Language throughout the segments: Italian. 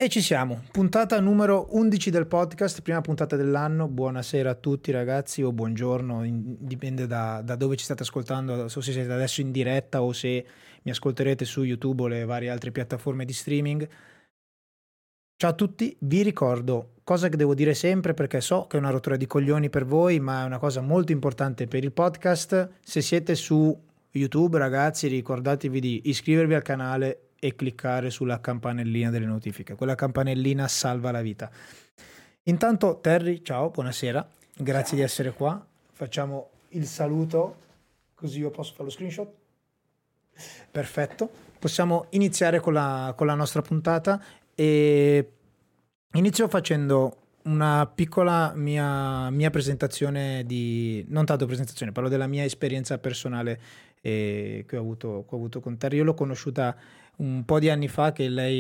E ci siamo, puntata numero 11 del podcast, prima puntata dell'anno. Buonasera a tutti ragazzi, o buongiorno, dipende da dove ci state ascoltando, so se siete adesso in diretta o se mi ascolterete su YouTube o le varie altre piattaforme di streaming. Ciao a tutti, vi ricordo, cosa che devo dire sempre perché so che è una rottura di coglioni per voi, ma è una cosa molto importante per il podcast. Se siete su YouTube ragazzi, ricordatevi di iscrivervi al canale e cliccare sulla campanellina delle notifiche. Quella campanellina salva la vita. Intanto Terry, ciao, buonasera, grazie Ciao. di essere qua. Facciamo il saluto, così io posso fare lo screenshot. Perfetto, possiamo iniziare con la nostra puntata e inizio facendo una piccola mia presentazione non tanto presentazione, parlo della mia esperienza personale che ho avuto con Terry. Io l'ho conosciuta un po' di anni fa, che lei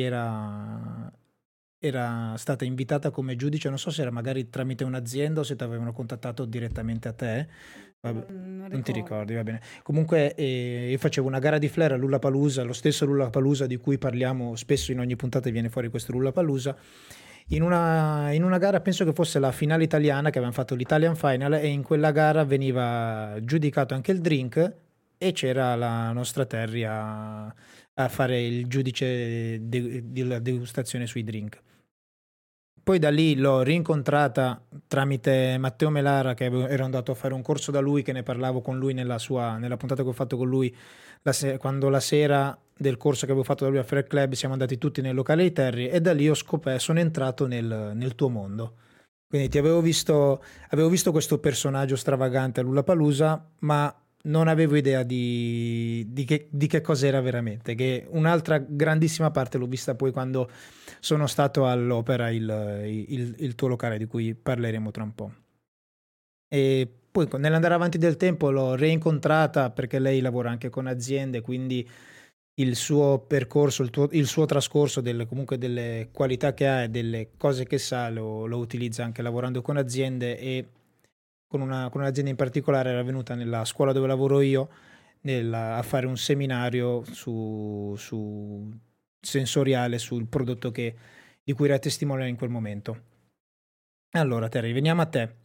era stata invitata come giudice, non so se era magari tramite un'azienda o se ti avevano contattato direttamente a te. Vabbè, non ti ricordi, va bene. Comunque io facevo una gara di flare a Lollapalooza, lo stesso Lollapalooza di cui parliamo spesso in ogni puntata, viene fuori questo Lollapalooza. In una gara, penso che fosse la finale italiana, che avevano fatto l'Italian Final, e in quella gara veniva giudicato anche il drink e c'era la nostra Terry a fare il giudice della degustazione sui drink. Poi da lì l'ho rincontrata tramite Matteo Melara, che ero andato a fare un corso da lui, che ne parlavo con lui nella puntata che ho fatto con lui, quando la sera del corso che avevo fatto da lui a Fair Club siamo andati tutti nel locale di Terry, e da lì sono entrato nel tuo mondo. Quindi avevo visto questo personaggio stravagante a Lollapalooza, ma non avevo idea di che cos'era veramente. Che un'altra grandissima parte l'ho vista poi quando sono stato all'Opera, il tuo locale, di cui parleremo tra un po'. E poi nell'andare avanti del tempo l'ho reincontrata perché lei lavora anche con aziende, quindi il suo percorso, il suo trascorso, comunque delle qualità che ha e delle cose che sa, lo utilizza anche lavorando con aziende, e con un'azienda in particolare era venuta nella scuola dove lavoro io a fare un seminario su sensoriale sul prodotto di cui era testimone in quel momento. Allora Terry, veniamo a te.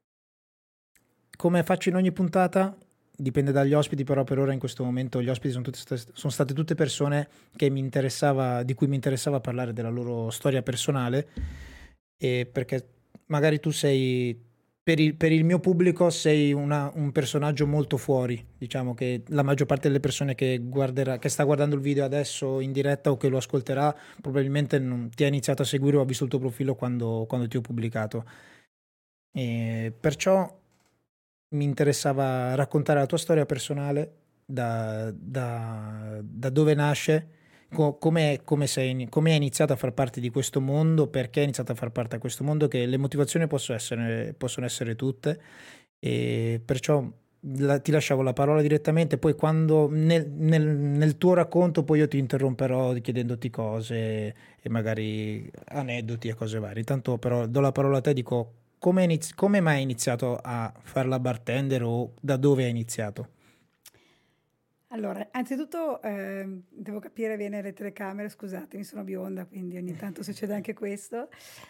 Come faccio in ogni puntata, dipende dagli ospiti, però per ora in questo momento gli ospiti sono state tutte persone di cui mi interessava parlare della loro storia personale, e perché magari tu sei, per il mio pubblico sei un personaggio molto fuori, diciamo che la maggior parte delle persone che sta guardando il video adesso in diretta o che lo ascolterà probabilmente non ti ha iniziato a seguire o ha visto il tuo profilo quando ti ho pubblicato, e perciò mi interessava raccontare la tua storia personale, da dove nasce, come hai iniziato a far parte di questo mondo, perché hai iniziato a far parte di questo mondo, che le motivazioni possono essere tutte, e perciò ti lasciavo la parola direttamente. Poi quando nel tuo racconto poi io ti interromperò chiedendoti cose e magari aneddoti e cose varie. Tanto però do la parola a te, dico come mai hai iniziato a fare la bartender o da dove hai iniziato? Allora, anzitutto devo capire bene le telecamere, scusatemi, sono bionda, quindi ogni tanto succede anche questo.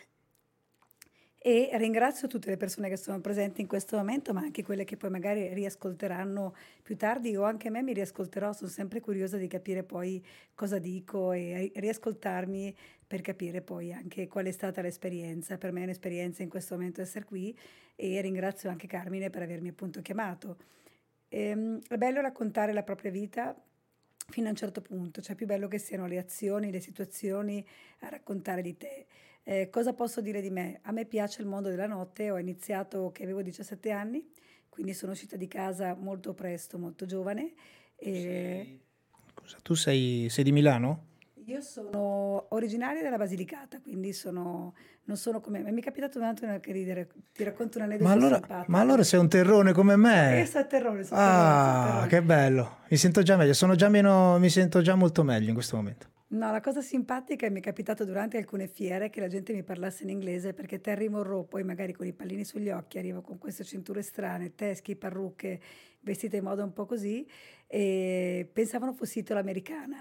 E ringrazio tutte le persone che sono presenti in questo momento, ma anche quelle che poi magari riascolteranno più tardi, o anche me mi riascolterò. Sono sempre curiosa di capire poi cosa dico e riascoltarmi per capire poi anche qual è stata l'esperienza. Per me è un'esperienza in questo momento essere qui, e ringrazio anche Carmine per avermi appunto chiamato. È bello raccontare la propria vita fino a un certo punto, cioè è più bello che siano le azioni, le situazioni a raccontare di te. Cosa posso dire di me? A me piace il mondo della notte, ho iniziato che avevo 17 anni, quindi sono uscita di casa molto presto, molto giovane. E Scusa, sei di Milano? io sono originaria della Basilicata, quindi non sono come me. Mi è capitato un attimo che ridere, ti racconto un Ma aneddoto allora, ma simpatico. allora sei un terrone come Io me. sono a Terrone, sono a Terrone, sono a Ah, Terrone. che bello. Mi sento già meglio, mi sento già molto meglio in questo momento. No, la cosa simpatica è mi è capitato durante alcune fiere che la gente mi parlasse in inglese, perché Terry Monroe poi magari con i pallini sugli occhi arriva con queste cinture strane, teschi, parrucche, vestite in modo un po' così, e pensavano fossi italo-americana.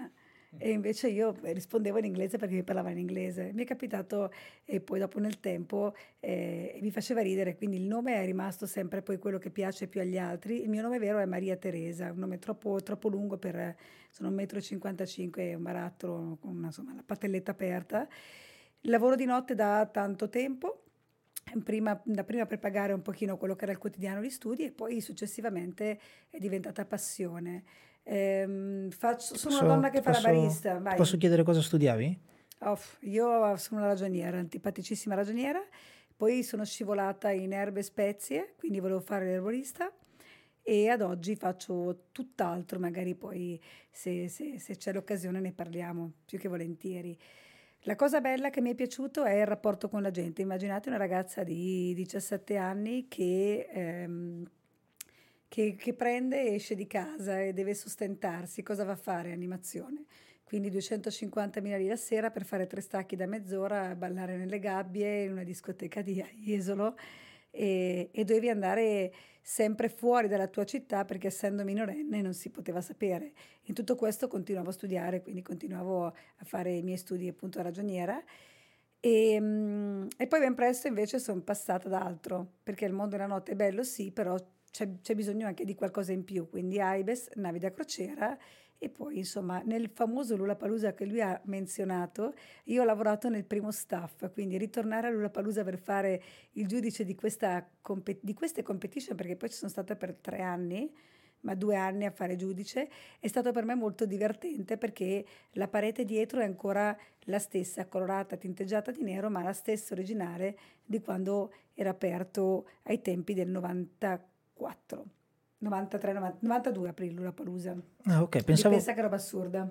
E invece io rispondevo in inglese perché mi parlava in inglese. Mi è capitato, e poi dopo nel tempo mi faceva ridere, quindi il nome è rimasto sempre poi quello che piace più agli altri. Il mio nome vero è Maria Teresa, un nome troppo lungo sono 1,55 m e un barattolo con insomma, la patelletta aperta. Lavoro di notte da tanto tempo. Da prima per pagare un pochino quello che era il quotidiano di studi e poi successivamente è diventata passione. Sono una donna che fa la barista, Ti vai. posso chiedere cosa studiavi? Io sono una ragioniera, antipaticissima ragioniera, poi sono scivolata in erbe e spezie, quindi volevo fare l'erborista e ad oggi faccio tutt'altro, magari poi se c'è l'occasione ne parliamo più che volentieri. La cosa bella che mi è piaciuto è il rapporto con la gente. Immaginate una ragazza di 17 anni che prende e esce di casa e deve sostentarsi. Cosa va a fare? Animazione. Quindi 250.000 lire a sera per fare 3 stacchi da mezz'ora a ballare nelle gabbie in una discoteca di Jesolo e dovevi andare sempre fuori dalla tua città perché essendo minorenne non si poteva sapere. In tutto questo continuavo a studiare, quindi continuavo a fare i miei studi appunto a ragioniera e poi ben presto invece sono passata ad altro, perché il mondo della notte è bello sì, però c'è bisogno anche di qualcosa in più, quindi Aibes, navi da crociera e poi insomma nel famoso Lollapalooza che lui ha menzionato, io ho lavorato nel primo staff, quindi ritornare a Lollapalooza per fare il giudice di queste competition, perché poi ci sono stata per 3 anni, ma 2 anni a fare giudice, è stato per me molto divertente perché la parete dietro è ancora la stessa, colorata, tinteggiata di nero, ma la stessa originale di quando era aperto ai tempi del 94, 93, 92 aprile Lollapalooza. Ah, ok, Quindi pensa che roba assurda.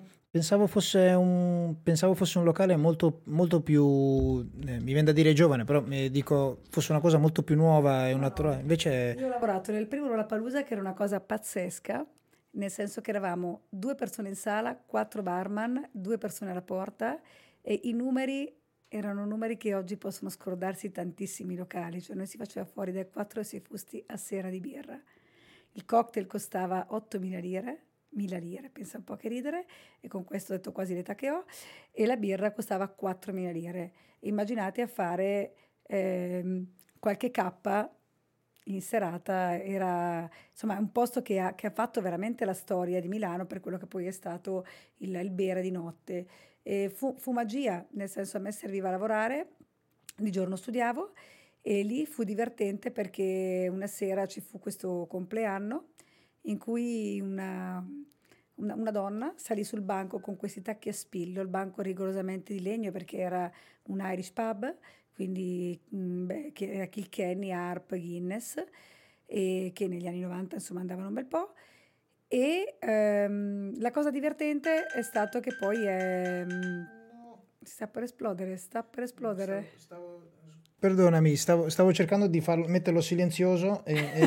pensavo fosse un locale molto più, mi viene da dire giovane, però mi dico fosse una cosa molto più nuova e No, no, invece io ho lavorato nel primo Lollapalooza che era una cosa pazzesca, nel senso che eravamo 2 persone in sala, 4 barman, 2 persone alla porta e i numeri erano numeri che oggi possono scordarsi tantissimi locali, cioè noi si faceva fuori dai 4 ai 6 fusti a sera di birra. Il cocktail costava 8.000 lire, 1.000 lire, pensa un po' che ridere, e con questo ho detto quasi l'età che ho, e la birra costava 4.000 lire. Immaginate a fare qualche cappa in serata, era insomma un posto che ha fatto veramente la storia di Milano per quello che poi è stato il bere di notte. E fu magia, nel senso a me serviva a lavorare, di giorno studiavo e lì fu divertente perché una sera ci fu questo compleanno in cui una donna salì sul banco con questi tacchi a spillo, il banco rigorosamente di legno perché era un Irish pub, quindi che era Kilkenny, Harp, Guinness, e che negli anni 90 insomma andavano un bel po'. E la cosa divertente è stato che poi sta per esplodere, sta per esplodere. perdonami, stavo cercando di metterlo silenzioso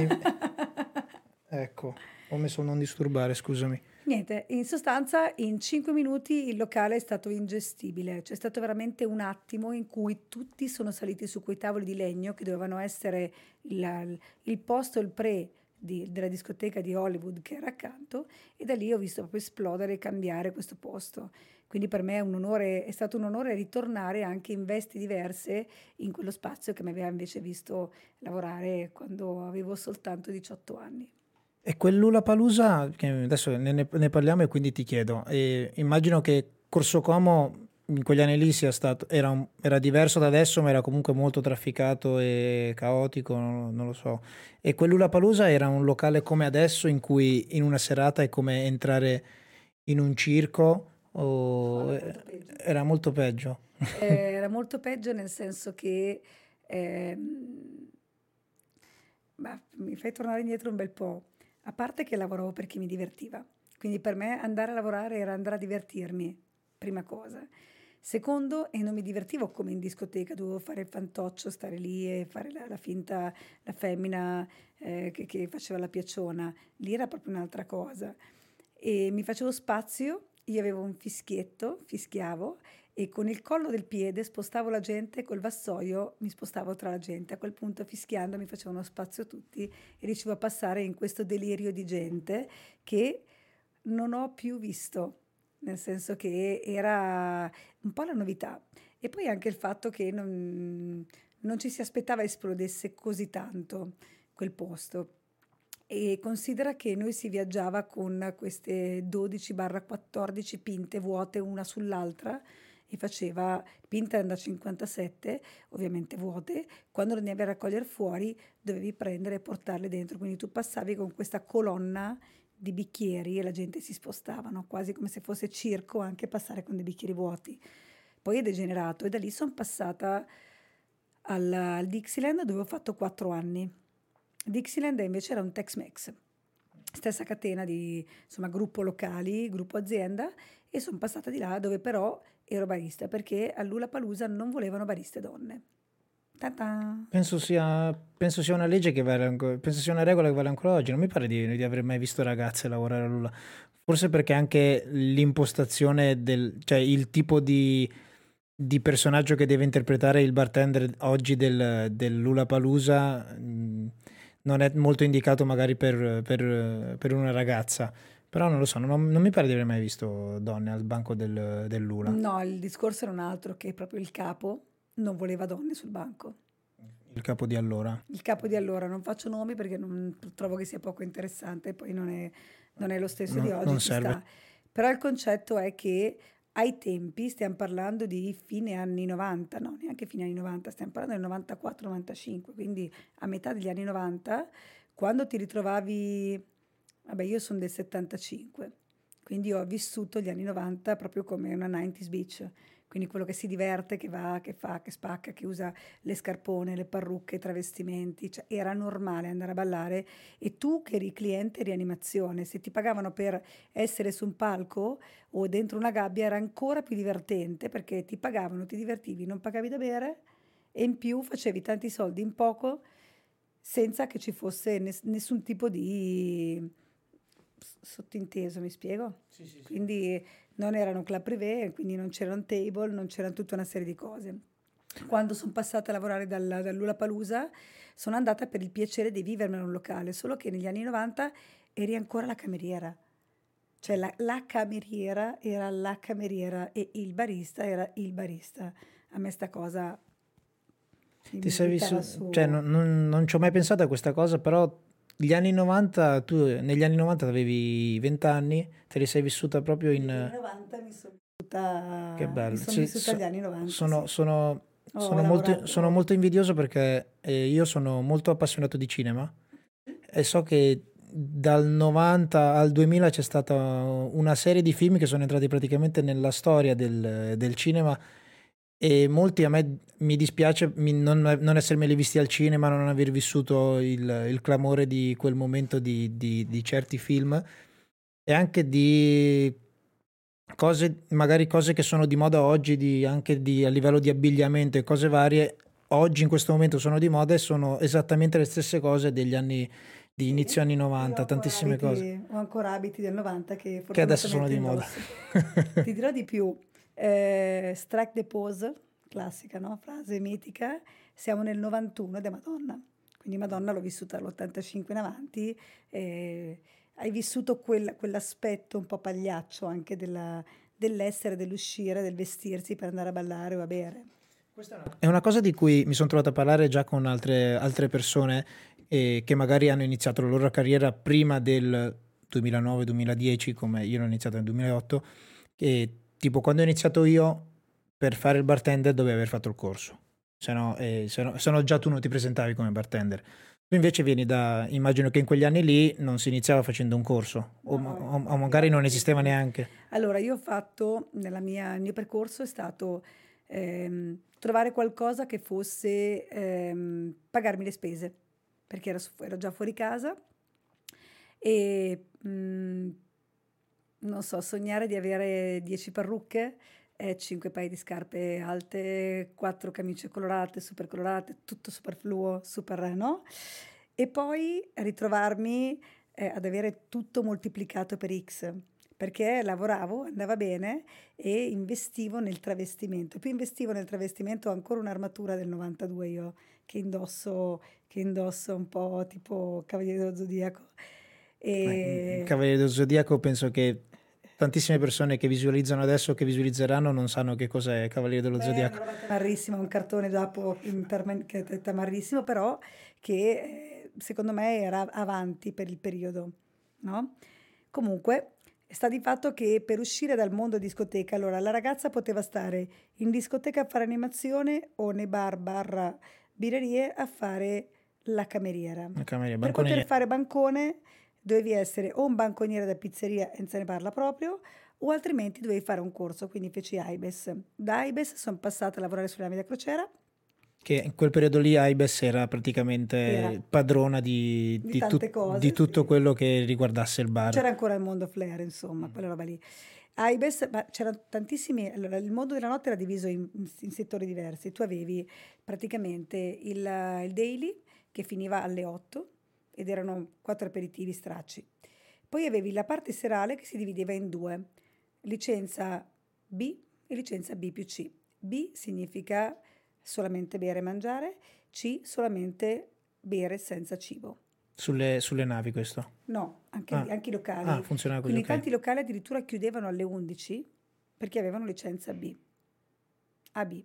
ecco, ho messo non disturbare, scusami. Niente, in sostanza in 5 minuti il locale è stato ingestibile, c'è stato veramente un attimo in cui tutti sono saliti su quei tavoli di legno che dovevano essere il posto, il pre della discoteca di Hollywood che era accanto e da lì ho visto proprio esplodere e cambiare questo posto. Quindi per me è stato un onore ritornare anche in vesti diverse in quello spazio che mi aveva invece visto lavorare quando avevo soltanto 18 anni. E quell'Ulapalooza, che adesso ne parliamo e quindi ti chiedo, immagino che Corso Como in quegli anni lì era diverso da adesso, ma era comunque molto trafficato e caotico, non lo so. E quell'Ulapalooza era un locale come adesso, in cui in una serata è come entrare in un circo, No, o era molto peggio. era molto peggio? Era molto peggio nel senso che mi fai tornare indietro un bel po'. A parte che lavoravo perché mi divertiva, quindi per me andare a lavorare era andare a divertirmi, prima cosa. Secondo, e non mi divertivo come in discoteca, dovevo fare il fantoccio, stare lì e fare la finta, la femmina che faceva la piacciona. Lì era proprio un'altra cosa. E mi facevo spazio, io avevo un fischietto, fischiavo e con il collo del piede spostavo la gente, col vassoio mi spostavo tra la gente. A quel punto fischiando mi facevano spazio tutti e riuscivo a passare in questo delirio di gente che non ho più visto. nel senso che era un po' la novità. E poi anche il fatto che non ci si aspettava esplodesse così tanto quel posto. E considera che noi si viaggiava con queste 12-14 pinte vuote una sull'altra e faceva pinte da 57, ovviamente vuote. Quando le andavi a raccogliere fuori dovevi prendere e portarle dentro, quindi tu passavi con questa colonna di bicchieri e la gente si spostavano, quasi come se fosse circo anche passare con dei bicchieri vuoti. Poi è degenerato e da lì sono passata al Dixieland dove ho fatto 4 anni. Dixieland invece era un Tex-Mex, stessa catena di insomma, gruppo locali, gruppo azienda, e sono passata di là dove però ero barista perché all'Ulapalooza non volevano bariste donne. Ta-ta! Penso sia una legge che vale penso sia una regola che vale ancora oggi. Non mi pare di aver mai visto ragazze lavorare a Lula. Forse perché anche l'impostazione cioè il tipo di personaggio che deve interpretare il bartender oggi del Lollapalooza non è molto indicato magari per una ragazza. Però non lo so, non mi pare di aver mai visto donne al banco del Lula. No, il discorso era un altro, che proprio il capo non voleva donne sul banco. Il capo di allora. Il capo di allora, non faccio nomi perché trovo che sia poco interessante, poi non è lo stesso di oggi, Non ci serve. sta. Però il concetto è che ai tempi, stiamo parlando di fine anni 90, no, neanche fine anni 90, stiamo parlando del 94-95, quindi a metà degli anni 90, quando ti ritrovavi, vabbè, io sono del 75, quindi ho vissuto gli anni 90 proprio come una 90s beach, quindi quello che si diverte, che va, che fa, che spacca, che usa le scarpone, le parrucche, i travestimenti, cioè era normale andare a ballare e tu che eri cliente eri animazione, se ti pagavano per essere su un palco o dentro una gabbia era ancora più divertente perché ti pagavano, ti divertivi, non pagavi da bere e in più facevi tanti soldi in poco senza che ci fosse nessun tipo di sottinteso, mi spiego? Sì, sì, sì. Quindi non erano club privé, quindi non c'erano table, non c'era tutta una serie di cose. Quando sono passata a lavorare dall'Ulapalooza sono andata per il piacere di vivermelo in un locale, solo che negli anni 90 eri ancora la cameriera. Cioè la cameriera era la cameriera e il barista era il barista. A me sta cosa Ti mi sei buttava visto, cioè su. non ci ho mai pensato a questa cosa, però negli anni 90 avevi 20 anni, te li sei vissuta proprio Negli anni in... 90 Che mi bello. son Sì, vissuta gli anni 90, sono, sì. sono- Ho sono lavorato. molto invidioso perché io sono molto appassionato di cinema e so che dal 90 al 2000 c'è stata una serie di film che sono entrati praticamente nella storia del cinema e molti a me mi dispiace non essermeli visti al cinema, non aver vissuto il clamore di quel momento di certi film e anche di cose, magari cose che sono di moda oggi, a livello di abbigliamento e cose varie, oggi in questo momento sono di moda e sono esattamente le stesse cose degli anni di Sì, inizio anni e 90, tantissime cose ho ancora abiti del 90 che che adesso sono fortunatamente di moda. indosso. Ti dirò di più, strike the pose, classica, no? Frase mitica, siamo nel 91 ed è Madonna. Quindi Madonna l'ho vissuta dall'85 in avanti, hai vissuto quell'aspetto un po' pagliaccio anche dell'essere, dell'uscire, del vestirsi per andare a ballare o a bere. È una cosa di cui mi sono trovato a parlare già con altre persone che magari hanno iniziato la loro carriera prima del 2009-2010, come io l'ho iniziato nel 2008, che tipo quando ho iniziato io per fare il bartender dovevi aver fatto il corso, se no già tu non ti presentavi come bartender. Tu invece vieni immagino che in quegli anni lì non si iniziava facendo un corso, No, o infatti magari era non esisteva pochissimo. neanche. Allora, io ho fatto, il mio percorso è stato trovare qualcosa che fosse pagarmi le spese, perché ero già fuori casa e non so, sognare di avere 10 parrucche, 5 paia di scarpe alte, 4 camicie colorate, tutto superfluo, super, no? E poi ritrovarmi ad avere tutto moltiplicato per X, perché lavoravo, andava bene e investivo nel travestimento. Più investivo nel travestimento, ho ancora un'armatura del 92 io che indosso un po' tipo Cavaliere dello Zodiaco. Il E Cavaliere dello Zodiaco penso che tantissime persone che visualizzano adesso, che visualizzeranno, non sanno che cos'è Cavaliere dello Zodiaco. È una roba tamarrissima, un cartone dopo che è tamarrissimo, però che secondo me era avanti per il periodo, no? Comunque, sta di fatto che per uscire dal mondo discoteca, allora la ragazza poteva stare in discoteca a fare animazione o nei bar barra birrerie a fare la cameriera. La cameriera, Per poter banconiere. fare bancone dovevi essere o un banconiere da pizzeria e non se ne parla proprio, o altrimenti dovevi fare un corso, quindi feci AIBES. Da AIBES sono passata a lavorare sulla nave da crociera. Che in quel periodo lì AIBES era praticamente Era padrona di tante cose, di tutto sì. quello che riguardasse il bar. C'era ancora il mondo Flair, insomma, quella roba lì. AIBES, ma c'erano tantissimi. Allora, il mondo della notte era diviso in settori diversi. Tu avevi praticamente il daily che finiva alle 8 ed erano 4 aperitivi stracci. Poi avevi la parte serale che si divideva in due, licenza B e licenza B più C. B significa solamente bere e mangiare, C solamente bere senza cibo. Sulle navi questo? No, anche, Ah, anche i locali. funzionava così, Quindi ok. tanti locali addirittura chiudevano alle 11 perché avevano licenza B, AB.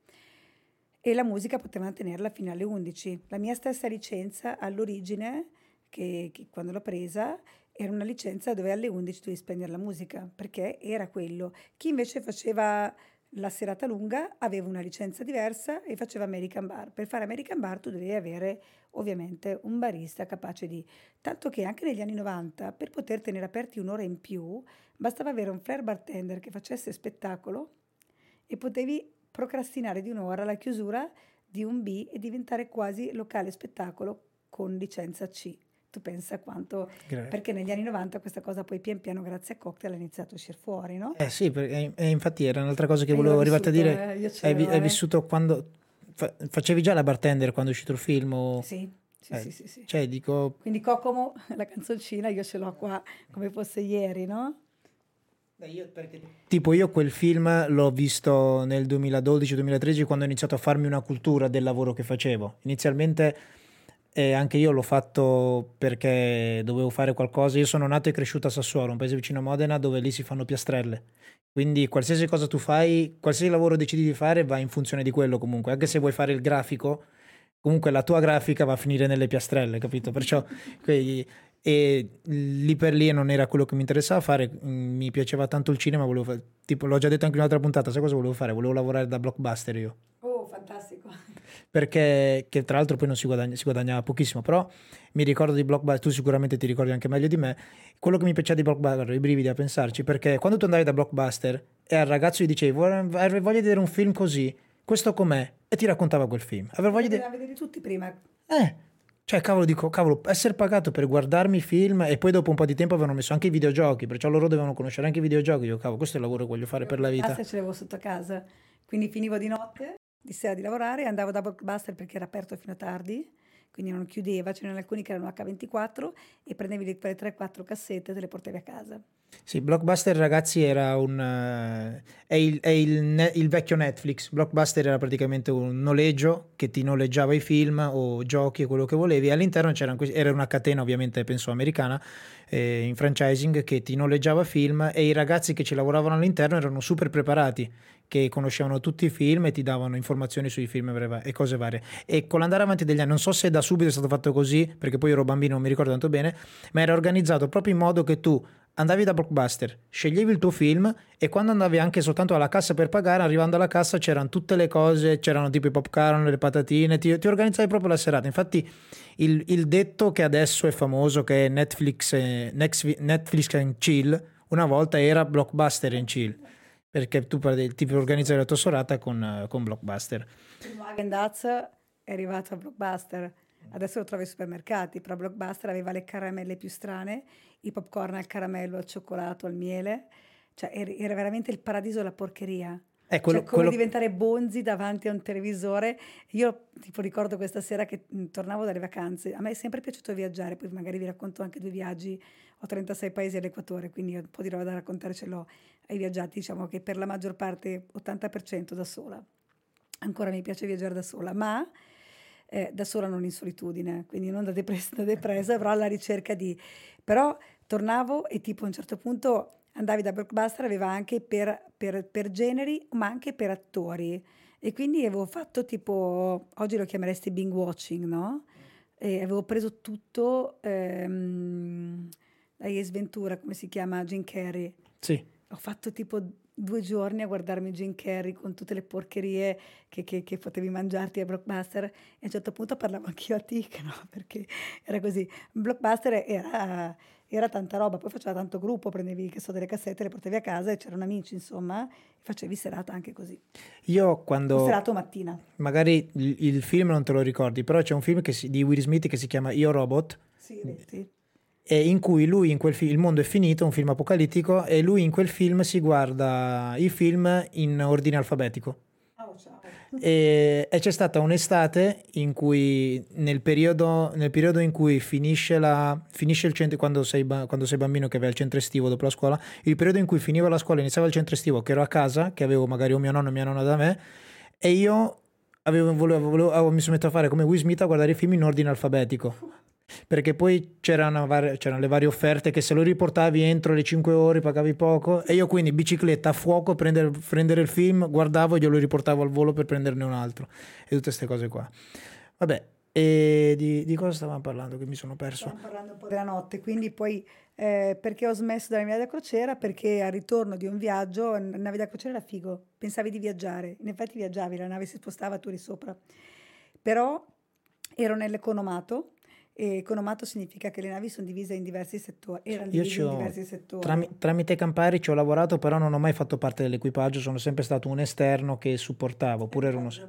E la musica potevano tenerla fino alle 11. La mia stessa licenza all'origine, che quando l'ho presa, era una licenza dove alle 11 dovevi spegnere la musica, perché era quello. Chi invece faceva la serata lunga aveva una licenza diversa e faceva American Bar. Per fare American Bar tu dovevi avere ovviamente un barista capace di... Tanto che anche negli anni 90, per poter tenere aperti un'ora in più, bastava avere un flair bartender che facesse spettacolo e potevi procrastinare di un'ora la chiusura di un B e diventare quasi locale spettacolo con licenza C. Tu pensa quanto... Perché negli anni 90 questa cosa poi pian piano grazie a Cocktail ha iniziato a uscire fuori, no? Sì, e infatti era un'altra cosa che E io volevo l'ho arrivarti a vissuto, dire. io ce Hai l'avevo, vissuto quando... facevi già la bartender quando è uscito il film? Sì, sì. Cioè, dico... Quindi Kokomo, la canzoncina, io ce l'ho qua come fosse ieri, no? Tipo io quel film l'ho visto nel 2012-2013 quando ho iniziato a farmi una cultura del lavoro che facevo. Inizialmente anche io l'ho fatto perché dovevo fare qualcosa. Io sono nato e cresciuto a Sassuolo, un paese vicino a Modena dove lì si fanno piastrelle. Quindi qualsiasi cosa tu fai, qualsiasi lavoro decidi di fare va in funzione di quello comunque. Anche se vuoi fare il grafico, comunque la tua grafica va a finire nelle piastrelle, capito? Perciò e lì per lì non era quello che mi interessava fare, mi piaceva tanto il cinema, tipo l'ho già detto anche in un'altra puntata, sai cosa volevo fare? Volevo lavorare da blockbuster io. Oh, fantastico. Perché che tra l'altro poi non si guadagnava pochissimo, però mi ricordo di blockbuster, tu sicuramente ti ricordi anche meglio di me, quello che mi piaceva di blockbuster, i brividi a pensarci, perché quando tu andavi da blockbuster e al ragazzo gli dicevi avrei voglia di vedere un film così, questo com'è? E ti raccontava quel film. Avrei voglia di... vedere tutti prima. Cioè, cavolo, essere pagato per guardarmi film e poi dopo un po' di tempo avevano messo anche i videogiochi, perciò loro dovevano conoscere anche i videogiochi. Io, cavolo, questo è il lavoro che voglio fare per la vita. Blockbuster ce l'avevo sotto casa, quindi finivo di notte, di sera di lavorare, andavo da Blockbuster perché era aperto fino a tardi, quindi non chiudeva, ce n'erano alcuni che erano H24 e prendevi le 3-4 cassette e te le portavi a casa. Sì, Blockbuster, ragazzi, era il vecchio Netflix. Blockbuster era praticamente un noleggio che ti noleggiava i film o giochi e quello che volevi. All'interno era una catena, ovviamente, penso americana, in franchising, che ti noleggiava film e i ragazzi che ci lavoravano all'interno erano super preparati, che conoscevano tutti i film e ti davano informazioni sui film e cose varie. E con l'andare avanti degli anni, non so se da subito è stato fatto così, perché poi ero bambino, non mi ricordo tanto bene, ma era organizzato proprio in modo che tu andavi da Blockbuster, sceglievi il tuo film e quando andavi anche soltanto alla cassa per pagare, arrivando alla cassa c'erano tutte le cose, c'erano tipo i popcorn, le patatine, ti organizzavi proprio la serata. Infatti il detto che adesso è famoso, che è Netflix and Chill, una volta era Blockbuster and Chill, perché tu ti organizzavi la tua serata con Blockbuster. Il Häagen-Dazs è arrivato a Blockbuster, adesso lo trovi ai supermercati, però Blockbuster aveva le caramelle più strane, i popcorn al caramello, al cioccolato, al miele, cioè era veramente il paradiso della porcheria. Come diventare bonzi davanti a un televisore. Io tipo ricordo questa sera che tornavo dalle vacanze, a me è sempre piaciuto viaggiare, poi magari vi racconto anche 2 viaggi, ho 36 paesi all'equatore, quindi un po' di roba da raccontare ce l'ho ai viaggiati, diciamo che per la maggior parte 80% da sola. Ancora mi piace viaggiare da sola, ma da sola non in solitudine, quindi non da depressa, però alla ricerca di... Però tornavo e tipo a un certo punto andavi da Blockbuster, aveva anche per generi, ma anche per attori. E quindi avevo fatto tipo, oggi lo chiameresti binge watching, no? E avevo preso tutto, da Ace Ventura, come si chiama? Jim Carrey. Sì. Ho fatto tipo 2 giorni a guardarmi Jim Carrey con tutte le porcherie che potevi mangiarti a Blockbuster, e a un certo punto parlavo anch'io a Tic, no? Perché era così. Blockbuster era tanta roba, poi faceva tanto gruppo, prendevi, che so, delle cassette, le portavi a casa e c'erano amici, insomma, e facevi serata anche così. Io O quando serata o mattina. magari il film non te lo ricordi, però c'è un film di Will Smith che si chiama Io Robot, Sì, sì. e in cui lui in quel film, il mondo è finito, un film apocalittico, e lui in quel film si guarda i film in ordine alfabetico. Oh, ciao. E c'è stata un'estate in cui nel periodo in cui finisce il centro, quando sei bambino che vai al centro estivo dopo la scuola, il periodo in cui finiva la scuola, iniziava il centro estivo, che ero a casa, che avevo magari o mio nonno o mia nonna da me, e io mi sono messo a fare come Will Smith, a guardare i film in ordine alfabetico. Perché poi c'erano le varie offerte che se lo riportavi entro le 5 ore pagavi poco, e io quindi bicicletta a fuoco, prendere il film, guardavo e glielo riportavo al volo per prenderne un altro, e tutte queste cose qua. Vabbè, e di cosa stavamo parlando che mi sono perso? Stiamo parlando un po' della notte, quindi poi perché ho smesso dalla mia da crociera? Perché al ritorno di un viaggio, navi da crociera era figo, pensavi di viaggiare, in effetti viaggiavi, la nave si spostava, tu eri sopra. Però ero nell'economato, e economato significa che le navi sono divise in diversi settori, erano Io divise in diversi settori. tramite Campari ci ho lavorato, però non ho mai fatto parte dell'equipaggio, sono sempre stato un esterno che supportavo, oppure ero uno... Sì.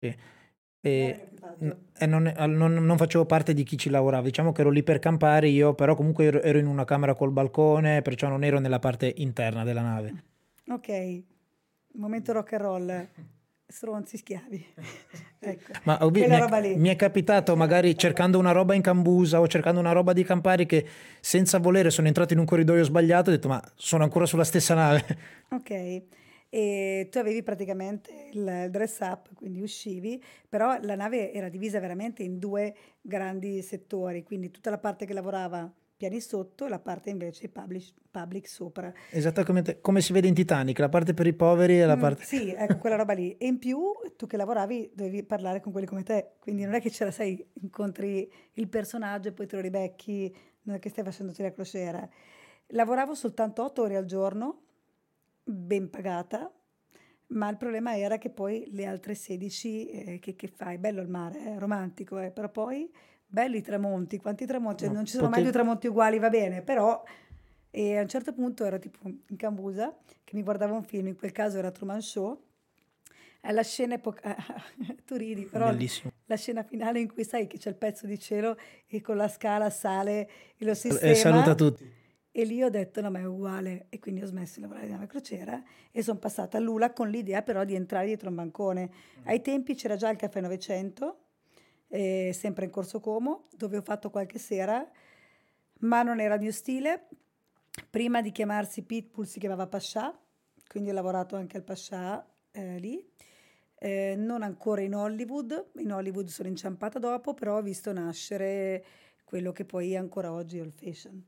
E non facevo parte di chi ci lavorava, diciamo che ero lì per campare io, però comunque ero in una camera col balcone, perciò non ero nella parte interna della nave. Ok, momento rock and roll, stronzi schiavi. Ecco, Ma quella roba lì. mi è capitato magari cercando una roba in cambusa o cercando una roba di Campari che senza volere sono entrato in un corridoio sbagliato e ho detto ma sono ancora sulla stessa nave. Ok, e tu avevi praticamente il dress up, quindi uscivi, però la nave era divisa veramente in 2 grandi settori, quindi tutta la parte che lavorava piani sotto e la parte invece public sopra. Esattamente come si vede in Titanic, la parte per i poveri e la parte... Sì, ecco, quella roba lì. E in più, tu che lavoravi dovevi parlare con quelli come te, quindi non è che c'era, sai, incontri il personaggio e poi te lo ribecchi, non è che stai facendoti la crociera. Lavoravo soltanto 8 ore al giorno, ben pagata, ma il problema era che poi le altre 16, che fai? Bello il mare, romantico, però poi belli i tramonti, quanti tramonti? Cioè, No, non ci sono mai 2 tramonti uguali, va bene, però e a un certo punto ero tipo in cambusa che mi guardavo un film, in quel caso era Truman Show, la scena tu ridi, però Bellissimo. la scena finale in cui sai che c'è il pezzo di cielo e con la scala sale e lo E sistema. saluta tutti. E lì ho detto no, ma è uguale, e quindi ho smesso di lavorare nella crociera e sono passata a Lula con l'idea però di entrare dietro un bancone. Ai tempi c'era già il Caffè 900, sempre in Corso Como, dove ho fatto qualche sera, ma non era il mio stile. Prima di chiamarsi Pitbull si chiamava Pascià, quindi ho lavorato anche al Pascià lì. Non ancora in Hollywood sono inciampata dopo, però ho visto nascere quello che poi ancora oggi è il fashion.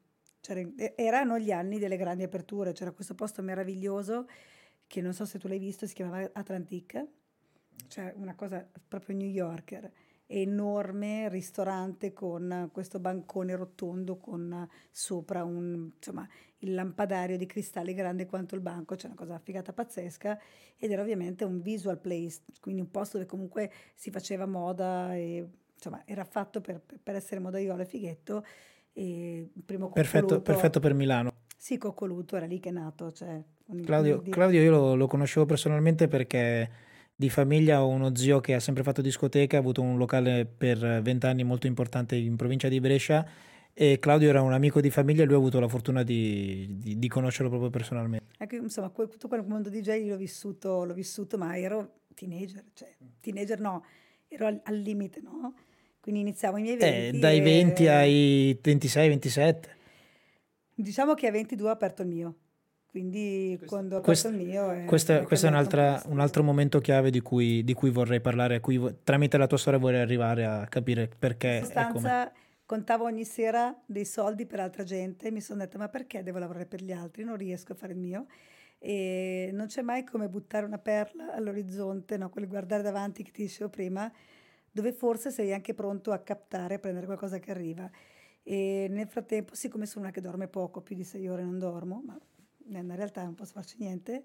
Erano gli anni delle grandi aperture, c'era questo posto meraviglioso che non so se tu l'hai visto, si chiamava Atlantic, cioè una cosa proprio New Yorker, enorme ristorante con questo bancone rotondo con sopra insomma, il lampadario di cristalli grande quanto il banco, c'è una cosa figata pazzesca, ed era ovviamente un visual place, quindi un posto dove comunque si faceva moda e insomma era fatto per essere modaiolo e fighetto. E il primo coccoluto, Perfetto per Milano. sì, coccoluto era lì che è nato, cioè, Claudio io lo conoscevo personalmente perché di famiglia ho uno zio che ha sempre fatto discoteca, ha avuto un locale per 20 anni molto importante in provincia di Brescia, e Claudio era un amico di famiglia e lui ha avuto la fortuna di conoscerlo proprio personalmente. Ecco, insomma, tutto quel mondo DJ l'ho vissuto, ma ero teenager, cioè teenager no, ero al limite, no? Quindi iniziavo i miei 20 Dai 20 ai 26, 27. diciamo che a 22 ho aperto il mio, quindi quando ho aperto il mio Questo è cambiato un po'. un altro momento chiave di cui vorrei parlare, tramite la tua storia vorrei arrivare a capire perché In è come. sostanza, contavo ogni sera dei soldi per altra gente e mi sono detta: ma perché devo lavorare per gli altri? Non riesco a fare il mio. E non c'è mai come buttare una perla all'orizzonte, no? Quel guardare davanti che ti dicevo prima, dove forse sei anche pronto a captare, a prendere qualcosa che arriva. E nel frattempo, siccome sono una che dorme poco, più di 6 ore non dormo, ma nella realtà non posso farci niente,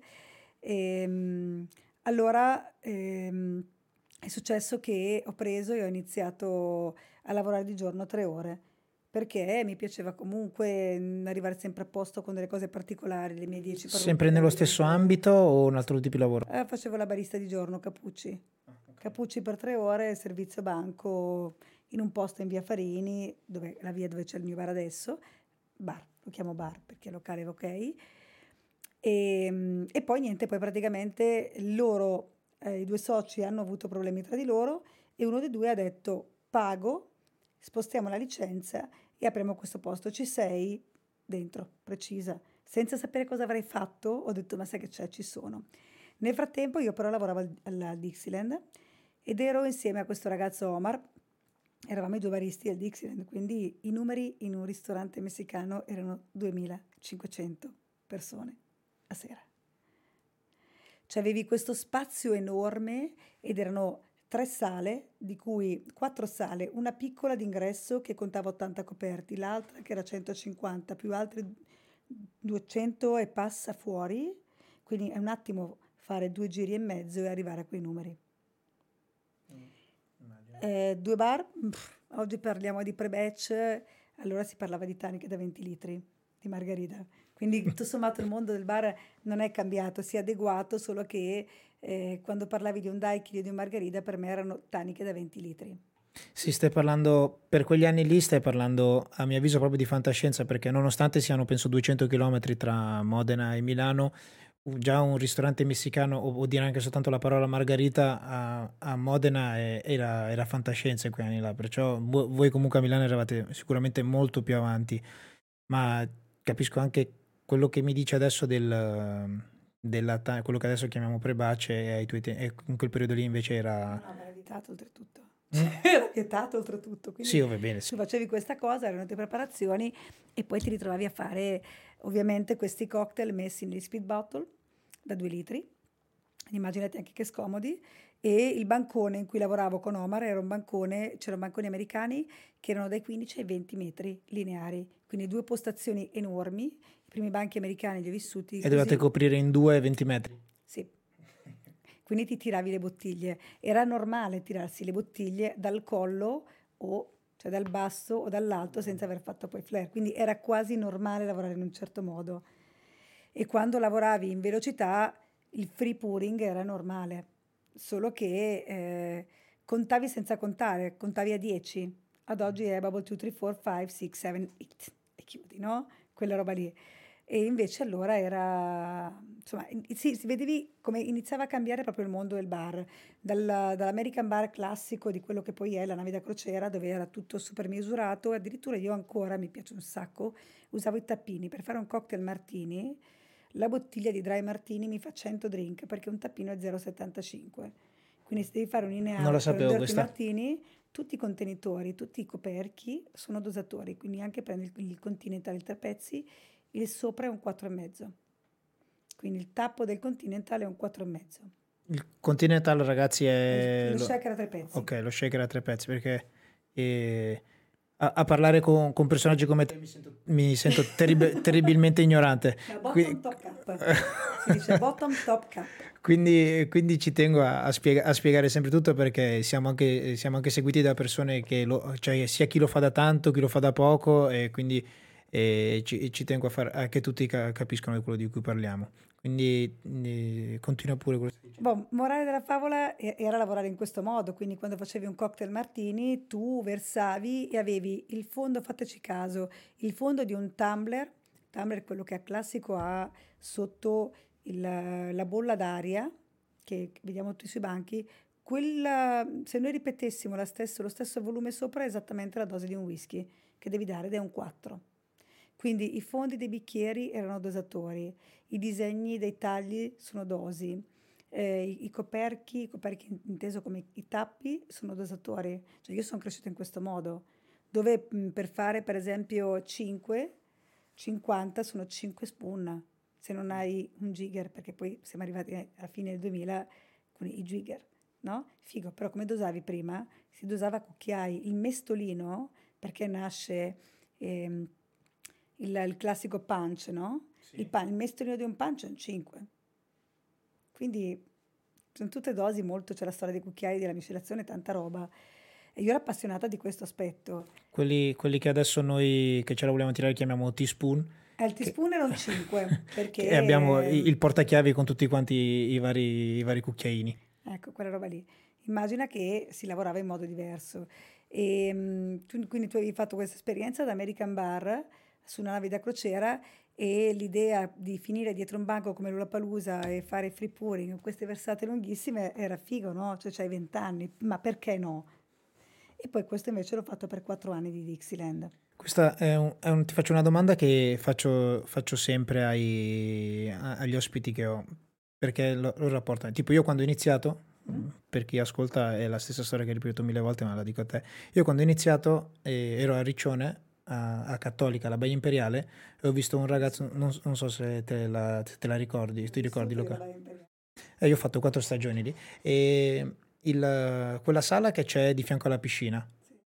allora è successo che ho preso e ho iniziato a lavorare di giorno 3 ore perché mi piaceva comunque arrivare sempre a posto con delle cose particolari, le mie 10 Sempre nello parrucche. stesso ambito o un altro tipo di lavoro? Facevo la barista di giorno, Cappucci. Cappucci per 3 ore, servizio banco in un posto in via Farini, dove la via dove c'è il mio bar adesso, bar, lo chiamo bar perché è locale, ok. E poi niente, poi praticamente loro, i due soci hanno avuto problemi tra di loro e uno dei due ha detto pago, spostiamo la licenza e apriamo questo posto. Ci sei? Dentro, precisa. Senza sapere cosa avrei fatto, ho detto ma sai che c'è, ci sono. Nel frattempo io però lavoravo alla Dixieland ed ero insieme a questo ragazzo Omar, eravamo i due baristi al Dixieland, quindi i numeri in un ristorante messicano erano 2500 persone a sera. Cioè avevi questo spazio enorme ed erano 3 sale, di cui 4 sale, una piccola d'ingresso che contava 80 coperti, l'altra che era 150, più altri 200 e passa fuori, quindi è un attimo fare 2 giri e mezzo e arrivare a quei numeri. 2 bar, oggi parliamo di pre-batch, allora si parlava di taniche da 20 litri di margarita. Quindi tutto sommato il mondo del bar non è cambiato, si è adeguato, solo che quando parlavi di un daiquiri o di un margarita per me erano taniche da 20 litri. Sì, stai parlando, per quegli anni lì stai parlando a mio avviso proprio di fantascienza perché nonostante siano penso 200 km tra Modena e Milano, già un ristorante messicano o dire anche soltanto la parola margarita a Modena era fantascienza in quegli anni là, perciò voi comunque a Milano eravate sicuramente molto più avanti, ma capisco anche quello che mi dice adesso quello che adesso chiamiamo prebace e in quel periodo lì invece era... No, ma era vietato oltretutto. Era vietato oltretutto, Sì, quindi va bene, tu sì. facevi questa cosa, erano le tue preparazioni e poi ti ritrovavi a fare ovviamente questi cocktail messi negli speed bottle da 2 litri, immaginati anche che scomodi, e il bancone in cui lavoravo con Omar era un bancone, c'erano banconi americani che erano dai 15 ai 20 metri lineari, quindi 2 postazioni enormi, i primi banchi americani li ho vissuti E dovete così, coprire in 20 metri. sì. Quindi ti tiravi le bottiglie. Era normale tirarsi le bottiglie dal collo o cioè dal basso o dall'alto senza aver fatto poi flare. Quindi era quasi normale lavorare in un certo modo. E quando lavoravi in velocità il free pouring era normale, solo che contavi senza contare, contavi a 10. Ad oggi è bubble 2, 3, 4, 5, 6, 7, 8 e chiudi, no? Quella roba lì. E invece allora era, insomma, sì, si vedevi come iniziava a cambiare proprio il mondo del bar, dall'American bar classico di quello che poi è la nave da crociera, dove era tutto super misurato, addirittura io ancora, mi piace un sacco, usavo i tappini per fare un cocktail martini, la bottiglia di dry martini mi fa 100 drink perché un tappino è 0,75. Quindi se devi fare un in e Non la out per un sapevo dirty questa. martini, tutti i contenitori, tutti i coperchi sono dosatori, quindi anche prendi il Continental, il 3 pezzi, il sopra è un 4,5. Quindi il tappo del Continental è un 4,5. Il Continental, ragazzi, è... Lo shaker a 3 pezzi. Ok, lo shaker a 3 pezzi, perché a parlare con personaggi come te mi sento terribilmente ignorante. La bottom top cap. Si dice bottom top cap. Quindi ci tengo a spiegare sempre tutto perché siamo anche seguiti da persone cioè sia chi lo fa da tanto, chi lo fa da poco e quindi ci tengo a che tutti capiscano di quello di cui parliamo. Quindi continua pure quello che stai dicendo. Boh, morale della favola era lavorare in questo modo, quindi quando facevi un cocktail martini tu versavi e avevi il fondo, fateci caso, il fondo di un tumbler quello che è classico ha sotto la bolla d'aria che vediamo tutti sui banchi, se noi ripetessimo lo stesso volume sopra è esattamente la dose di un whisky che devi dare ed è un 4. Quindi i fondi dei bicchieri erano dosatori, i disegni dei tagli sono dosi, i coperchi inteso come i tappi, sono dosatori. Cioè io sono cresciuta in questo modo, dove per fare per esempio 50 sono 5 spoon, se non hai un jigger, perché poi siamo arrivati alla fine del 2000 con i jigger, no? Figo, però come dosavi prima? Si dosava a cucchiai, il mestolino, perché nasce il classico punch, no? Sì. Il mestolino di un punch è un 5. Quindi sono tutte dosi molto, c'è la storia dei cucchiai, della miscelazione, tanta roba. E io ero appassionata di questo aspetto. Quelli che adesso noi che ce la vogliamo tirare chiamiamo teaspoon, Il che, teaspoon era un 5, che abbiamo perché, il portachiavi con tutti quanti i vari cucchiaini. ecco, quella roba lì. Immagina che si lavorava in modo diverso. Quindi tu avevi fatto questa esperienza ad American Bar su una nave da crociera e l'idea di finire dietro un banco come Lollapalooza e fare free pouring con queste versate lunghissime era figo, no? Cioè c'hai 20 anni, ma perché no? E poi questo invece l'ho fatto per 4 anni di Dixieland. Questa ti faccio una domanda che faccio sempre agli ospiti che ho, perché lo rapportano. Tipo io quando ho iniziato, per chi ascolta è la stessa storia che ripeto 1000 volte, ma la dico a te. Io quando ho iniziato ero a Riccione, a Cattolica, alla Baia Imperiale, e ho visto un ragazzo, non so se te la ricordi, ti ricordi Luca? Io ho fatto 4 stagioni lì, e quella sala che c'è di fianco alla piscina.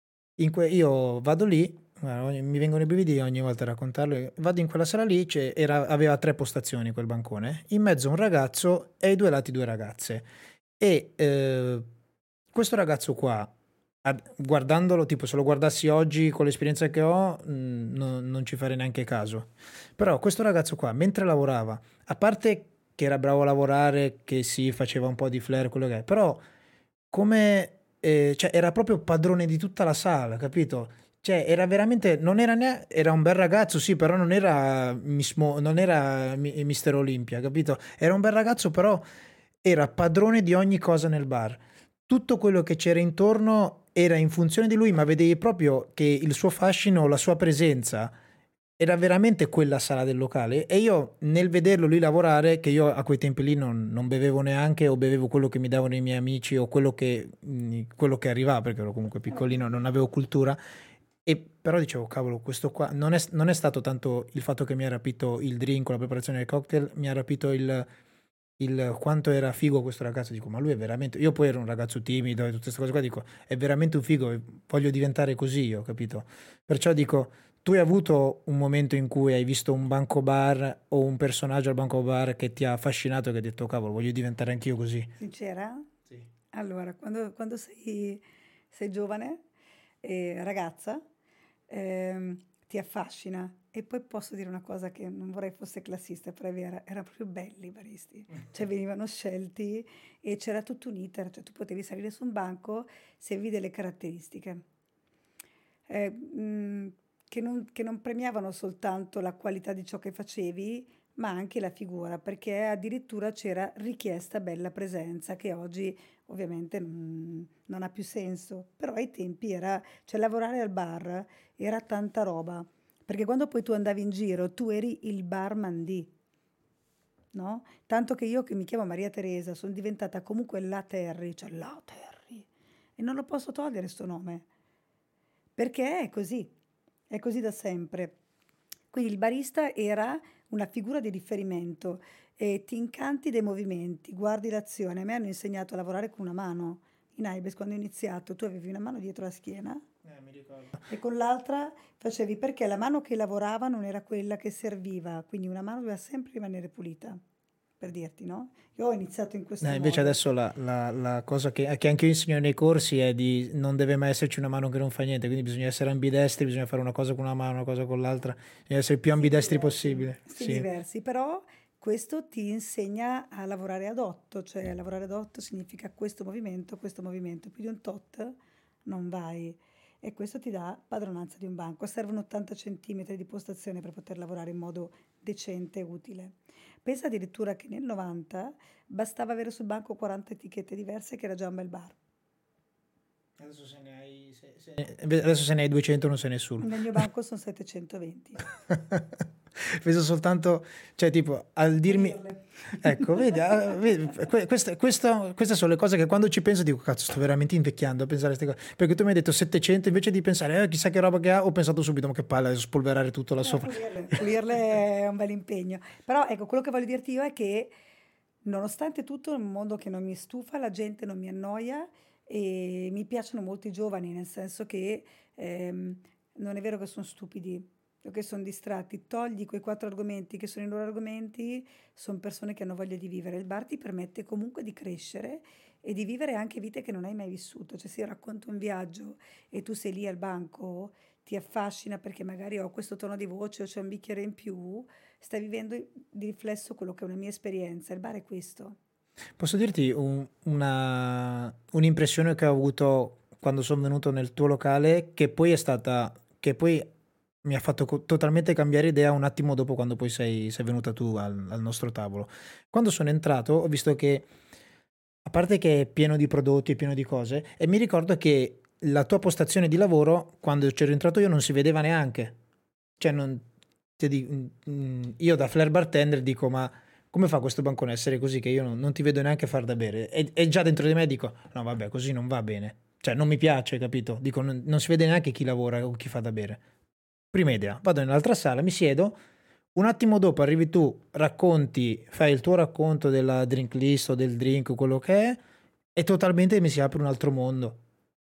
Io vado lì, guarda, mi vengono i brividi ogni volta a raccontarlo. Vado in quella sala lì, aveva 3 postazioni quel bancone, in mezzo un ragazzo e ai 2 lati 2 ragazze. E questo ragazzo qua, guardandolo, tipo se lo guardassi oggi con l'esperienza che ho, non ci farei neanche caso. Però questo ragazzo qua, mentre lavorava, a parte che era bravo a lavorare, che si faceva un po' di flair, quello che è, però come cioè era proprio padrone di tutta la sala, capito? Cioè era veramente, non era neanche, era un bel ragazzo, sì, però non era non era Mister Olimpia, capito? Era un bel ragazzo, però era padrone di ogni cosa nel bar. Tutto quello che c'era intorno era in funzione di lui, ma vedevi proprio che il suo fascino, la sua presenza era veramente quella sala del locale. E io nel vederlo lui lavorare, che io a quei tempi lì non bevevo neanche, o bevevo quello che mi davano i miei amici o quello che arrivava, perché ero comunque piccolino, non avevo cultura. E però dicevo, cavolo, questo qua non è stato tanto il fatto che mi ha rapito il drink o la preparazione del cocktail, mi ha rapito il quanto era figo questo ragazzo. Dico, ma lui è veramente, io poi ero un ragazzo timido e tutte queste cose qua, dico, è veramente un figo e voglio diventare così io, capito? Perciò dico, tu hai avuto un momento in cui hai visto un banco bar o un personaggio al banco bar che ti ha affascinato e che hai detto, cavolo, voglio diventare anch'io così? Sincera? Sì. Allora, quando sei giovane e ragazza, ti affascina. E poi posso dire una cosa che non vorrei fosse classista, però è vera, erano proprio belli i baristi. Cioè venivano scelti e c'era tutto un iter, cioè tu potevi salire su un banco se avevi delle caratteristiche. eh, mh, che non premiavano soltanto la qualità di ciò che facevi, ma anche la figura, perché addirittura c'era richiesta bella presenza, che oggi ovviamente non ha più senso, però ai tempi era, cioè lavorare al bar era tanta roba, perché quando poi tu andavi in giro, tu eri il barman di, no? Tanto che io che mi chiamo Maria Teresa sono diventata comunque la Terry, cioè la Terry, e non lo posso togliere sto nome. Perché è così da sempre. Quindi il barista era una figura di riferimento e ti incanti dei movimenti, guardi l'azione. A me hanno insegnato a lavorare con una mano. In Aibes, quando ho iniziato, tu avevi una mano dietro la schiena Mi ricordo. e con l'altra facevi perché la mano che lavorava non era quella che serviva, quindi una mano doveva sempre rimanere pulita, per dirti, no? Io ho iniziato in questo Invece modo. adesso la cosa che anche io insegno nei corsi è di non deve mai esserci una mano che non fa niente, quindi bisogna essere ambidestri, bisogna fare una cosa con una mano, una cosa con l'altra, bisogna essere il più ambidestri possibile. Stili Sì. diversi, però questo ti insegna a lavorare ad otto, cioè lavorare ad otto significa questo movimento, più di un tot non vai. E questo ti dà padronanza di un banco. Servono 80 centimetri di postazione per poter lavorare in modo decente e utile. Pensa addirittura che nel 90 bastava avere sul banco 40 etichette diverse che era già un bel bar. Adesso adesso se ne hai 200 non sei nessuno. Nel mio banco sono 720. Penso soltanto, cioè tipo, al dirmi... Ecco, vedi, queste sono le cose che quando ci penso dico, cazzo, sto veramente invecchiando a pensare a queste cose. Perché tu mi hai detto 700, invece di pensare, chissà che roba che ha, ho pensato subito, ma che palle, adesso spolverare tutto là sopra. Pulirle è un bel impegno. Però ecco, quello che voglio dirti io è che nonostante tutto è un mondo che non mi stufa, la gente non mi annoia e mi piacciono molto i giovani, nel senso che non è vero che sono stupidi o che sono distratti, togli quei quattro argomenti che sono i loro argomenti, sono persone che hanno voglia di vivere. Il bar ti permette comunque di crescere e di vivere anche vite che non hai mai vissuto. Cioè, se io racconto un viaggio e tu sei lì al banco, ti affascina perché magari ho questo tono di voce o c'è un bicchiere in più, stai vivendo di riflesso quello che è una mia esperienza. Il bar è questo. Posso dirti un'impressione che ho avuto quando sono venuto nel tuo locale, che poi è stata, che poi mi ha fatto totalmente cambiare idea un attimo dopo quando poi sei venuta tu al nostro tavolo. Quando sono entrato ho visto che, a parte che è pieno di prodotti, è pieno di cose, e mi ricordo che la tua postazione di lavoro, quando c'ero entrato io, non si vedeva neanche. Cioè, non, io da flair bartender dico, ma come fa questo bancone a essere così che io non ti vedo neanche far da bere? E già dentro di me dico, no vabbè, così non va bene. Cioè, non mi piace, capito? Dico, non si vede neanche chi lavora o chi fa da bere. Prima idea, vado nell'altra sala, mi siedo, un attimo dopo arrivi tu, racconti, fai il tuo racconto della drink list o del drink o quello che è, e totalmente mi si apre un altro mondo.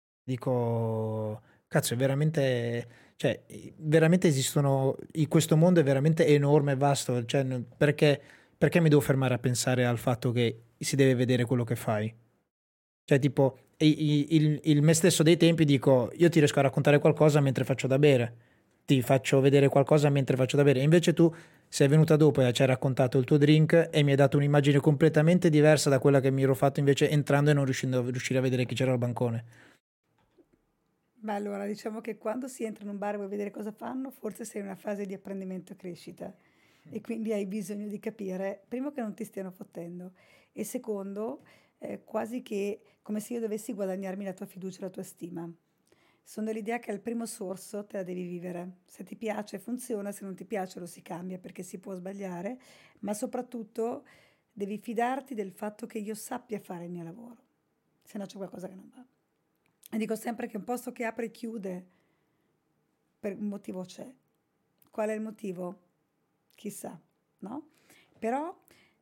Dico, cazzo, è veramente, cioè, veramente esistono, questo mondo è veramente enorme e vasto, cioè, perché mi devo fermare a pensare al fatto che si deve vedere quello che fai? Cioè, tipo, il me stesso dei tempi dico, io ti riesco a raccontare qualcosa mentre faccio da bere, ti faccio vedere qualcosa mentre faccio da bere. Invece tu sei venuta dopo e ci hai raccontato il tuo drink e mi hai dato un'immagine completamente diversa da quella che mi ero fatto invece entrando e non riuscendo a riuscire a vedere chi c'era al bancone. Beh, allora, diciamo che quando si entra in un bar e vuoi vedere cosa fanno, forse sei in una fase di apprendimento e crescita e quindi hai bisogno di capire, primo, che non ti stiano fottendo e secondo, quasi che come se io dovessi guadagnarmi la tua fiducia e la tua stima. Sono dell'idea che al primo sorso te la devi vivere. Se ti piace funziona, se non ti piace lo si cambia perché si può sbagliare, ma soprattutto devi fidarti del fatto che io sappia fare il mio lavoro, se no c'è qualcosa che non va. E dico sempre che un posto che apre e chiude per un motivo c'è. Qual è il motivo? Chissà, no? Però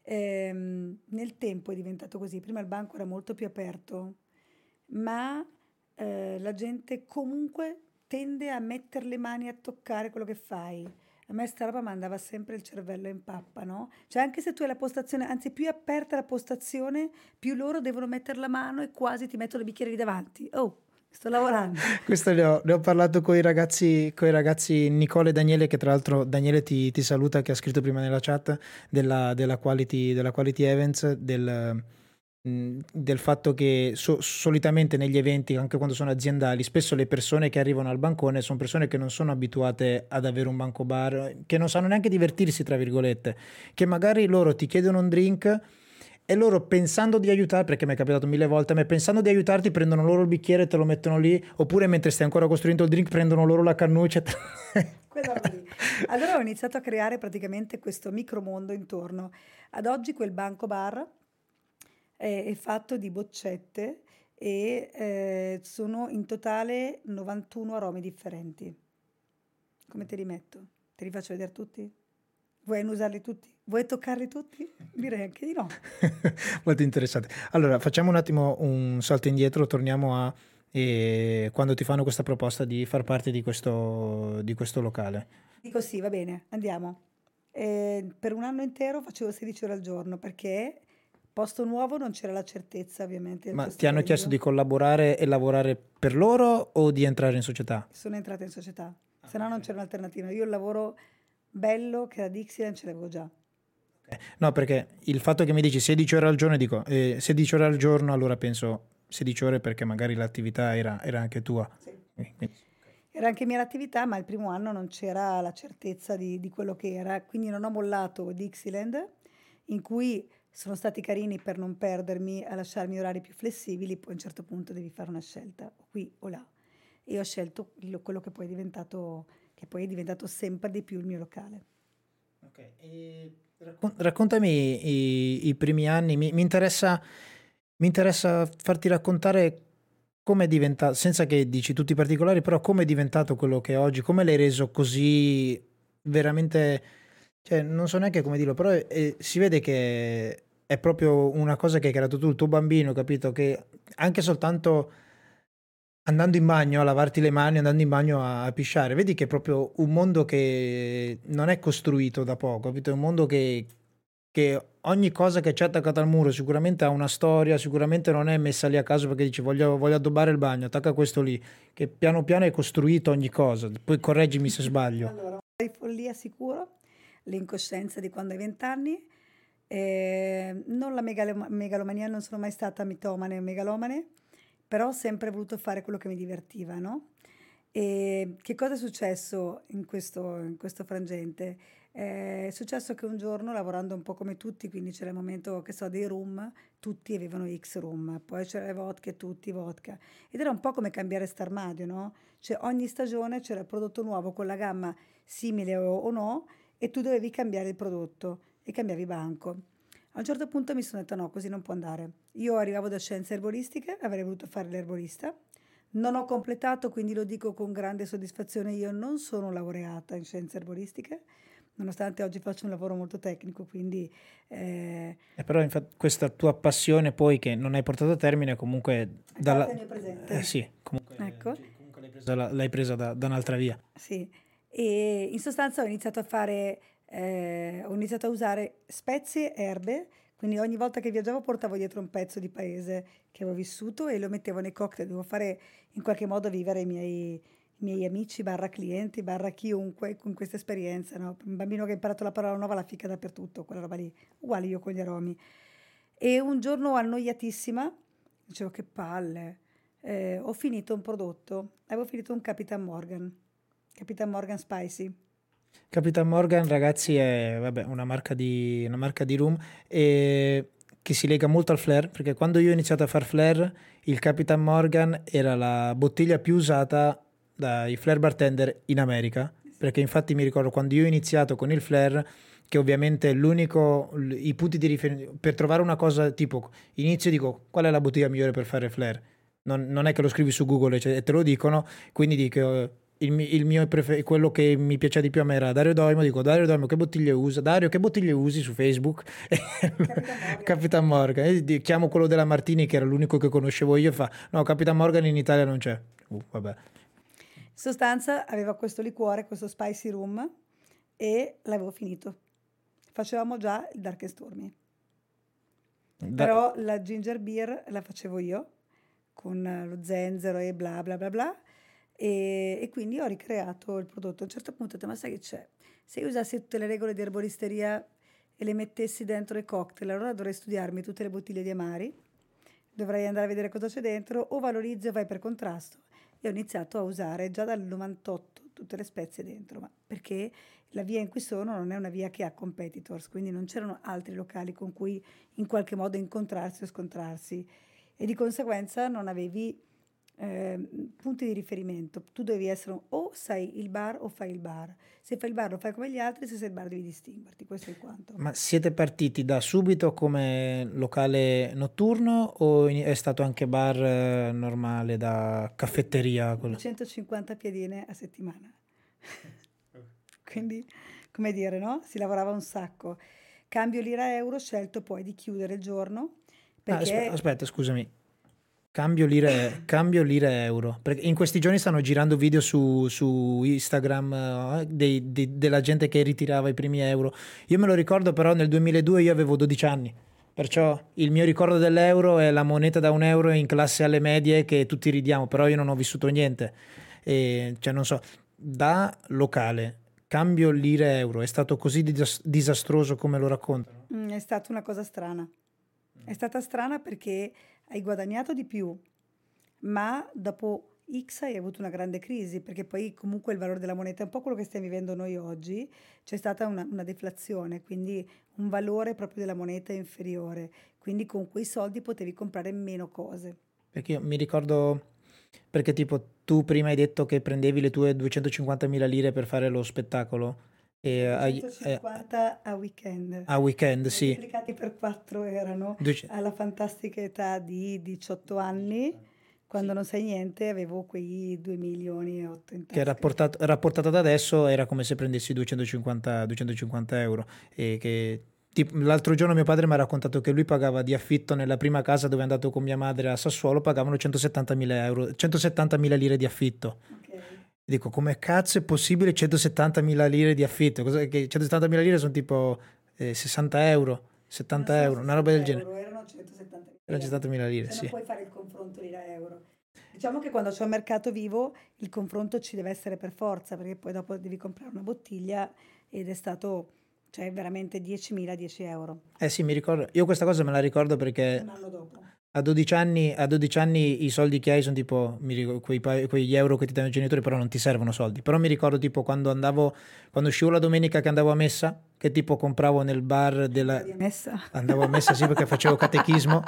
nel tempo è diventato così. Prima il banco era molto più aperto, ma la gente comunque tende a mettere le mani a toccare quello che fai. A me sta roba mandava sempre il cervello in pappa, no? Cioè anche se tu hai la postazione, anzi più è aperta la postazione, più loro devono mettere la mano e quasi ti mettono i bicchieri davanti. Oh, sto lavorando. Questo ne ho parlato con i ragazzi Nicole e Daniele, che tra l'altro Daniele ti saluta, che ha scritto prima nella chat della Quality Events, del fatto che solitamente negli eventi, anche quando sono aziendali, spesso le persone che arrivano al bancone sono persone che non sono abituate ad avere un banco bar, che non sanno neanche divertirsi, tra virgolette, che magari loro ti chiedono un drink e loro pensando di aiutare, perché mi è capitato mille volte, a me pensando di aiutarti prendono loro il bicchiere e te lo mettono lì, oppure mentre stai ancora costruendo il drink prendono loro la cannuccia e Quella roba lì. Allora ho iniziato a creare praticamente questo micromondo intorno. Ad oggi quel banco bar è fatto di boccette e sono in totale 91 aromi differenti. Come te li metto? Te li faccio vedere tutti? Vuoi annusarli tutti? Vuoi toccarli tutti? Direi anche di no. molto interessante. Allora, facciamo un attimo un salto indietro, torniamo a quando ti fanno questa proposta di far parte di questo locale. Dico sì, va bene, andiamo. Per un anno intero facevo 16 ore al giorno perché posto nuovo non c'era la certezza ovviamente del Ma tuo ti hanno chiesto di stipendio. collaborare e lavorare per loro o di entrare in società? Sono entrata in società, se no non c'era un'alternativa. Io il lavoro bello che era Dixieland ce l'avevo già. No, perché il fatto che mi dici 16 ore al giorno, dico 16 ore al giorno, allora penso 16 ore perché magari l'attività era anche tua. Sì. Quindi, Era anche mia l'attività, ma il primo anno non c'era la certezza di quello che era, quindi non ho mollato Dixieland, in cui sono stati carini per non perdermi a lasciarmi orari più flessibili, poi a un certo punto devi fare una scelta, o qui o là. E ho scelto quello che poi è diventato sempre di più il mio locale. Ok, e raccontami i primi anni, mi interessa farti raccontare come è diventato, senza che dici tutti i particolari, però come è diventato quello che è oggi, come l'hai reso così veramente, cioè non so neanche come dirlo, però si vede che è proprio una cosa che hai creato tu, il tuo bambino, capito? Che anche soltanto andando in bagno a lavarti le mani, andando in bagno a pisciare, vedi che è proprio un mondo che non è costruito da poco, capito? È un mondo che ogni cosa che c'è attaccata al muro sicuramente ha una storia, sicuramente non è messa lì a caso perché dici voglio addobbare il bagno, attacca questo lì, che piano piano hai costruito ogni cosa, poi correggimi se sbaglio. Allora, di follia sicuro, l'incoscienza di quando hai 20 anni, non la megalomania, non sono mai stata mitomane o megalomane, però ho sempre voluto fare quello che mi divertiva, no? E che cosa è successo in questo frangente? È successo che un giorno, lavorando un po' come tutti, quindi c'era il momento, che so, dei room, tutti avevano X room, poi c'era le vodka e tutti vodka. Ed era un po' come cambiare st'armadio, no? Cioè ogni stagione c'era il prodotto nuovo con la gamma simile o no e tu dovevi cambiare il prodotto e cambiavi banco. A un certo punto mi sono detta no, così non può andare. Io arrivavo da scienze erboristiche, avrei voluto fare l'erborista. Non ho completato, quindi lo dico con grande soddisfazione, io non sono laureata in scienze erboristiche, nonostante oggi faccio un lavoro molto tecnico, quindi Però infatti questa tua passione poi che non hai portato a termine comunque è parte del mio presente. sì, comunque, Ecco. comunque l'hai presa da un'altra via. Sì, e in sostanza ho iniziato a fare, ho iniziato a usare spezie, erbe, quindi ogni volta che viaggiavo portavo dietro un pezzo di paese che avevo vissuto e lo mettevo nei cocktail, dovevo fare in qualche modo vivere i miei amici, barra clienti, barra chiunque con questa esperienza, no? Un bambino che ha imparato la parola nuova la ficca dappertutto, quella roba lì, uguale io con gli aromi. E un giorno annoiatissima, dicevo che palle, ho finito un prodotto, avevo finito un Capitan Morgan Spicy. Capitan Morgan, ragazzi, è vabbè, una marca di rum e che si lega molto al flair, perché quando io ho iniziato a far flair, il Capitan Morgan era la bottiglia più usata dai flair bartender in America, perché infatti mi ricordo quando io ho iniziato con il flair, che ovviamente i punti di riferimento, per trovare una cosa tipo, inizio dico, qual è la bottiglia migliore per fare flair? Non è che lo scrivi su Google e te lo dicono, quindi dico quello che mi piaceva di più a me era Dario Doimo, dico Dario Doimo che bottiglie usa, Dario che bottiglie usi su Facebook? Capitan Morgan. Capitan Morgan, e chiamo quello della Martini che era l'unico che conoscevo io e fa no Capitan Morgan in Italia non c'è. Vabbè. In sostanza aveva questo liquore, questo spicy rum e l'avevo finito. Facevamo già il Dark and Stormy. Da- Però la ginger beer la facevo io con lo zenzero e bla bla bla bla e quindi ho ricreato il prodotto. A un certo punto ho detto, ma sai che c'è? Se io usassi tutte le regole di erboristeria e le mettessi dentro i cocktail, allora dovrei studiarmi tutte le bottiglie di Amari, dovrei andare a vedere cosa c'è dentro, o valorizzi o vai per contrasto. E ho iniziato a usare già dal 98 tutte le spezie dentro, ma perché la via in cui sono non è una via che ha competitors, quindi non c'erano altri locali con cui in qualche modo incontrarsi o scontrarsi e di conseguenza non avevi punti di riferimento. Tu devi essere o sai il bar o fai il bar. Se fai il bar lo fai come gli altri, se sei il bar devi distinguerti. Questo è il quanto. Ma siete partiti da subito come locale notturno o è stato anche bar normale da caffetteria? 250 piedine a settimana. Quindi, come dire, no? Si lavorava un sacco. Cambio lira-euro, scelto poi di chiudere il giorno perché Aspetta, scusami. Cambio lire e euro. Perché in questi giorni stanno girando video su Instagram della gente che ritirava i primi euro. Io me lo ricordo però nel 2002 io avevo 12 anni. Perciò il mio ricordo dell'euro è la moneta da un euro in classe alle medie che tutti ridiamo, però io non ho vissuto niente. E, cioè non so, da locale, cambio lire e euro, è stato così disastroso come lo raccontano? è stata una cosa strana. È stata strana perché hai guadagnato di più, ma dopo X hai avuto una grande crisi, perché poi comunque il valore della moneta è un po' quello che stiamo vivendo noi oggi, c'è stata una deflazione, quindi un valore proprio della moneta inferiore, quindi con quei soldi potevi comprare meno cose. Perché io mi ricordo, perché tipo tu prima hai detto che prendevi le tue 250.000 lire per fare lo spettacolo 250 a weekend. A weekend, sì. Moltiplicati per 4 erano alla fantastica età di 18 anni, quando non sai niente, avevo quei 2 milioni e 8 in tasca. Che rapportato ad adesso era come se prendessi 250 euro. E che l'altro giorno mio padre mi ha raccontato che lui pagava di affitto nella prima casa dove è andato con mia madre a Sassuolo, pagavano 170.000 euro, 170.000 lire di affitto. Okay. Dico, come cazzo è possibile 170.000 lire di affitto? Che 170.000 lire sono tipo 60 euro, 70 euro, una roba del genere. Erano 170.000 Erano 170.000 lire, cioè sì. non puoi fare il confronto lira-euro. Diciamo che quando c'è un mercato vivo il confronto ci deve essere per forza, perché poi dopo devi comprare una bottiglia ed è stato, cioè veramente 10.000, 10 euro. Sì, mi ricordo. Io questa cosa me la ricordo perché Un anno dopo. a 12 anni i soldi che hai sono tipo quegli euro che ti danno i genitori, però non ti servono soldi. Però mi ricordo tipo quando uscivo la domenica che andavo a messa, che tipo compravo nel bar della... Andavo a messa sì, perché facevo catechismo.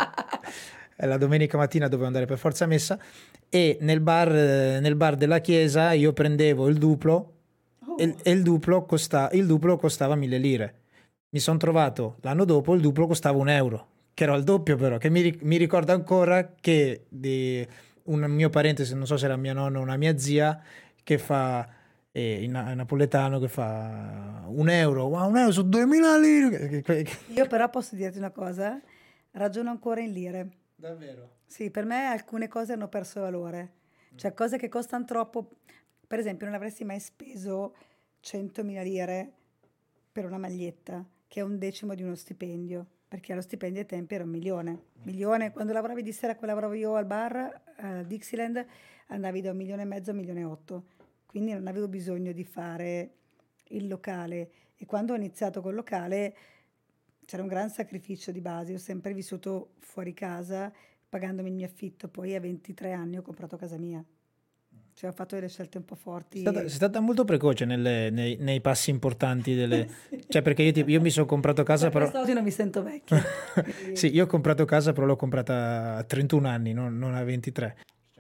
La domenica mattina dovevo andare per forza a messa, e nel bar della chiesa io prendevo il duplo e il duplo costava 1.000 lire. Mi sono trovato l'anno dopo il duplo costava 1 euro, che era il doppio, però che mi ricordo ancora che un mio parente, se non so se era mia nonna o una mia zia, che fa in napoletano, che fa 1 euro, wow, 1 euro su 2.000 lire. Io però posso dirti una cosa, ragiono ancora in lire. Davvero? Sì, per me alcune cose hanno perso valore, cioè cose che costano troppo. Per esempio non avresti mai speso 100.000 lire per una maglietta, che è 1/10 di uno stipendio, perché lo stipendio ai tempi era 1.000.000. Quando lavoravi di sera, come lavoravo io al bar, Dixieland, andavi da 1,5 milioni a 1,8 milioni. Quindi non avevo bisogno di fare il locale. E quando ho iniziato col locale c'era un gran sacrificio di base. Ho sempre vissuto fuori casa, pagandomi il mio affitto. Poi a 23 anni ho comprato casa mia. Cioè ho fatto delle scelte un po' forti. Sei stata molto precoce nei passi importanti delle... Cioè, perché io mi sono comprato casa, però... Oggi non mi sento vecchia. Sì, io ho comprato casa, però l'ho comprata a 31 anni, non a 23.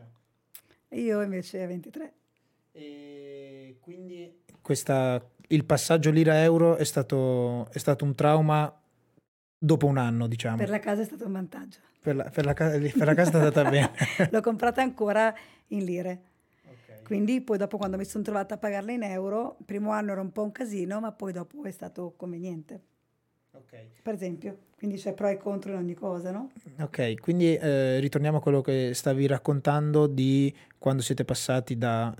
Io invece a 23. E quindi il passaggio lira-euro è stato un trauma dopo un anno, diciamo. Per la casa è stato un vantaggio. Per la casa è andata bene. L'ho comprata ancora in lire. Quindi poi dopo, quando mi sono trovata a pagarla in euro, il primo anno era un po' un casino, ma poi dopo è stato conveniente. Per esempio, quindi c'è pro e contro in ogni cosa, no? Ok, quindi ritorniamo a quello che stavi raccontando di quando siete passati dal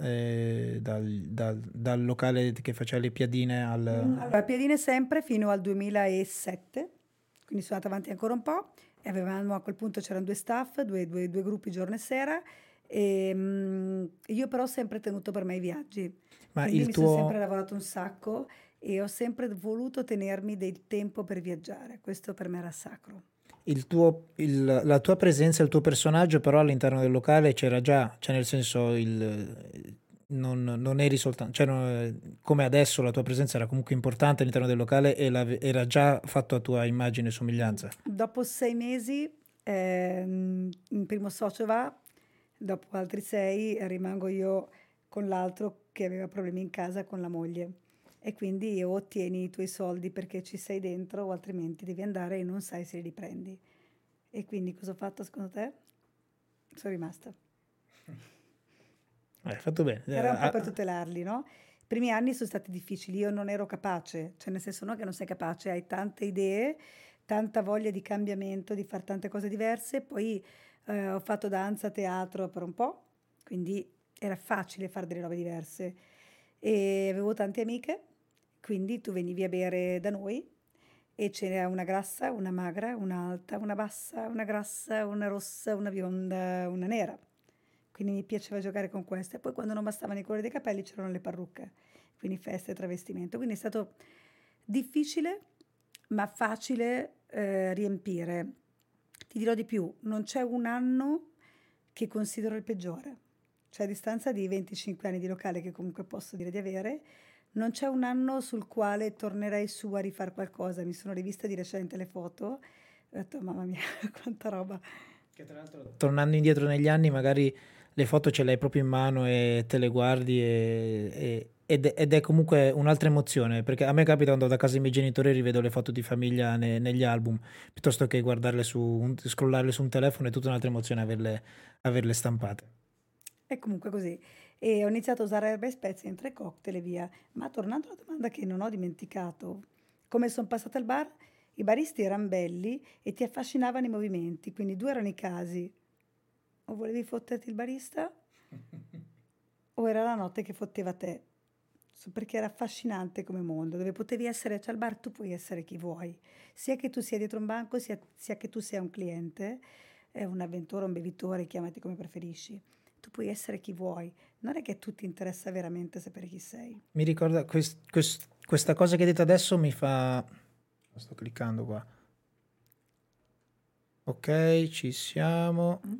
locale che faceva le piadine al... Allora, piadine sempre fino al 2007, quindi sono andata avanti ancora un po', e avevamo, a quel punto c'erano 2 staff, due gruppi giorno e sera, e io però ho sempre tenuto per me i viaggi. Ma Quindi sono sempre lavorato un sacco e ho sempre voluto tenermi del tempo per viaggiare. Questo per me era sacro. La tua presenza, il tuo personaggio però all'interno del locale c'era già, cioè nel senso non eri soltanto, cioè come adesso la tua presenza era comunque importante all'interno del locale e era già fatto a tua immagine e somiglianza. Dopo 6 mesi il primo socio va, dopo altri 6 rimango io con l'altro che aveva problemi in casa con la moglie. E quindi o ottieni i tuoi soldi perché ci sei dentro, o altrimenti devi andare e non sai se li riprendi. E quindi cosa ho fatto secondo te? Sono rimasta. Hai fatto bene. Era un po' per tutelarli, no? I primi anni sono stati difficili, io non ero capace, cioè nel senso non che non sei capace, hai tante idee, tanta voglia di cambiamento, di fare tante cose diverse, poi ho fatto danza, teatro per un po', quindi era facile fare delle robe diverse. E avevo tante amiche, quindi tu venivi a bere da noi e c'era una grassa, una magra, una alta, una bassa, una grassa, una rossa, una bionda, una nera. Quindi mi piaceva giocare con queste. Poi quando non bastavano i colori dei capelli c'erano le parrucche, quindi feste e travestimento. Quindi è stato difficile, ma facile riempire. Ti dirò di più, non c'è un anno che considero il peggiore. Cioè a distanza di 25 anni di locale, che comunque posso dire di avere, non c'è un anno sul quale tornerei su a rifare qualcosa. Mi sono rivista di recente le foto, ho detto mamma mia, quanta roba. Che tra l'altro, tornando indietro negli anni, magari le foto ce le hai proprio in mano e te le guardi ed è comunque un'altra emozione, perché a me capita quando da casa dei miei genitori rivedo le foto di famiglia negli album, piuttosto che scrollarle su un telefono, è tutta un'altra emozione averle stampate. È comunque così. E ho iniziato a usare erbe e spezie in 3 cocktail e via. Ma tornando alla domanda che non ho dimenticato, come son passata al bar, i baristi eran belli e ti affascinavano i movimenti, quindi 2 erano i casi: o volevi fotterti il barista o era la notte che fotteva te. Perché era affascinante come mondo, dove potevi essere, cioè al bar tu puoi essere chi vuoi, sia che tu sia dietro un banco, sia che tu sia un cliente, un avventore, un bevitore, chiamati come preferisci. Tu puoi essere chi vuoi, non è che a tutti interessa veramente sapere chi sei. Mi ricorda questa cosa che hai detto adesso mi fa... Sto cliccando qua. Ok, ci siamo. Mm?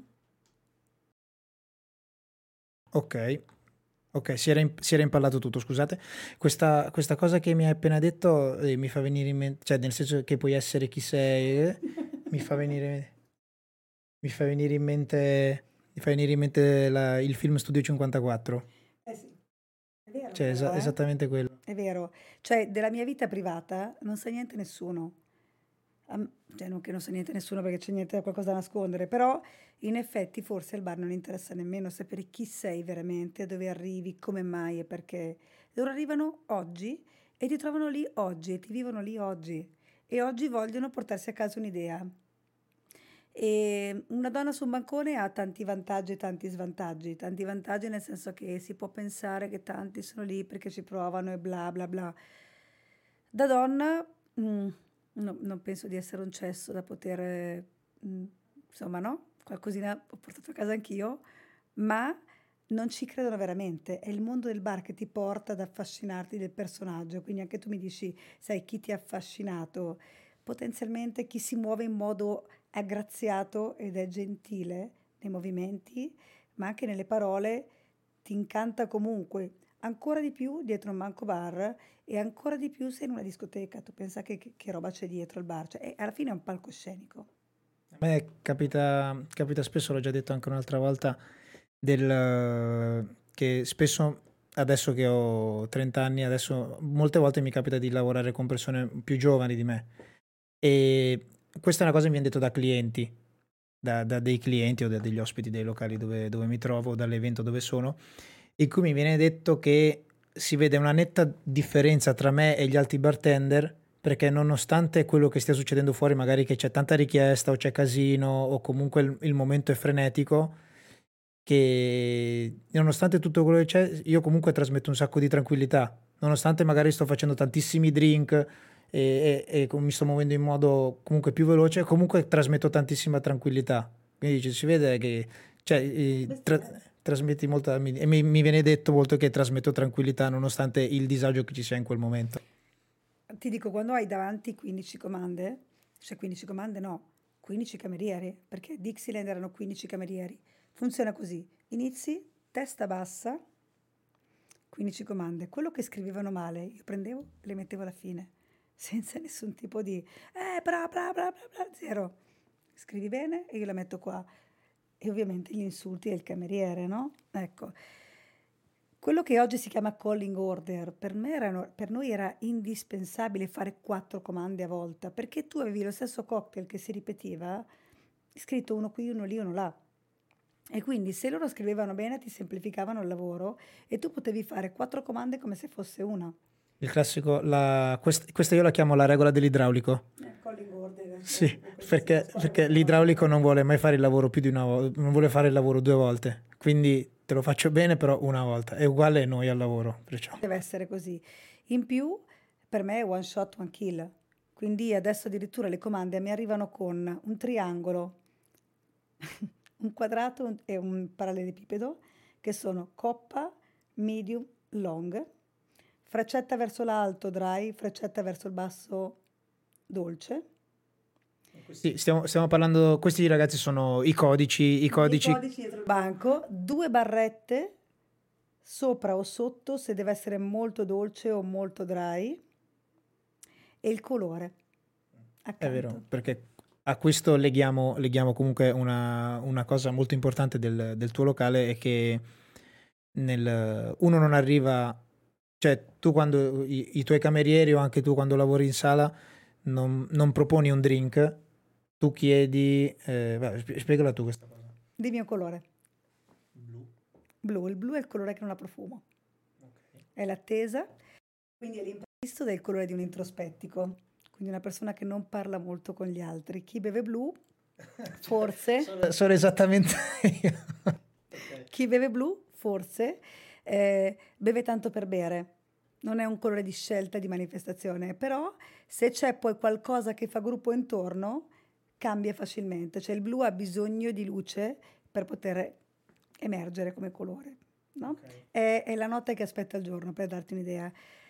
Ok. Ok, si era impallato tutto, scusate. Questa cosa che mi hai appena detto mi fa venire in mente, cioè nel senso che puoi essere chi sei, mi fa venire, mi fa venire in mente, mi fa venire in mente il film Studio 54, Eh sì, è vero cioè però, eh? esattamente quello. È vero, cioè della mia vita privata non sa niente nessuno. Cioè non che non sa niente nessuno perché c'è niente qualcosa da nascondere, però in effetti forse al bar non interessa nemmeno sapere chi sei veramente, dove arrivi, come mai e perché. Loro arrivano oggi e ti trovano lì oggi e ti vivono lì oggi e oggi vogliono portarsi a casa un'idea. E una donna su un bancone ha tanti vantaggi e tanti vantaggi nel senso che si può pensare che tanti sono lì perché ci provano e bla bla bla. Da donna, non penso di essere un cesso da poter, insomma, no? Qualcosina ho portato a casa anch'io, ma non ci credono veramente. È il mondo del bar che ti porta ad affascinarti del personaggio. Quindi anche tu mi dici, sai, chi ti ha affascinato? Potenzialmente chi si muove in modo aggraziato ed è gentile nei movimenti, ma anche nelle parole, ti incanta comunque. Ancora di più dietro un banco bar e ancora di più sei in una discoteca. Tu pensa che roba c'è dietro il bar? Cioè, alla fine è un palcoscenico. A me capita spesso, l'ho già detto anche un'altra volta, che spesso, adesso che ho 30 anni, adesso molte volte mi capita di lavorare con persone più giovani di me. E questa è una cosa che mi hanno detto da clienti, da dei clienti o da degli ospiti dei locali dove mi trovo, dall'evento dove sono, in cui mi viene detto che si vede una netta differenza tra me e gli altri bartender, perché nonostante quello che stia succedendo fuori, magari che c'è tanta richiesta o c'è casino o comunque il momento è frenetico, che nonostante tutto quello che c'è, io comunque trasmetto un sacco di tranquillità, nonostante magari sto facendo tantissimi drink mi sto muovendo in modo comunque più veloce, comunque trasmetto tantissima tranquillità. Quindi si vede che cioè, trasmetti molta, e mi viene detto molto che trasmetto tranquillità nonostante il disagio che ci sia in quel momento. Ti dico, quando hai davanti 15 comande, cioè 15 comande no, 15 camerieri, perché Dixieland erano 15 camerieri. Funziona così, inizi, testa bassa, 15 comande. Quello che scrivevano male, io prendevo e le mettevo alla fine, senza nessun tipo di bla bla bla bla bla, zero. Scrivi bene e io la metto qua. E ovviamente gli insulti del cameriere, no? Ecco. Quello che oggi si chiama calling order, per noi era indispensabile fare 4 comande a volta, perché tu avevi lo stesso cocktail che si ripeteva, scritto uno qui, uno lì, uno là. E quindi se loro scrivevano bene ti semplificavano il lavoro e tu potevi fare 4 comande come se fosse una. Il classico, questa io la chiamo la regola dell'idraulico. Calling order, Sì, bellissima perché l'idraulico non vuole mai fare il lavoro più di una volta, non vuole fare il lavoro 2 volte. Quindi te lo faccio bene, però una volta. È uguale noi al lavoro, perciò. deve essere così. In più, per me è one shot, one kill. Quindi adesso addirittura le comande mi arrivano con un triangolo, un quadrato e un parallelepipedo, che sono coppa, medium, long, freccetta verso l'alto dry, freccetta verso il basso dolce. Sì, stiamo parlando, questi ragazzi sono i codici, I codici dietro il banco, 2 barrette sopra o sotto se deve essere molto dolce o molto dry e il colore è vero, accanto. perché a questo leghiamo comunque una cosa molto importante del tuo locale, è che uno non arriva, Cioè, tu quando i tuoi camerieri o anche tu quando lavori in sala non proponi un drink, tu chiedi... spiegala tu questa cosa. Di mio colore. Blu. Blu. Il blu è il colore che non ha profumo. Okay. È l'attesa, quindi è l'imprevisto del colore di un introspettico. Quindi una persona che non parla molto con gli altri. Chi beve blu, forse... Sono esattamente io. Okay. Chi beve blu, forse, beve tanto per bere. Non è un colore di scelta, di manifestazione, però se c'è poi qualcosa che fa gruppo intorno, cambia facilmente. Cioè il blu ha bisogno di luce per poter emergere come colore, no? Okay. È la notte che aspetta il giorno, per darti un'idea.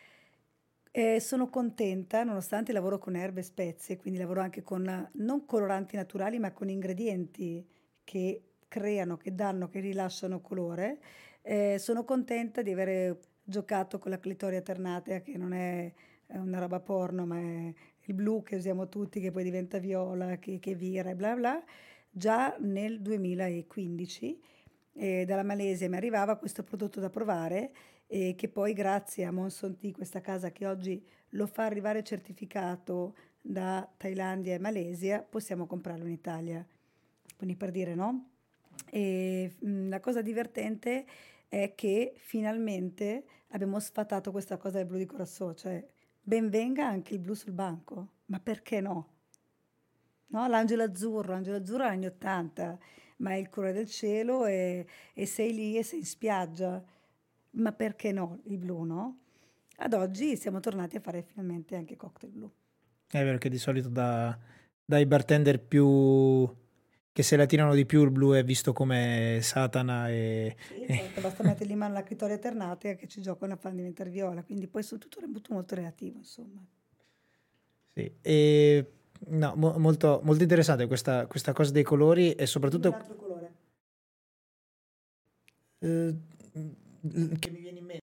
Sono contenta, nonostante lavoro con erbe e spezie, quindi lavoro anche con non coloranti naturali, ma con ingredienti che creano, che danno, che rilasciano colore. Sono contenta di aver giocato con la clitoria ternatea, che non è una roba porno, ma è il blu che usiamo tutti, che poi diventa viola, che vira e bla bla. Già nel 2015 dalla Malesia mi arrivava questo prodotto da provare e che poi grazie a Monson Tea, questa casa che oggi lo fa arrivare certificato da Thailandia e Malesia, possiamo comprarlo in Italia. Quindi per dire no. E la cosa divertente è che finalmente abbiamo sfatato questa cosa del blu di Corazzò, cioè ben venga anche il blu sul banco, ma perché no? No, l'angelo azzurro è anni 80, ma è il colore del cielo e sei lì e sei in spiaggia. Ma perché no il blu, no? Ad oggi siamo tornati a fare finalmente anche cocktail blu. È vero che di solito dai bartender più che se la tirano di più il blu è visto come Satana Sì, esatto, basta mettergli in mano la clitoria ternatea che ci giocano a far diventare viola, quindi poi sono tutto molto relativo, insomma. Sì. E no, molto, molto interessante questa cosa dei colori e Dimmi un soprattutto altro colore. eh, che mi viene in mente.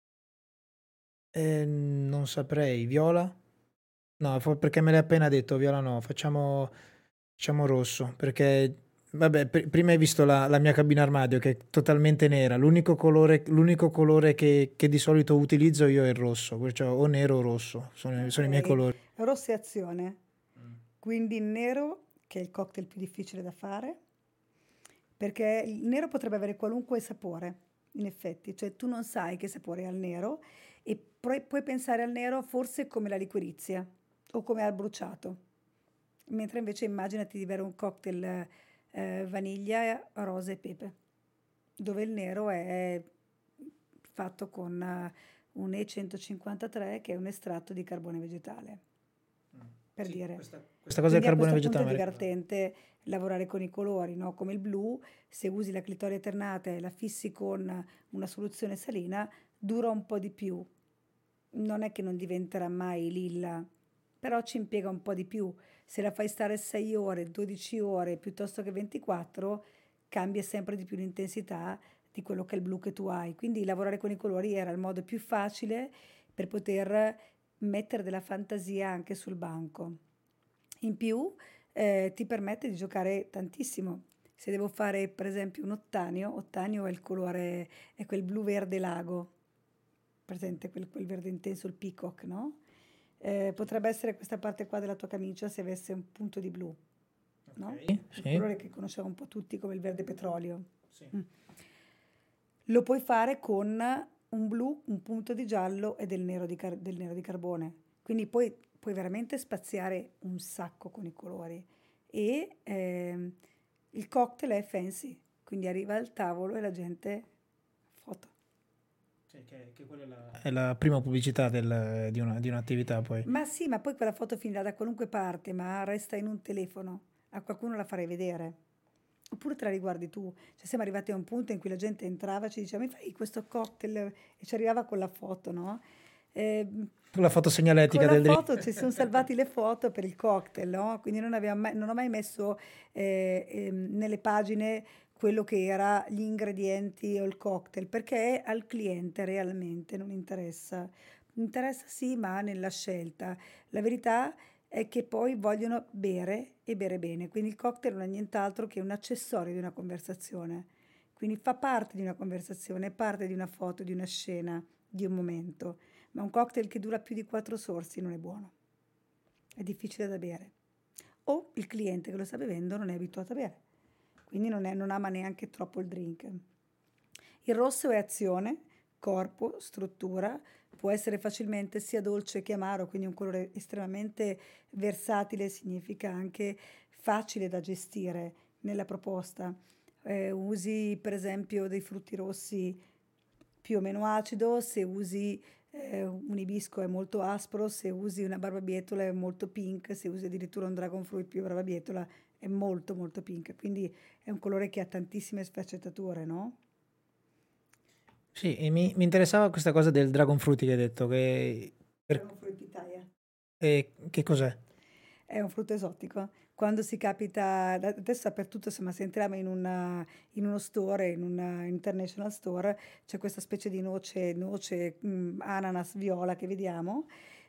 Non saprei, viola? No, perché me l'hai appena detto, viola no, facciamo rosso, perché vabbè, prima hai visto la mia cabina armadio che è totalmente nera, l'unico colore che di solito utilizzo io è il rosso, perciò o nero o rosso, sono i miei Ok, colori. rosso e azione, quindi il nero, che è il cocktail più difficile da fare, perché il nero potrebbe avere qualunque sapore, in effetti, cioè tu non sai che sapore ha il nero e puoi pensare al nero forse come la liquirizia o come al bruciato, mentre invece immaginati di bere un cocktail vaniglia, rose e pepe, dove il nero è fatto con un E153 che è un estratto di carbone vegetale, per Sì, dire. questa cosa del Quindi a carbone questo punto vegetale è mi ricorda. divertente lavorare con i colori, no? Come il blu, se usi la clitoria ternata e la fissi con una soluzione salina, dura un po' di più. Non è che non diventerà mai lilla, però ci impiega un po' di più. Se la fai stare 6 ore, 12 ore piuttosto che 24, cambia sempre di più l'intensità di quello che è il blu che tu hai. Quindi lavorare con i colori era il modo più facile per poter mettere della fantasia anche sul banco. In più ti permette di giocare tantissimo. Se devo fare per esempio un ottanio, ottanio è il colore, è quel blu verde lago, presente quel verde intenso, il peacock, no? Potrebbe essere questa parte qua della tua camicia se avesse un punto di blu, no? Ok, Il sì. colore che conosciamo un po' tutti come il verde petrolio. Sì. Mm. Lo puoi fare con un blu, un punto di giallo e del nero di carbone. Quindi puoi veramente spaziare un sacco con i colori. E il cocktail è fancy, quindi arriva al tavolo e la gente foto. Sì, che quella è la prima pubblicità di un'attività poi. Ma sì, ma poi quella foto finirà da qualunque parte, ma resta in un telefono. A qualcuno la farei vedere. Oppure te la riguardi tu. Cioè, siamo arrivati a un punto in cui la gente entrava e ci diceva, mi fai questo cocktail? E ci arrivava con la foto, no? Eh, La foto con segnaletica la del foto drink. ci sono salvati le foto per il cocktail, no? Quindi non ho mai messo nelle pagine quello che era gli ingredienti o il cocktail, perché al cliente realmente non interessa. Interessa sì, ma nella scelta. La verità è che poi vogliono bere e bere bene, quindi il cocktail non è nient'altro che un accessorio di una conversazione. Quindi fa parte di una conversazione, è parte di una foto, di una scena, di un momento, ma un cocktail che dura più di 4 sorsi non è buono, è difficile da bere. O il cliente che lo sta bevendo non è abituato a bere, quindi non ama neanche troppo il drink. Il rosso è azione, corpo, struttura, può essere facilmente sia dolce che amaro, quindi un colore estremamente versatile, significa anche facile da gestire nella proposta. Usi per esempio dei frutti rossi più o meno acido, se usi un ibisco è molto aspro, se usi una barbabietola è molto pink, se usi addirittura un dragon fruit più barbabietola è molto molto pink, quindi è un colore che ha tantissime sfaccettature, no? Sì, e mi interessava questa cosa del dragon fruit che hai detto, Dragon fruit pitaya. che cos'è? È un frutto esotico. Quando si capita, adesso dappertutto, insomma, se entriamo in uno store, in un international store, c'è questa specie di noce, ananas viola che vediamo,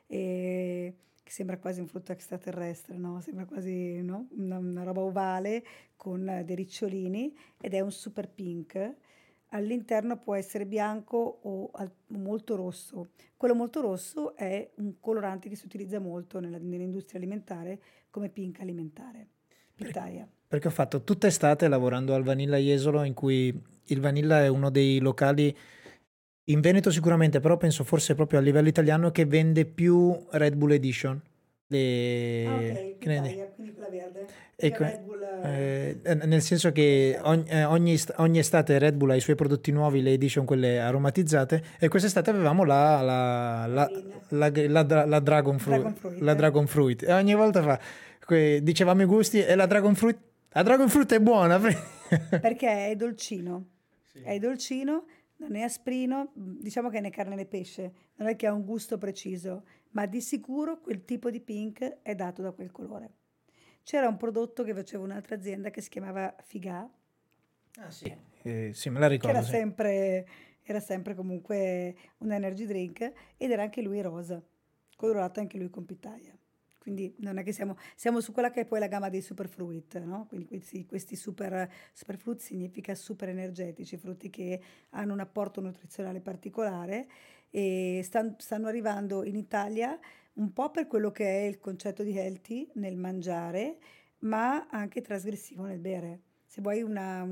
e che sembra quasi un frutto extraterrestre, no? Sembra quasi, no? Una roba ovale con dei ricciolini ed è un super pink. All'interno può essere bianco o molto rosso. Quello molto rosso è un colorante che si utilizza molto nell'industria alimentare come pink alimentare, pitaya. Perché ho fatto tutta estate lavorando al Vanilla Jesolo, in cui il Vanilla è uno dei locali in Veneto sicuramente, però penso forse proprio a livello italiano che vende più Red Bull Edition. Ah, Le... ok, che ne pitaya, quindi quella verde. Perché ecco, Red Bull nel senso che estate. ogni estate Red Bull ha i suoi prodotti nuovi, le edition, quelle aromatizzate, e quest'estate avevamo La green. la Dragon Dragon Fruit, fruit. la Dragon Fruit. E ogni volta dicevamo i gusti e la Dragon Fruit è buona. Perché è dolcino. È dolcino, non è asprino, diciamo che né carne né pesce, non è che ha un gusto preciso, ma di sicuro quel tipo di pink è dato da quel colore. C'era un prodotto che faceva un'altra azienda che si chiamava Figà, Ah sì. Sì, me la che ricordo, sì. era sempre comunque un energy drink ed era anche lui rosa, colorato anche lui con pitaya. Quindi non è che siamo su quella che è poi la gamma dei superfruit, no? Quindi questi superfruit significa super energetici, frutti che hanno un apporto nutrizionale particolare e stanno arrivando in Italia un po' per quello che è il concetto di healthy nel mangiare, ma anche trasgressivo nel bere. Se vuoi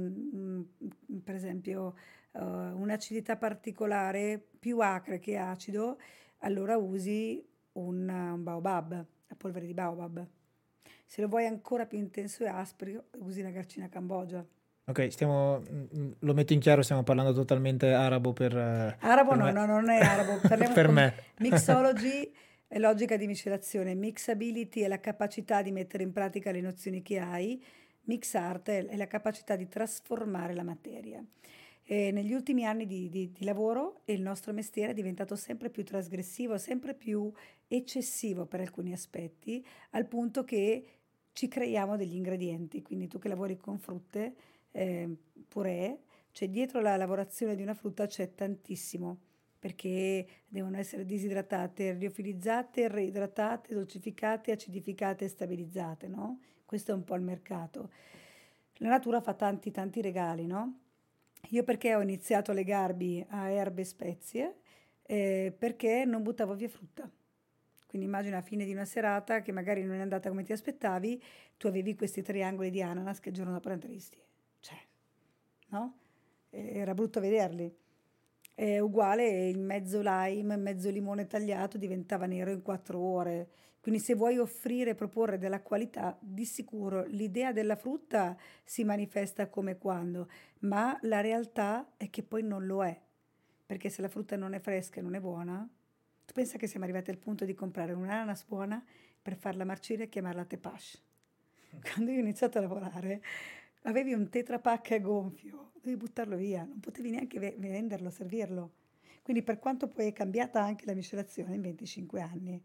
per esempio, un'acidità particolare più acre che acido, allora usi un baobab, la polvere di baobab. Se lo vuoi ancora più intenso e aspro, usi la garcina cambogia. Ok, lo metto in chiaro, stiamo parlando totalmente arabo Arabo per no, me. no, non è arabo. Parliamo Per con me. mixology, è logica di miscelazione. Mixability è la capacità di mettere in pratica le nozioni che hai. Mix art è la capacità di trasformare la materia. E negli ultimi anni di lavoro il nostro mestiere è diventato sempre più trasgressivo, sempre più eccessivo per alcuni aspetti, al punto che ci creiamo degli ingredienti. Quindi tu che lavori con frutte, eh, purè, cioè dietro la lavorazione di una frutta c'è tantissimo, perché devono essere disidratate, liofilizzate, reidratate, dolcificate, acidificate e stabilizzate, no? Questo è un po' il mercato. La natura fa tanti tanti regali, no? Io perché ho iniziato a legarmi a erbe e spezie? Perché non buttavo via frutta. Quindi immagina a fine di una serata che magari non è andata come ti aspettavi, tu avevi questi triangoli di ananas che il giorno dopo erano tristi. Cioè, no? Era brutto vederli. È uguale il mezzo lime, mezzo limone tagliato diventava nero in 4 ore. Quindi se vuoi offrire e proporre della qualità, di sicuro l'idea della frutta si manifesta come quando, ma la realtà è che poi non lo è. Perché se la frutta non è fresca e non è buona, tu pensa che siamo arrivati al punto di comprare un'ananas buona per farla marcire e chiamarla tepache. Quando io ho iniziato a lavorare, avevi un Tetra Pak gonfio, dovevi buttarlo via, non potevi neanche venderlo, servirlo. Quindi per quanto poi è cambiata anche la miscelazione in 25 anni.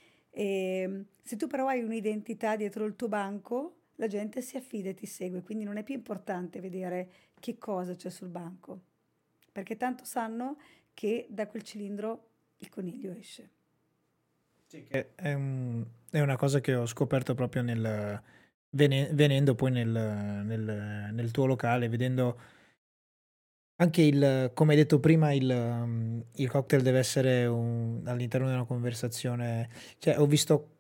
Se tu però hai un'identità dietro il tuo banco, la gente si affida e ti segue, quindi non è più importante vedere che cosa c'è sul banco, perché tanto sanno che da quel cilindro il coniglio esce. Sì, è una cosa che ho scoperto proprio venendo poi nel tuo locale, vedendo Anche come hai detto prima, il cocktail deve essere all'interno di una conversazione. Cioè, ho visto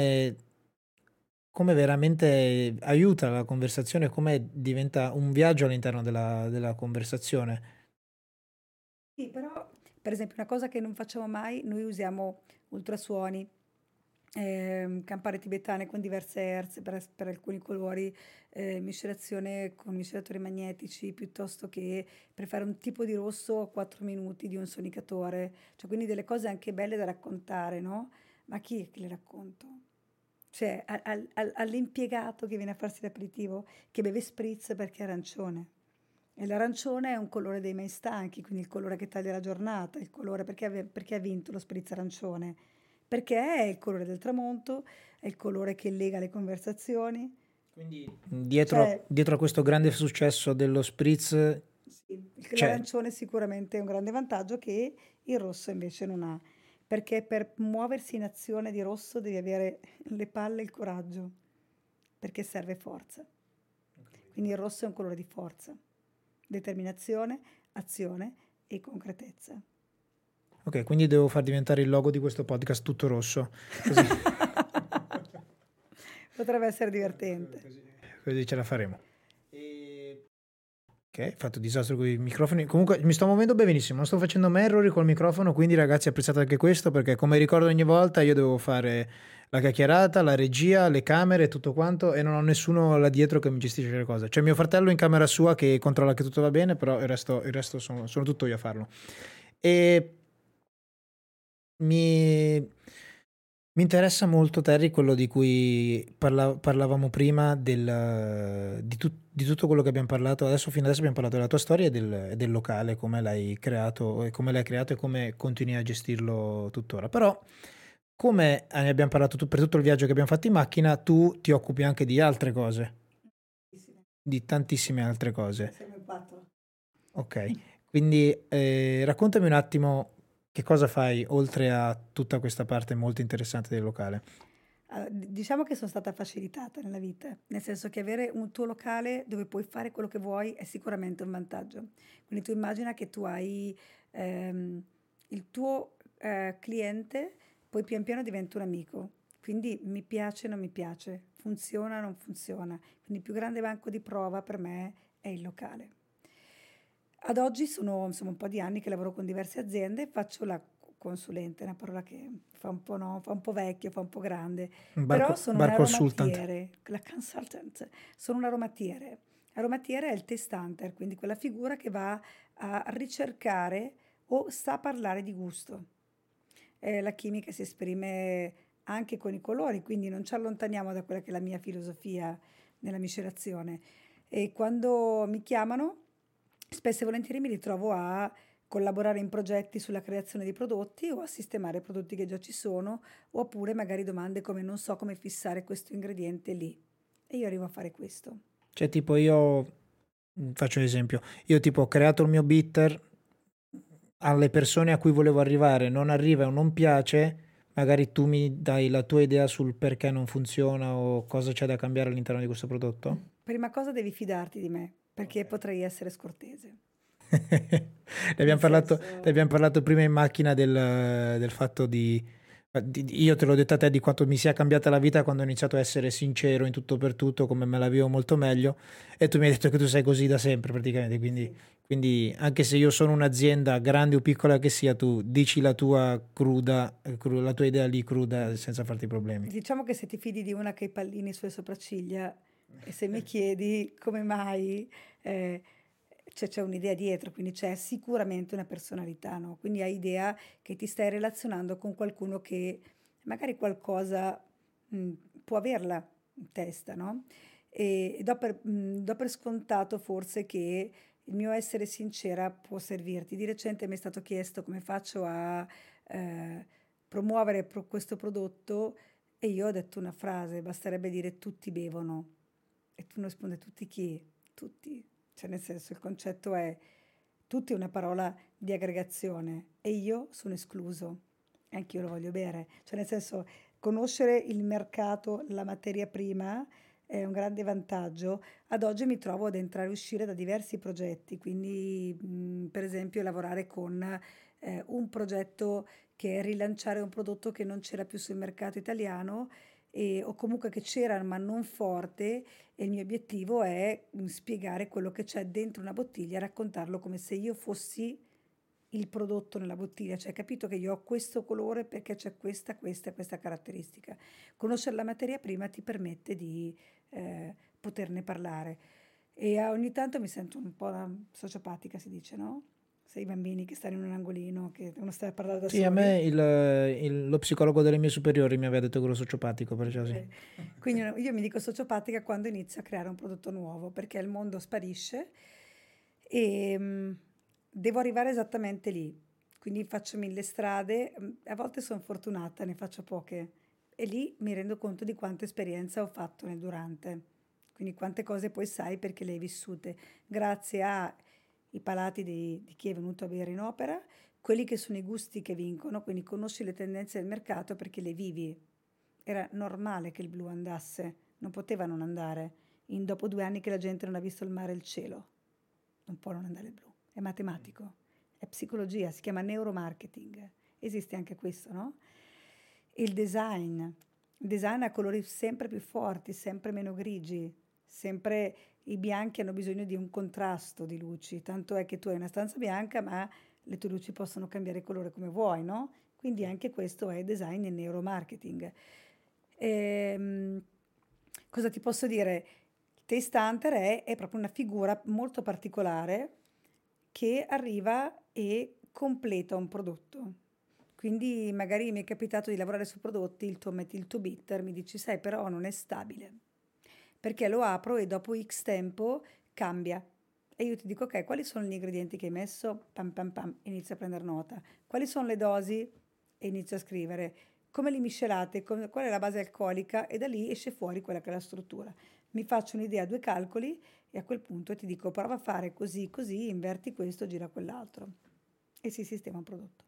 come veramente aiuta la conversazione, come diventa un viaggio all'interno della conversazione. Sì, però per esempio una cosa che non facciamo mai, noi usiamo ultrasuoni, campane tibetane con diverse hertz per alcuni colori, miscelazione con miscelatori magnetici, piuttosto che per fare un tipo di rosso a 4 minuti di un sonicatore, cioè quindi delle cose anche belle da raccontare, no? Ma chi è che le racconto? Cioè all'impiegato che viene a farsi l'aperitivo, che beve spritz perché è arancione. E l'arancione è un colore dei mai stanchi, quindi il colore che taglia la giornata, il colore perché ha vinto lo spritz arancione? Perché è il colore del tramonto, è il colore che lega le conversazioni. Quindi dietro, Cioè, dietro a questo grande successo dello spritz sì, c'è. l'arancione sicuramente è un grande vantaggio che il rosso invece non ha. Perché per muoversi in azione di rosso devi avere le palle e il coraggio, perché serve forza. Quindi il rosso è un colore di forza, determinazione, azione e concretezza. Ok, quindi devo far diventare il logo di questo podcast tutto rosso. Così, Potrebbe essere divertente. così ce la faremo. Ok, fatto disastro con i microfoni. Comunque mi sto muovendo benissimo, non sto facendo mai errori col microfono, quindi ragazzi apprezzate anche questo perché come ricordo ogni volta io devo fare la chiacchierata, la regia, le camere e tutto quanto e non ho nessuno là dietro che mi gestisce le cose. C'è mio fratello in camera sua che controlla che tutto va bene, però il resto sono tutto io a farlo. E mi, mi interessa molto, Terry, quello di cui parlavamo prima di tutto quello che abbiamo parlato. Fino adesso abbiamo parlato della tua storia e del locale, come l'hai creato e come continui a gestirlo tuttora. Però, come ne abbiamo parlato per tutto il viaggio che abbiamo fatto in macchina, tu ti occupi anche di altre cose, di tantissime altre cose. Siamo in quattro. Ok, quindi raccontami un attimo che cosa fai oltre a tutta questa parte molto interessante del locale. Diciamo che sono stata facilitata nella vita, nel senso che avere un tuo locale dove puoi fare quello che vuoi è sicuramente un vantaggio. Quindi tu immagina che tu hai il tuo cliente, poi pian piano diventa un amico. Quindi mi piace, non mi piace, funziona, non funziona. Quindi il più grande banco di prova per me è il locale. Ad oggi sono insomma un po' di anni che lavoro con diverse aziende, faccio la consulente, una parola che fa un po', no, fa un po' vecchio, fa un po' grande, però sono un Bar consultant. aromatiere, la consultant, sono un aromatiere. Aromatiere è il taste hunter, quindi quella figura che va a ricercare o sa parlare di gusto. La chimica si esprime anche con i colori, quindi non ci allontaniamo da quella che è la mia filosofia nella miscelazione. E quando mi chiamano, spesso e volentieri mi ritrovo a collaborare in progetti sulla creazione di prodotti o a sistemare prodotti che già ci sono, oppure magari domande come non so come fissare questo ingrediente lì. E io arrivo a fare questo. Cioè, tipo, io faccio un esempio, io tipo ho creato il mio bitter, alle persone a cui volevo arrivare non arriva o non piace, magari tu mi dai la tua idea sul perché non funziona o cosa c'è da cambiare all'interno di questo prodotto? Prima cosa devi fidarti di me, perché Ok. potrei essere scortese. Ne abbiamo Nel parlato, ne senso, abbiamo parlato prima in macchina del fatto io te l'ho detto a te di quanto mi sia cambiata la vita quando ho iniziato a essere sincero in tutto per tutto, come me la vivo molto meglio, e tu mi hai detto che tu sei così da sempre praticamente, quindi, sì. quindi anche se io sono un'azienda grande o piccola che sia, tu dici la tua cruda, la tua idea lì cruda senza farti problemi. Diciamo che se ti fidi di una che ha i pallini sulle sopracciglia e se mi chiedi come mai, eh, c'è un'idea dietro, quindi c'è sicuramente una personalità, no? Quindi hai idea che ti stai relazionando con qualcuno che magari qualcosa mh, può averla in testa, no? E do per scontato forse che il mio essere sincera può servirti. Di recente mi è stato chiesto come faccio a eh, promuovere questo prodotto e io ho detto una frase, basterebbe dire tutti bevono. E tu risponde tutti chi? Tutti. Cioè nel senso il concetto è tutti è una parola di aggregazione e io sono escluso. E anch'io lo voglio bere. Cioè nel senso conoscere il mercato, la materia prima è un grande vantaggio. Ad oggi mi trovo ad entrare e uscire da diversi progetti, quindi per esempio lavorare con un progetto che è rilanciare un prodotto che non c'era più sul mercato italiano o comunque che c'era ma non forte, e il mio obiettivo è spiegare quello che c'è dentro una bottiglia, raccontarlo come se io fossi il prodotto nella bottiglia, cioè capito che io ho questo colore perché c'è questa e questa caratteristica. Conoscere la materia prima ti permette di poterne parlare. E ogni tanto mi sento un po' sociopatica, si dice, no? Sei i bambini che stanno in un angolino, che uno sta a parlare da Sì, a soli. me lo psicologo delle mie superiori mi aveva detto quello sociopatico, perciò sì. Quindi io mi dico sociopatica quando inizio a creare un prodotto nuovo, perché il mondo sparisce e devo arrivare esattamente lì. Quindi faccio mille strade, a volte sono fortunata, ne faccio poche e lì mi rendo conto di quanta esperienza ho fatto nel durante. Quindi quante cose poi sai perché le hai vissute, grazie ai palati di chi è venuto a bere in opera, quelli che sono i gusti che vincono, quindi conosci le tendenze del mercato perché le vivi. Era normale che il blu andasse, non poteva non andare. Dopo 2 anni che la gente non ha visto il mare e il cielo, non può non andare il blu. È matematico, è psicologia, si chiama neuromarketing. Esiste anche questo, no? Il design. Il design ha colori sempre più forti, sempre meno grigi, sempre i bianchi hanno bisogno di un contrasto di luci, tanto è che tu hai una stanza bianca, ma le tue luci possono cambiare colore come vuoi, no? Quindi anche questo è design e neuromarketing. Ehm, cosa ti posso dire? Il taste hunter è proprio una figura molto particolare che arriva e completa un prodotto. Quindi magari mi è capitato di lavorare su prodotti, il tuo metti il tuo bitter, mi dici, sai, però non è stabile, perché lo apro e dopo X tempo cambia. E io ti dico, ok, quali sono gli ingredienti che hai messo? Pam pam pam, inizio a prendere nota. Quali sono le dosi? E inizio a scrivere. Come li miscelate? Qual è la base alcolica? E da lì esce fuori quella che è la struttura. Mi faccio un'idea, due calcoli e a quel punto ti dico, prova a fare così, così, inverti questo, gira quell'altro. E si sistema un prodotto.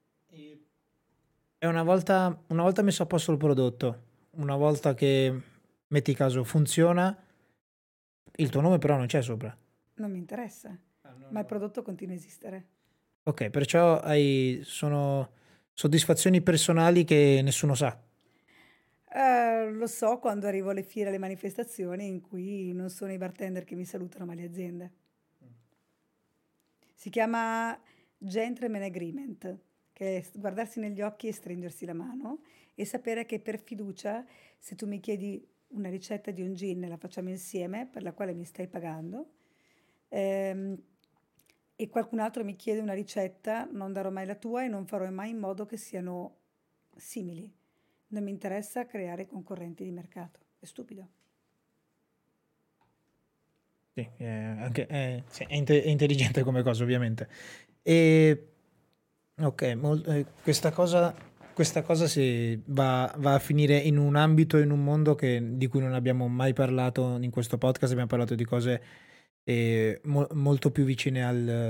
E una volta messo a posto il prodotto, una volta che, metti caso, funziona, il tuo nome però non c'è sopra. Non mi interessa, No, ma il no. prodotto continua a esistere. Ok, perciò sono soddisfazioni personali che nessuno sa. Lo so quando arrivo alle fiere, alle manifestazioni in cui non sono i bartender che mi salutano, ma le aziende. Si chiama Gentleman Agreement, che è guardarsi negli occhi e stringersi la mano e sapere che per fiducia, se tu mi chiedi una ricetta di un gin, la facciamo insieme, per la quale mi stai pagando, ehm, e qualcun altro mi chiede una ricetta, non darò mai la tua e non farò mai in modo che siano simili. Non mi interessa creare concorrenti di mercato. È stupido. Sì, sì, è intelligente come cosa, ovviamente. E ok, questa cosa va a finire in un ambito, in un mondo di cui non abbiamo mai parlato in questo podcast. Abbiamo parlato di cose molto più vicine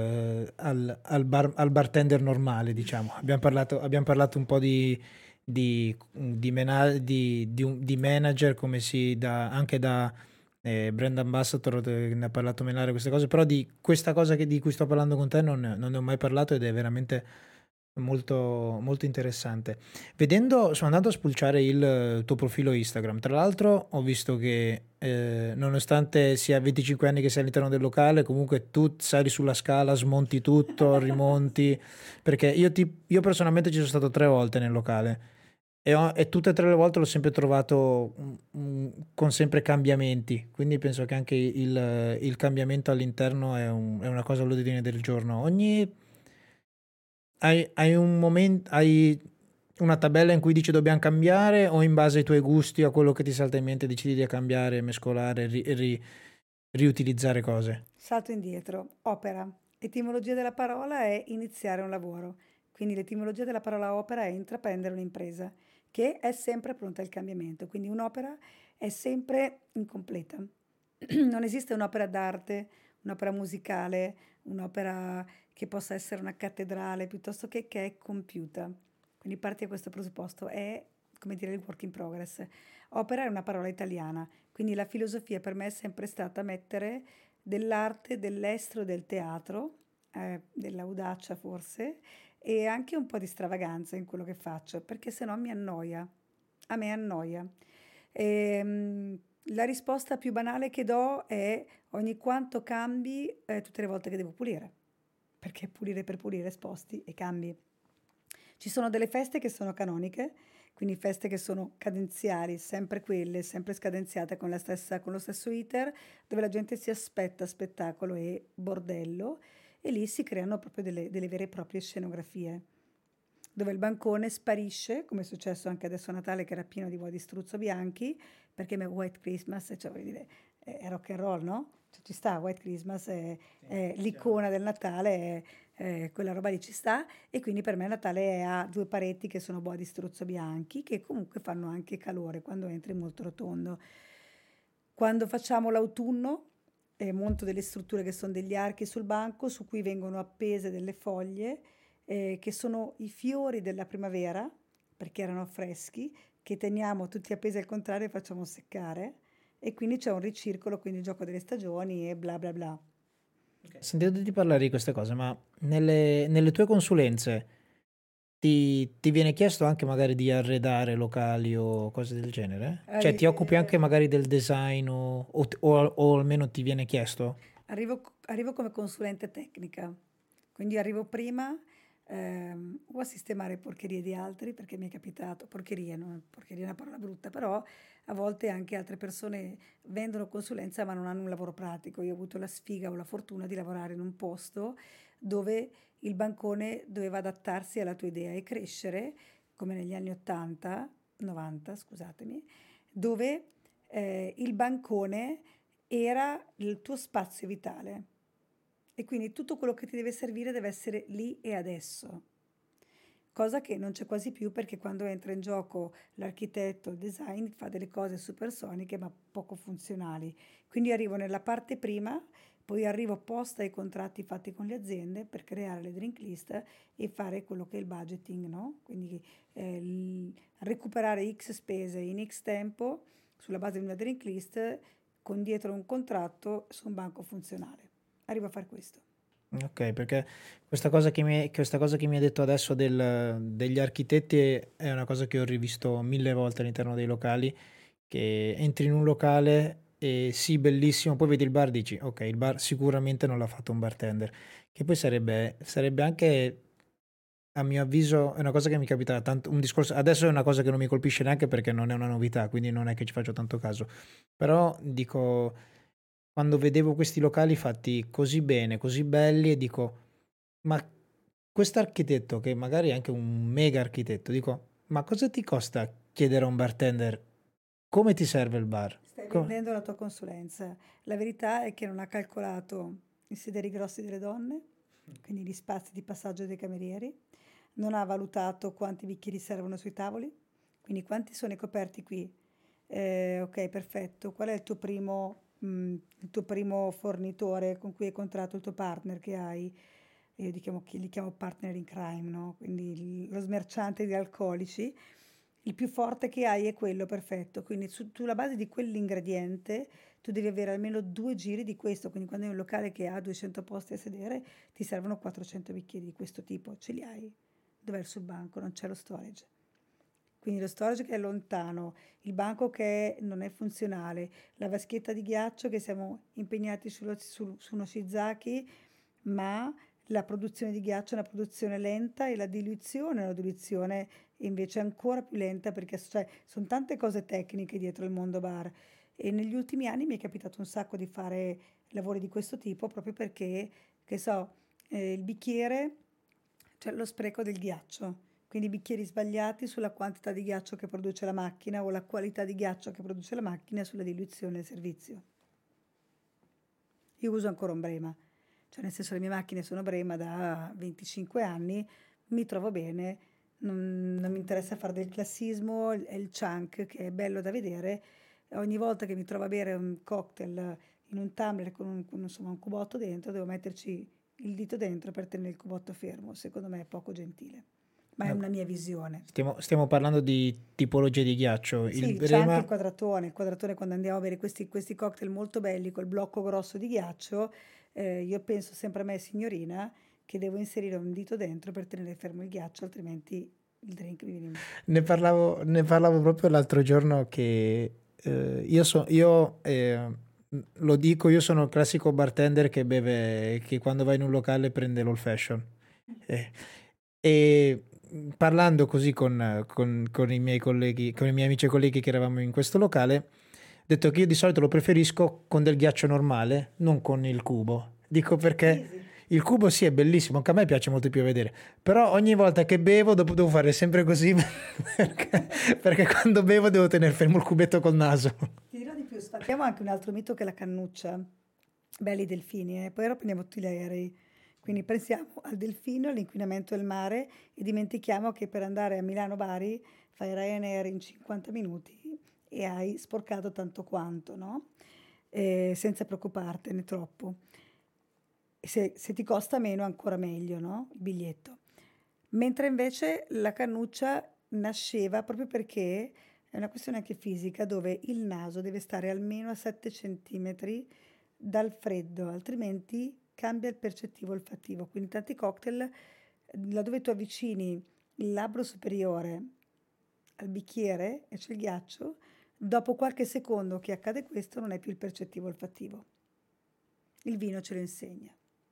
al bartender normale, diciamo. Abbiamo parlato un po' di manager, come anche da brand ambassador, ne ha parlato Menare, queste cose, però di questa cosa di cui sto parlando con te non ne ho mai parlato ed è veramente molto, molto interessante. Sono andato a spulciare il tuo profilo Instagram. Tra l'altro, ho visto che nonostante sia 25 anni che sei all'interno del locale, comunque tu sali sulla scala, smonti tutto, rimonti. Perché io personalmente ci sono stato 3 volte nel locale e tutte e 3 le volte l'ho sempre trovato con sempre cambiamenti. Quindi penso che anche il cambiamento all'interno è una cosa all'ordine del giorno. Hai un momento, hai una tabella in cui dici dobbiamo cambiare, o in base ai tuoi gusti o a quello che ti salta in mente decidi di cambiare, mescolare, riutilizzare cose? Salto indietro. Opera. Etimologia della parola è iniziare un lavoro. Quindi l'etimologia della parola opera è intraprendere un'impresa, che è sempre pronta al cambiamento. Quindi un'opera è sempre incompleta. Non esiste un'opera d'arte, un'opera musicale, un'opera che possa essere una cattedrale, piuttosto che è compiuta. Quindi parti da questo presupposto, è come dire il work in progress. Opera è una parola italiana, Quindi la filosofia per me è sempre stata mettere dell'arte, dell'estro, del teatro, dell'audacia forse, e anche un po' di stravaganza in quello che faccio, perché se no mi annoia. A me annoia. La risposta più banale che do è ogni quanto cambi tutte le volte che devo pulire, perché pulire per pulire sposti e cambi. Ci sono delle feste che sono canoniche, quindi feste che sono cadenziali, sempre quelle, sempre scadenziate con con lo stesso iter, dove la gente si aspetta spettacolo e bordello, e lì si creano proprio delle vere e proprie scenografie, dove il bancone sparisce, come è successo anche adesso a Natale che era pieno di di struzzo bianchi, perché White Christmas, cioè voglio dire, è rock and roll, no? Cioè, ci sta, White Christmas è l'icona del Natale, quella roba lì ci sta, e quindi per me Natale ha due pareti che sono boa di struzzo bianchi, che comunque fanno anche calore quando entri molto rotondo. Quando facciamo l'autunno, monto delle strutture che sono degli archi sul banco su cui vengono appese delle foglie che sono i fiori della primavera, perché erano freschi, che teniamo tutti appesi al contrario e facciamo seccare. E quindi c'è un ricircolo, quindi il gioco delle stagioni e bla bla bla. Sentendoti parlare di queste cose, ma nelle tue consulenze ti viene chiesto anche magari di arredare locali o cose del genere? Cioè ti occupi anche magari del design o almeno ti viene chiesto? Arrivo come consulente tecnica, quindi arrivo prima o a sistemare porcherie di altri, perché mi è capitato, porcheria è una parola brutta, però a volte anche altre persone vendono consulenza ma non hanno un lavoro pratico. Io ho avuto la sfiga o la fortuna di lavorare in un posto dove il bancone doveva adattarsi alla tua idea e crescere, come negli anni 80, 90, scusatemi, dove il bancone era il tuo spazio vitale e quindi tutto quello che ti deve servire deve essere lì e adesso, cosa che non c'è quasi più perché quando entra in gioco l'architetto, il design fa delle cose supersoniche ma poco funzionali. Quindi arrivo nella parte prima, poi arrivo post ai contratti fatti con le aziende per creare le drink list e fare quello che è il budgeting, no? Quindi recuperare X spese in X tempo sulla base di una drink list con dietro un contratto su un banco funzionale. Arrivo a fare questo. Ok, perché questa cosa che mi hai detto adesso degli architetti è una cosa che ho rivisto mille volte all'interno dei locali, che entri in un locale e sì, bellissimo, poi vedi il bar e dici, ok, il bar sicuramente non l'ha fatto un bartender, che poi sarebbe anche, a mio avviso, è una cosa che mi capita tanto, un discorso, adesso è una cosa che non mi colpisce neanche perché non è una novità, quindi non è che ci faccio tanto caso, però dico, quando vedevo questi locali fatti così bene, così belli, e dico, ma quest'architetto, che magari è anche un mega architetto, dico, ma cosa ti costa chiedere a un bartender come ti serve il bar? Stai vendendo la tua consulenza. La verità è che non ha calcolato i sederi grossi delle donne, quindi gli spazi di passaggio dei camerieri, non ha valutato quanti bicchieri servono sui tavoli, quindi quanti sono i coperti qui. Ok, perfetto. Qual è il tuo primo fornitore con cui hai contratto il tuo partner che hai? Io li chiamo partner in crime, no? Quindi lo smerciante di alcolici. Il più forte che hai è quello, perfetto. Quindi sulla base di quell'ingrediente tu devi avere almeno 2 giri di questo. Quindi quando hai un locale che ha 200 posti a sedere, ti servono 400 bicchieri di questo tipo. Ce li hai? Dov'è sul banco? Non c'è lo storage. Quindi lo storage che è lontano, il banco che non è funzionale, la vaschetta di ghiaccio che siamo impegnati su uno Shizaki, ma la produzione di ghiaccio è una produzione lenta e la diluizione è una diluizione invece ancora più lenta perché cioè, sono tante cose tecniche dietro il mondo bar e negli ultimi anni mi è capitato un sacco di fare lavori di questo tipo proprio perché, che so, il bicchiere, cioè lo spreco del ghiaccio. Quindi bicchieri sbagliati sulla quantità di ghiaccio che produce la macchina o la qualità di ghiaccio che produce la macchina sulla diluizione del servizio. Io uso ancora un Brema, cioè nel senso le mie macchine sono Brema da 25 anni, mi trovo bene, non mi interessa fare del classismo, è il chunk che è bello da vedere. Ogni volta che mi trovo a bere un cocktail in un tumbler insomma, un cubotto dentro, devo metterci il dito dentro per tenere il cubotto fermo, secondo me è poco gentile. ma è una mia visione. Stiamo parlando di tipologie di ghiaccio. Sì, c'è anche il quadratone. Il quadratone, quando andiamo a bere questi cocktail molto belli col blocco grosso di ghiaccio, io penso sempre a me, signorina, che devo inserire un dito dentro per tenere fermo il ghiaccio, altrimenti il drink mi viene in bocca. Ne parlavo proprio l'altro giorno che io lo dico, io sono il classico bartender che beve, che quando va in un locale prende l'old fashion. Eh, e parlando così con i miei colleghi, con i miei amici e colleghi che eravamo in questo locale, ho detto che io di solito lo preferisco con del ghiaccio normale, non con il cubo. Dico perché Easy. il cubo sì è bellissimo, anche a me piace molto più a vedere, però ogni volta che bevo dopo devo fare sempre così perché quando bevo devo tenere fermo il cubetto col naso. Ti dirò di più, sfatiamo anche un altro mito che è la cannuccia. Belli delfini, poi ora prendiamo tutti gli aerei. Quindi pensiamo al delfino, all'inquinamento del mare e dimentichiamo che per andare a Milano-Bari fai Ryanair in 50 minuti e hai sporcato tanto quanto, no? Senza preoccupartene troppo. E se ti costa meno ancora meglio, no? Il biglietto. Mentre invece la cannuccia nasceva proprio perché è una questione anche fisica dove il naso deve stare almeno a 7 centimetri dal freddo, altrimenti cambia il percettivo olfattivo. Quindi tanti cocktail, laddove tu avvicini il labbro superiore al bicchiere e c'è il ghiaccio, dopo qualche secondo che accade questo non è più il percettivo olfattivo. Il vino ce lo insegna.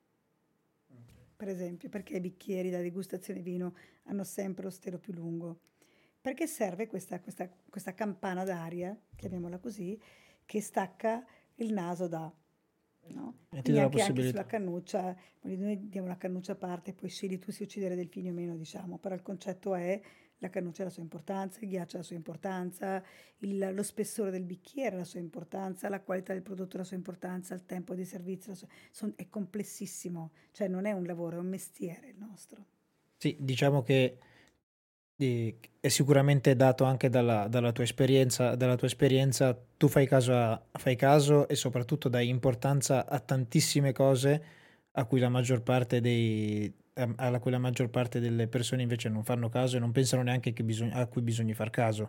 Per esempio, perché i bicchieri da degustazione vino hanno sempre lo stelo più lungo? Perché serve questa campana d'aria, chiamiamola così, che stacca il naso da, no? E ti Quindi dà la anche possibilità. sulla cannuccia, noi diamo la cannuccia a parte, poi scegli tu se uccidere delfini o meno, diciamo, però il concetto è la cannuccia ha la sua importanza, il ghiaccio ha la sua importanza, lo spessore del bicchiere ha la sua importanza, la qualità del prodotto ha la sua importanza, il tempo di servizio, è complessissimo, cioè non è un lavoro, è un mestiere il nostro. Sì, diciamo che è sicuramente dato anche dalla tua esperienza, tu fai caso e soprattutto dai importanza a tantissime cose a cui la maggior parte alla cui la maggior parte delle persone invece non fanno caso e non pensano neanche a cui bisogna far caso.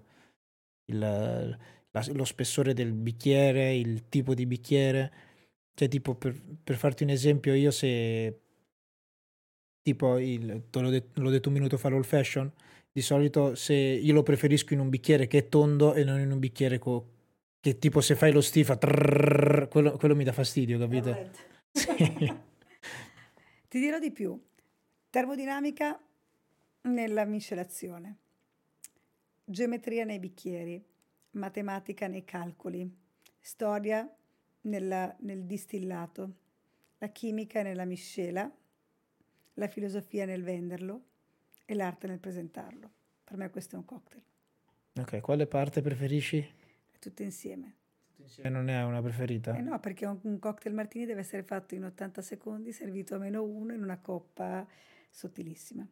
Lo spessore del bicchiere, il tipo di bicchiere, cioè tipo per farti un esempio, io se tipo l'ho detto un minuto fa l'old fashion, di solito se io lo preferisco in un bicchiere che è tondo e non in un bicchiere che tipo se fai lo stifa, quello mi dà fastidio, capito? Corretto. Sì. Ti dirò di più, termodinamica nella miscelazione, geometria nei bicchieri, matematica nei calcoli, storia nel distillato, la chimica nella miscela, la filosofia nel venderlo e l'arte nel presentarlo. Per me questo è un cocktail, Ok, quale parte preferisci? è tutto insieme. E non ne hai una preferita? Eh no, perché un cocktail martini deve essere fatto in 80 secondi, servito a -1 in una coppa sottilissima,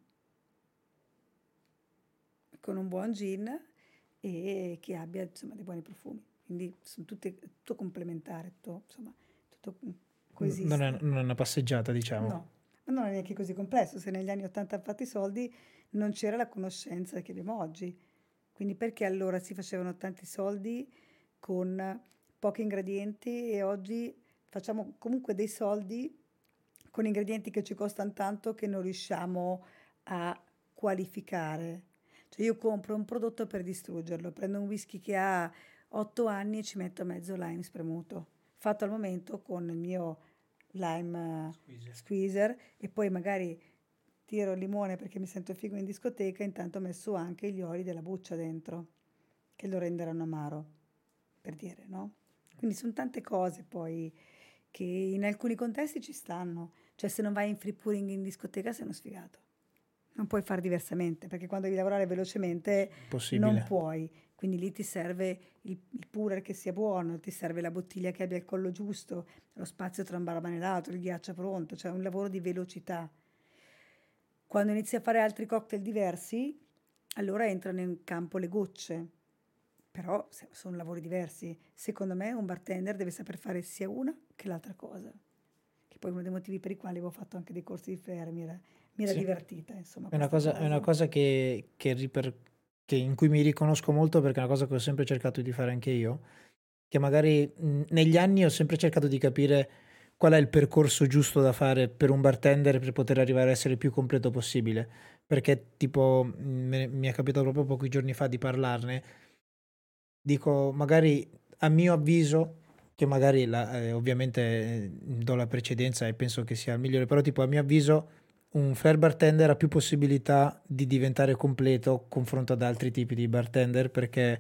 con un buon gin e che abbia insomma dei buoni profumi. Quindi sono tutto complementare, tutto coesiste. Non è una passeggiata, diciamo. No, ma non è neanche così complesso. Se negli anni 80 hanno fatto i soldi non c'era la conoscenza che abbiamo oggi. Quindi perché allora si facevano tanti soldi con pochi ingredienti e oggi facciamo comunque dei soldi con ingredienti che ci costano tanto che non riusciamo a qualificare. Cioè io compro un prodotto per distruggerlo, prendo un whisky che ha 8 anni e ci metto mezzo lime spremuto, fatto al momento con il mio lime squeezer e poi magari tiro il limone perché mi sento figo in discoteca, intanto ho messo anche gli oli della buccia dentro, che lo renderanno amaro, per dire, no? Quindi sono tante cose poi che in alcuni contesti ci stanno. Cioè se non vai in free pouring in discoteca sei uno sfigato. Non puoi fare diversamente, perché quando devi lavorare velocemente non Possibile. puoi. Quindi lì ti serve il purer che sia buono, ti serve la bottiglia che abbia il collo giusto, lo spazio tra un barbanellato, il ghiaccio pronto, cioè un lavoro di velocità. Quando inizi a fare altri cocktail diversi, allora entrano in campo le gocce, però sono lavori diversi. Secondo me un bartender deve saper fare sia una che l'altra cosa, che poi è uno dei motivi per i quali avevo fatto anche dei corsi di flair, mi era Sì. divertita, insomma, È una questa cosa, è una cosa. cosa che in cui mi riconosco molto, perché è una cosa che ho sempre cercato di fare anche io, che magari negli anni ho sempre cercato di capire qual è il percorso giusto da fare per un bartender per poter arrivare a essere il più completo possibile. Perché tipo mi è capitato proprio pochi giorni fa di parlarne. Dico, magari a mio avviso, che magari ovviamente do la precedenza e penso che sia il migliore, però tipo a mio avviso un flair bartender ha più possibilità di diventare completo confronto ad altri tipi di bartender perché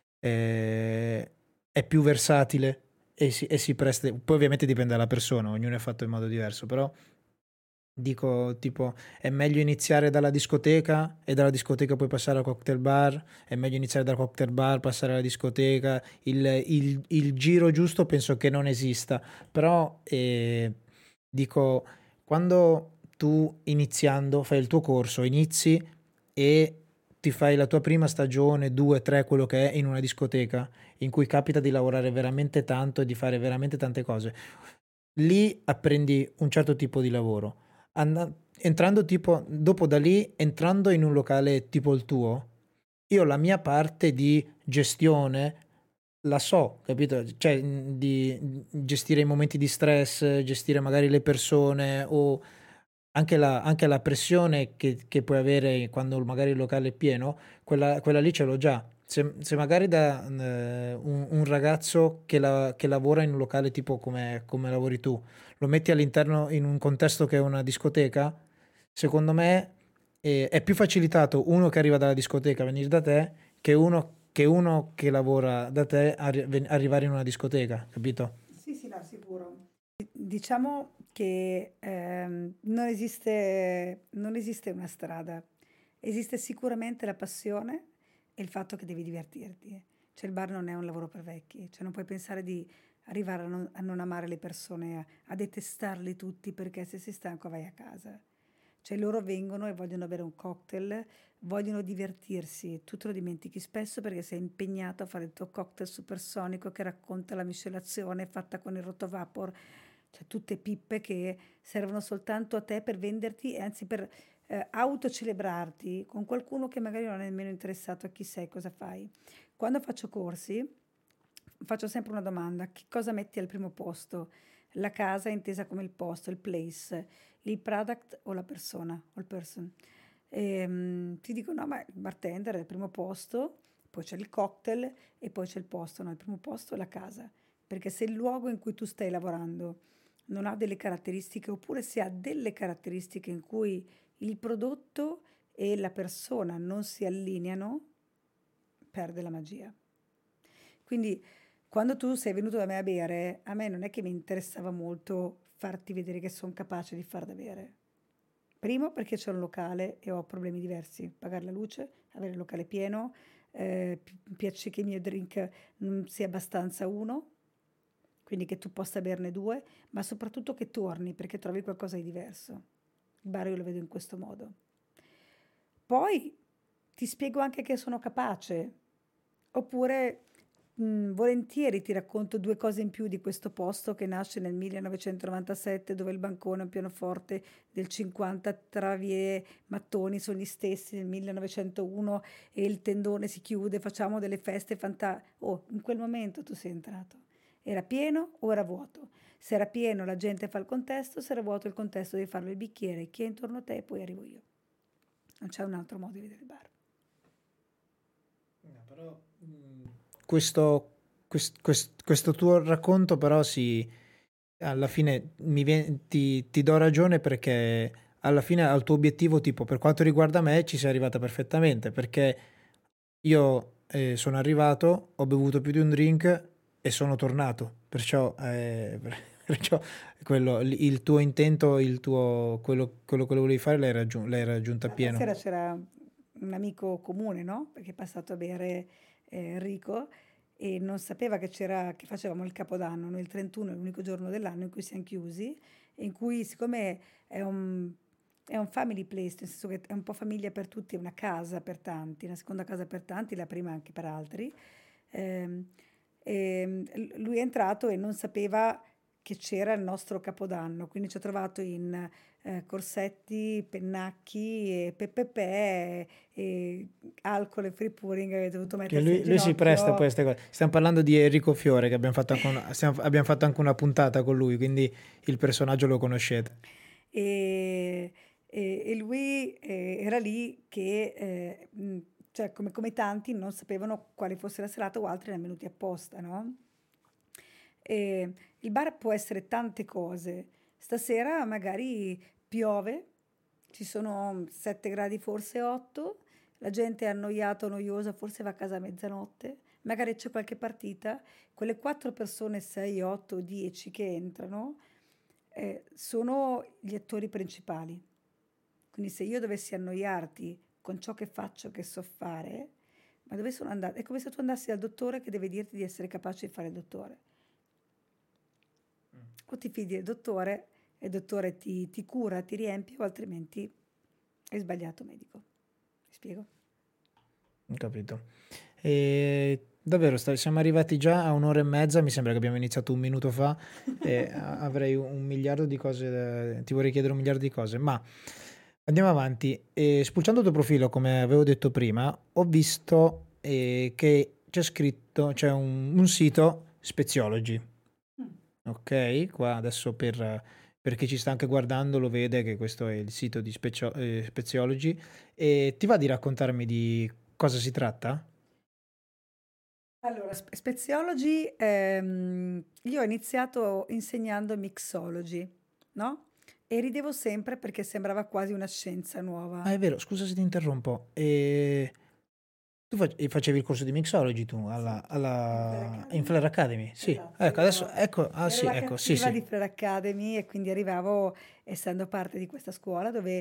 è più versatile e si presta, poi ovviamente dipende dalla persona, ognuno è fatto in modo diverso, però dico, tipo, è meglio iniziare dalla discoteca e dalla discoteca poi passare al cocktail bar, è meglio iniziare dal cocktail bar, passare alla discoteca, il giro giusto penso che non esista, però dico, quando tu iniziando fai il tuo corso, inizi e ti fai la tua prima stagione, due, tre, quello che è, in una discoteca, in cui capita di lavorare veramente tanto e di fare veramente tante cose, lì apprendi un certo tipo di lavoro. Entrando tipo, dopo da lì, entrando in un locale tipo il tuo, io la mia parte di gestione la so, capito? Cioè, di gestire i momenti di stress, gestire magari le persone o anche la pressione che puoi avere quando magari il locale è pieno, quella lì ce l'ho già. Se magari da un ragazzo che lavora in un locale tipo come lavori tu, lo metti all'interno in un contesto che è una discoteca, secondo me è più facilitato uno che arriva dalla discoteca a venire da te che uno che lavora da te arrivare in una discoteca, capito? Sì, sì, no, sicuro. Diciamo che non esiste una strada, esiste sicuramente la passione e il fatto che devi divertirti. Cioè il bar non è un lavoro per vecchi, cioè non puoi pensare di arrivare a non amare le persone, a detestarli tutti perché se sei stanco vai a casa. Cioè loro vengono e vogliono bere un cocktail, vogliono divertirsi, tu te lo dimentichi spesso perché sei impegnato a fare il tuo cocktail supersonico che racconta la miscelazione fatta con il rotovapor, cioè tutte pippe che servono soltanto a te per venderti e anzi per autocelebrarti con qualcuno che magari non è nemmeno interessato a chi sei, cosa fai. Quando faccio corsi faccio sempre una domanda: che cosa metti al primo posto? La casa intesa come il posto, il place, il product o la persona o il person? Ti dico no, ma il bartender è al primo posto, poi c'è il cocktail e poi c'è il posto, no, il primo posto è la casa, perché se il luogo in cui tu stai lavorando non ha delle caratteristiche, oppure se ha delle caratteristiche in cui il prodotto e la persona non si allineano, perde la magia. Quindi quando tu sei venuto da me a bere, a me non è che mi interessava molto farti vedere che sono capace di far da bere. Primo perché c'è un locale e ho problemi diversi, pagare la luce, avere il locale pieno, mi piace che i miei drink non sia abbastanza uno, quindi che tu possa berne due, ma soprattutto che torni perché trovi qualcosa di diverso. Il bar io lo vedo in questo modo. Poi ti spiego anche che sono capace, oppure volentieri ti racconto due cose in più di questo posto che nasce nel 1997, dove il bancone e un pianoforte del 50 travie mattoni sono gli stessi nel 1901 e il tendone si chiude, facciamo delle feste fantastiche. Oh, in quel momento tu sei entrato. Era pieno o era vuoto? Se era pieno la gente fa il contesto, se era vuoto il contesto devi farlo il bicchiere, chi è intorno a te e poi arrivo io. Non c'è un altro modo di vedere il bar. No, però questo tuo racconto però alla fine ti do ragione perché alla fine al tuo obiettivo, tipo per quanto riguarda me, ci sei arrivata perfettamente perché io sono arrivato, ho bevuto più di un drink e sono tornato, perciò, perciò il tuo intento, quello che volevi fare l'hai raggiunto appieno. Sera c'era un amico comune, no? Perché è passato a bere Enrico e non sapeva che facevamo il Capodanno, noi il 31 è l'unico giorno dell'anno in cui siamo chiusi e in cui siccome è un family place, nel senso che è un po' famiglia per tutti, è una casa per tanti, una seconda casa per tanti, la prima anche per altri. Lui è entrato e non sapeva che c'era il nostro Capodanno, quindi ci ha trovato in corsetti, pennacchi e pepepe e alcol e free pouring, che ha dovuto Che mettersi in lui si presta poi a ginocchio. queste cose. Stiamo parlando di Enrico Fiore, che abbiamo fatto anche abbiamo fatto anche una puntata con lui, quindi il personaggio lo conoscete. E, e lui era lì che, cioè come tanti, non sapevano quale fosse la serata o altri erano venuti apposta, no? E il bar può essere tante cose. Stasera magari piove, ci sono 7 gradi, forse 8, la gente è annoiata o noiosa, forse va a casa a mezzanotte, magari c'è qualche partita, quelle 4 persone, 6, 8, 10 che entrano sono gli attori principali. Quindi se io dovessi annoiarti con ciò che faccio, che so fare, ma dove sono andata? È come se tu andassi dal dottore che deve dirti di essere capace di fare il dottore. O ti fidi del dottore e il dottore ti cura, ti riempie, o altrimenti hai sbagliato medico. Mi spiego? Ho capito. E davvero, siamo arrivati già a un'ora e mezza, mi sembra che abbiamo iniziato un minuto fa e avrei un miliardo di cose, ti vorrei chiedere un miliardo di cose, ma andiamo avanti. E spulciando il tuo profilo, come avevo detto prima, ho visto che c'è scritto, c'è un sito Speziology, Mm. ok? Qua adesso per chi ci sta anche guardando lo vede che questo è il sito di Speziology e ti va di raccontarmi di cosa si tratta? Allora, Speziology, io ho iniziato insegnando mixology, no? E ridevo sempre perché sembrava quasi una scienza nuova. Ah, è vero, scusa se ti interrompo. E tu facevi il corso di mixology tu Sì, in Flare in Academy. Flare Academy? Sì. Esatto, Ecco, adesso, ecco, ah ero sì, la ecco, sì, cattiva sì. di Flare Academy e quindi arrivavo, essendo parte di questa scuola, dove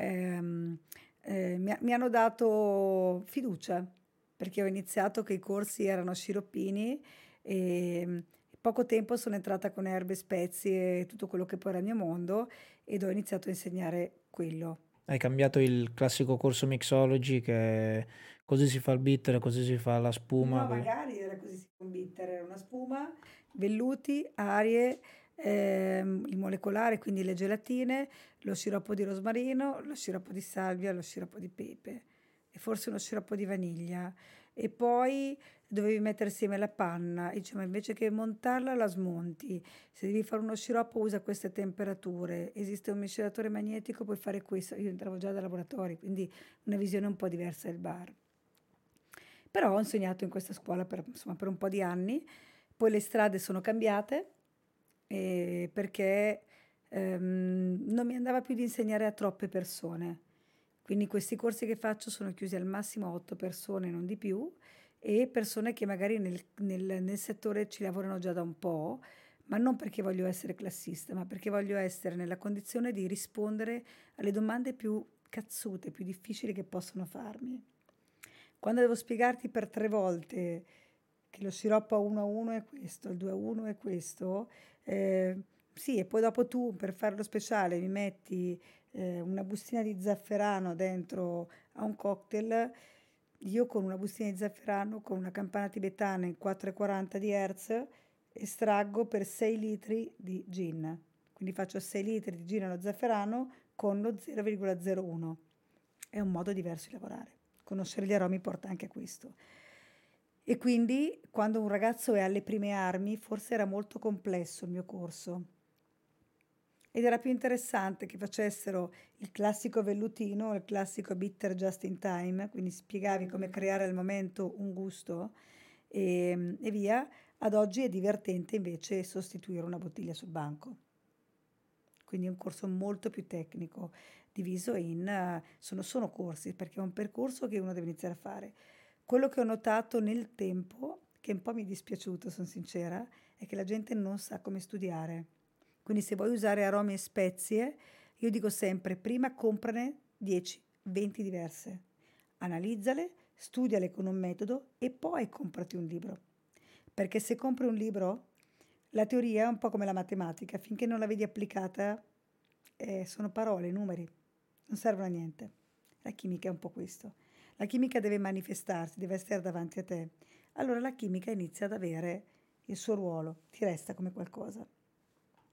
mi hanno dato fiducia, perché ho iniziato che i corsi erano sciroppini e poco tempo sono entrata con erbe, spezie e tutto quello che poi era il mio mondo ed ho iniziato a insegnare quello. Hai cambiato il classico corso mixology che così si fa il bitter, così si fa la spuma. No, magari era così si può bittere, era una spuma, velluti, arie, il molecolare, quindi le gelatine, lo sciroppo di rosmarino, lo sciroppo di salvia, lo sciroppo di pepe e forse uno sciroppo di vaniglia. E poi dovevi mettere insieme la panna, e dice, ma invece che montarla la smonti. Se devi fare uno sciroppo usa queste temperature. Esiste un miscelatore magnetico, puoi fare questo. Io entravo già da laboratori, quindi una visione un po' diversa del bar. Però ho insegnato in questa scuola per, insomma, per un po' di anni, poi le strade sono cambiate perché non mi andava più di insegnare a troppe persone. Quindi questi corsi che faccio sono chiusi al massimo a 8 persone, non di più, e persone che magari nel settore ci lavorano già da un po', ma non perché voglio essere classista, ma perché voglio essere nella condizione di rispondere alle domande più cazzute, più difficili che possono farmi. Quando devo spiegarti per 3 volte che lo sciroppo a 1 è questo, il 2 a 1 è questo, sì, e poi dopo tu per farlo speciale mi metti una bustina di zafferano dentro a un cocktail, io con una bustina di zafferano, con una campana tibetana in 4,40 di Hertz, estraggo per 6 litri di gin. Quindi faccio 6 litri di gin allo zafferano con lo 0,01. È un modo diverso di lavorare. Conoscere gli aromi porta anche a questo. E quindi quando un ragazzo è alle prime armi, forse era molto complesso il mio corso. Ed era più interessante che facessero il classico vellutino, il classico bitter just in time, quindi spiegavi come creare al momento un gusto e via. Ad oggi è divertente invece sostituire una bottiglia sul banco. Quindi è un corso molto più tecnico, diviso in, sono corsi, perché è un percorso che uno deve iniziare a fare. Quello che ho notato nel tempo, che un po' mi è dispiaciuto, sono sincera, è che la gente non sa come studiare. Quindi se vuoi usare aromi e spezie, io dico sempre, prima comprane 10, 20 diverse, analizzale, studiale con un metodo e poi comprati un libro. Perché se compri un libro, la teoria è un po' come la matematica, finché non la vedi applicata, sono parole, numeri, non servono a niente. La chimica è un po' questo. La chimica deve manifestarsi, deve essere davanti a te. Allora la chimica inizia ad avere il suo ruolo, ti resta come qualcosa.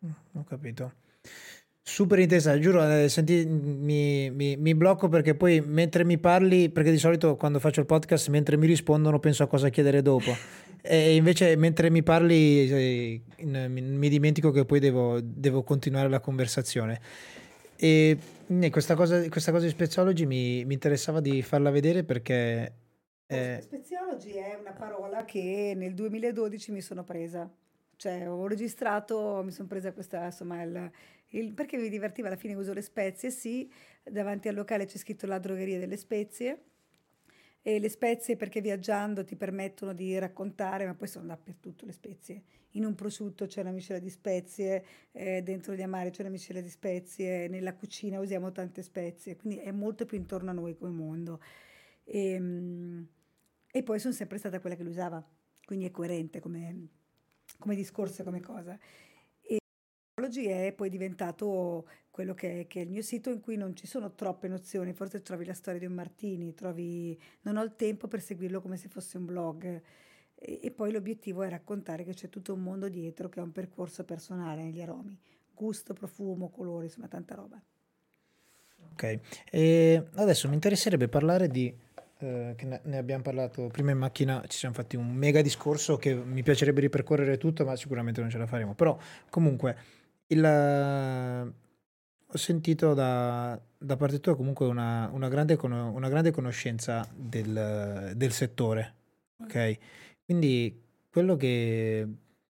Ho capito. Super interessante, giuro, senti, mi blocco perché poi mentre mi parli, perché di solito quando faccio il podcast, mentre mi rispondono penso a cosa chiedere dopo. E invece mentre mi parli mi dimentico che poi devo continuare la conversazione. E questa cosa di Speziology mi interessava di farla vedere perché... Speziology è una parola che nel 2012 mi sono presa. Cioè, ho registrato, mi sono presa questa, insomma, perché mi divertiva, alla fine uso le spezie, sì, davanti al locale c'è scritto la drogheria delle spezie, e le spezie perché viaggiando ti permettono di raccontare, ma poi sono dappertutto le spezie. In un prosciutto c'è una miscela di spezie, dentro gli amari c'è una miscela di spezie, nella cucina usiamo tante spezie, quindi è molto più intorno a noi come mondo. E, e poi sono sempre stata quella che lo usava, quindi è coerente come discorso e come cosa. Oggi è poi diventato quello che è il mio sito in cui non ci sono troppe nozioni, forse trovi la storia di un Martini, non ho il tempo per seguirlo come se fosse un blog. E poi l'obiettivo è raccontare che c'è tutto un mondo dietro che è un percorso personale negli aromi, gusto, profumo, colori, insomma tanta roba. Ok, e adesso mi interesserebbe parlare di, che ne abbiamo parlato prima in macchina, ci siamo fatti un mega discorso che mi piacerebbe ripercorrere tutto, ma sicuramente non ce la faremo. Però comunque ho sentito da parte tua comunque una grande conoscenza del settore, ok? Quindi quello che...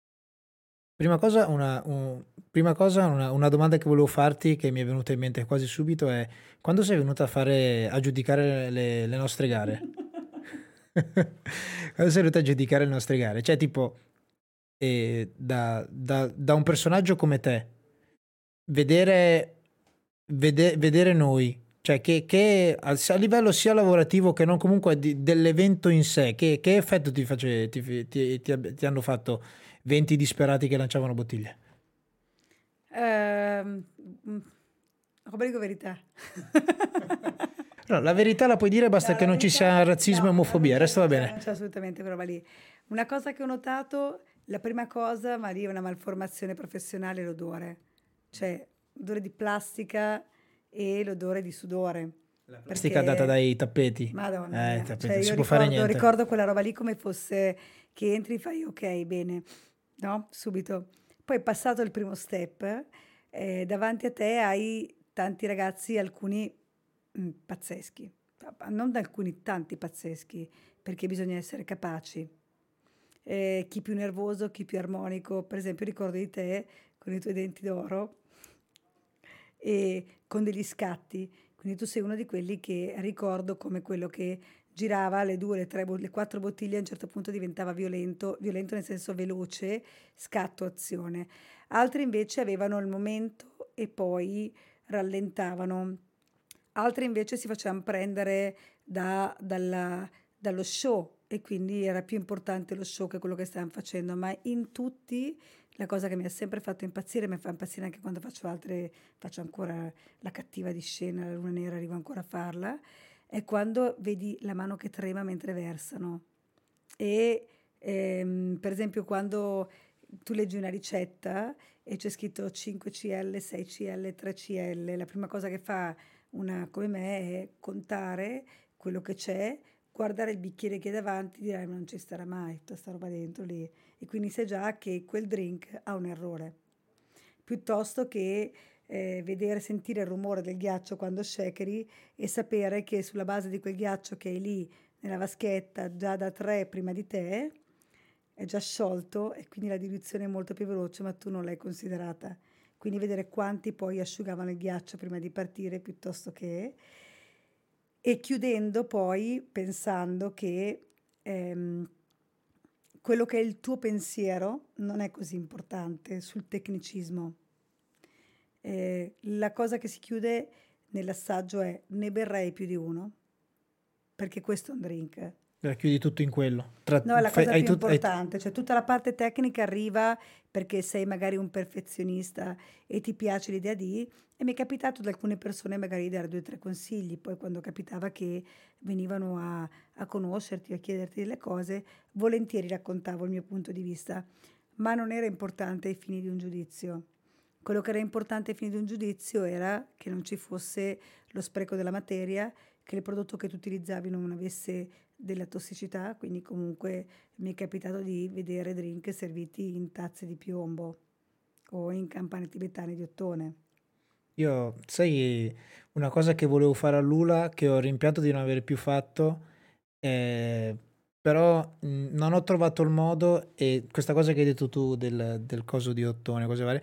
Prima cosa, una domanda che volevo farti, che mi è venuta in mente quasi subito, è quando sei venuta a giudicare le nostre gare? Quando sei venuta a giudicare le nostre gare? Cioè, tipo, da un personaggio come te, vedere noi, cioè a livello sia lavorativo che non comunque dell'evento in sé, che effetto ti hanno fatto 20 disperati che lanciavano bottiglie? Ehm, mm, Obbligo verità. No, la verità la puoi dire, No, basta che la non ci verità, sia razzismo e no, omofobia, il resto va bene. non c'è assolutamente quella roba lì. Una cosa che ho notato, la prima cosa, ma lì è una malformazione professionale, è l'odore. Cioè, l'odore di plastica e l'odore di sudore. La plastica data Perché, dai tappeti. Madonna mia, Tappeti, cioè non io si può fare niente. ricordo quella roba lì come fosse che entri e fai ok, bene, no? Subito. Poi passato il primo step, davanti a te hai tanti ragazzi, alcuni pazzeschi, non alcuni, tanti pazzeschi, perché bisogna essere capaci. Chi più nervoso, chi più armonico. Per esempio, ricordo di te con i tuoi denti d'oro e con degli scatti. Quindi tu sei uno di quelli che ricordo come quello che girava le due, le tre, le quattro bottiglie, a un certo punto diventava violento, violento nel senso veloce, scatto, azione. Altri invece avevano il momento e poi rallentavano. Altri invece si facevano prendere dallo show e quindi era più importante lo show che quello che stavano facendo, ma in tutti la cosa che mi ha sempre fatto impazzire, mi fa impazzire anche quando faccio altre, faccio ancora la cattiva di scena, la luna nera, arrivo ancora a farla, è quando vedi la mano che trema mentre versano. E per esempio quando tu leggi una ricetta e c'è scritto 5CL, 6CL, 3CL, la prima cosa che fa una come me è contare quello che c'è, guardare il bicchiere che hai davanti e dire ma non ci starà mai tutta sta roba dentro lì. E quindi sai già che quel drink ha un errore. Piuttosto che vedere, sentire il rumore del ghiaccio quando shakeri e sapere che sulla base di quel ghiaccio che è lì nella vaschetta già da tre prima di te è già sciolto e quindi la diluizione è molto più veloce, ma tu non l'hai considerata. Quindi vedere quanti poi asciugavano il ghiaccio prima di partire piuttosto che... E chiudendo poi pensando che quello che è il tuo pensiero non è così importante sul tecnicismo. La cosa che si chiude nell'assaggio è ne berrei più di uno, perché questo è un drink. Chiudi tutto in quello. No, è la cosa Hai più tut- hai- importante, cioè tutta la parte tecnica arriva perché sei magari un perfezionista e ti piace l'idea di... E mi è capitato ad alcune persone magari di dare due o tre consigli, poi quando capitava che venivano a conoscerti, a chiederti delle cose, volentieri raccontavo il mio punto di vista, ma non era importante ai fini di un giudizio. Quello che era importante ai fini di un giudizio era che non ci fosse lo spreco della materia, che il prodotto che tu utilizzavi non avesse della tossicità, quindi comunque mi è capitato di vedere drink serviti in tazze di piombo o in campane tibetane di ottone. Io, sai, una cosa che volevo fare a Lula, che ho rimpianto di non aver più fatto, però non ho trovato il modo, e questa cosa che hai detto tu del coso di ottone, cose varie,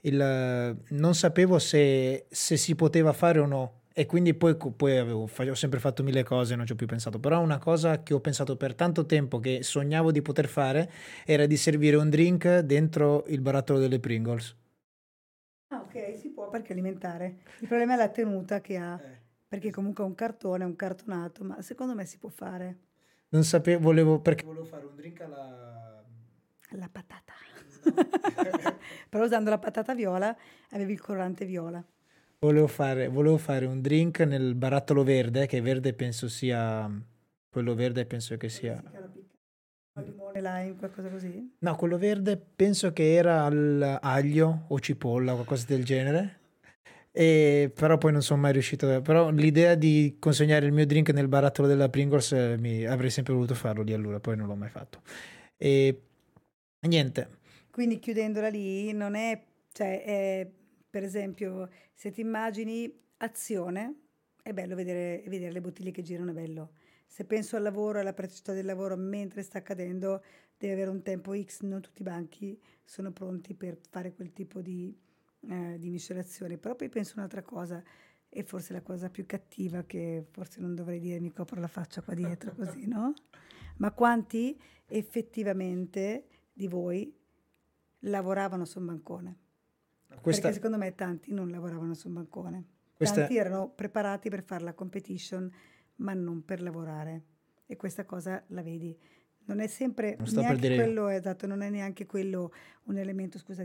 non sapevo se si poteva fare o no. E quindi poi ho sempre fatto mille cose, non ci ho più pensato. Però una cosa che ho pensato per tanto tempo, che sognavo di poter fare, era di servire un drink dentro il barattolo delle Pringles. Ah, ok, si può perché è alimentare. Il problema è la tenuta che ha, perché comunque è un cartone, è un cartonato, ma secondo me si può fare. Non sapevo, perché volevo fare un drink alla... La patata. No. Però usando la patata viola avevi il colorante viola. Volevo fare un drink nel barattolo verde, che verde penso sia... Quello verde penso che Quello sia... sì che era piccolo. Limone, lime, qualcosa così. No, quello verde penso che era al aglio o cipolla o qualcosa del genere. E però poi non sono mai riuscito. Però l'idea di consegnare il mio drink nel barattolo della Pringles, avrei sempre voluto farlo lì allora, poi non l'ho mai fatto. E niente. Quindi chiudendola lì, non è, cioè, è, per esempio, se ti immagini azione, è bello vedere le bottiglie che girano, è bello. Se penso al lavoro, alla praticità del lavoro mentre sta accadendo, deve avere un tempo X, non tutti i banchi sono pronti per fare quel tipo di miscelazione. Però poi penso un'altra cosa, e forse la cosa più cattiva che forse non dovrei dire, mi copro la faccia qua dietro così, no? Ma quanti effettivamente di voi lavoravano su un bancone? Perché Questa, secondo me tanti non lavoravano su un bancone. questa, Tanti erano preparati per fare la competition, ma non per lavorare. E questa cosa la vedi. Non è sempre, non sto per neanche dire io. quello, esatto, non è neanche quello un elemento, scusa,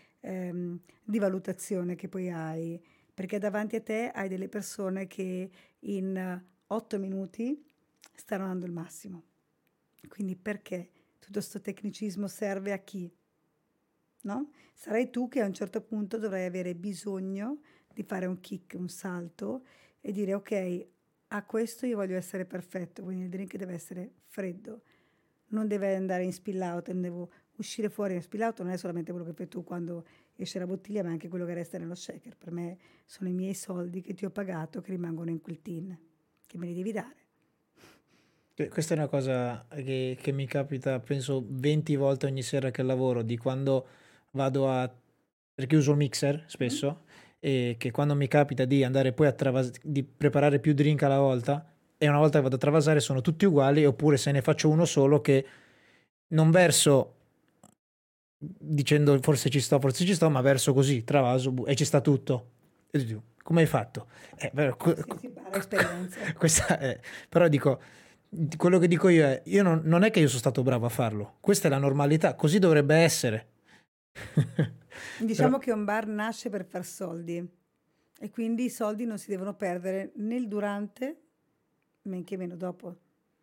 di valutazione che poi hai. Perché davanti a te hai delle persone che in 8 minuti stanno dando il massimo. Quindi perché tutto questo tecnicismo serve a chi? No? Sarai tu che a un certo punto dovrai avere bisogno di fare un kick, un salto e dire ok, a questo io voglio essere perfetto, quindi il drink deve essere freddo, non deve andare in spill out, non devo uscire fuori in spill out, non è solamente quello che fai tu quando esce la bottiglia, ma anche quello che resta nello shaker. Per me sono i miei soldi che ti ho pagato che rimangono in quel tin, che me li devi dare. Questa è una cosa che mi capita, penso, 20 volte ogni sera che lavoro, di quando vado a... perché uso il mixer Mm? spesso, e che quando mi capita di andare poi a di preparare più drink alla volta, e una volta che vado a travasare sono tutti uguali, oppure se ne faccio uno solo che non verso dicendo forse ci sto, ma verso così, travaso, e ci sta tutto. E tu, come hai fatto? Però, Sì, si impara esperienza. questa è, però dico, quello che dico io è, io non è che io sono stato bravo a farlo, questa è la normalità, così dovrebbe essere. Però, Diciamo che un bar nasce per far soldi e quindi i soldi non si devono perdere nel durante, men che meno dopo.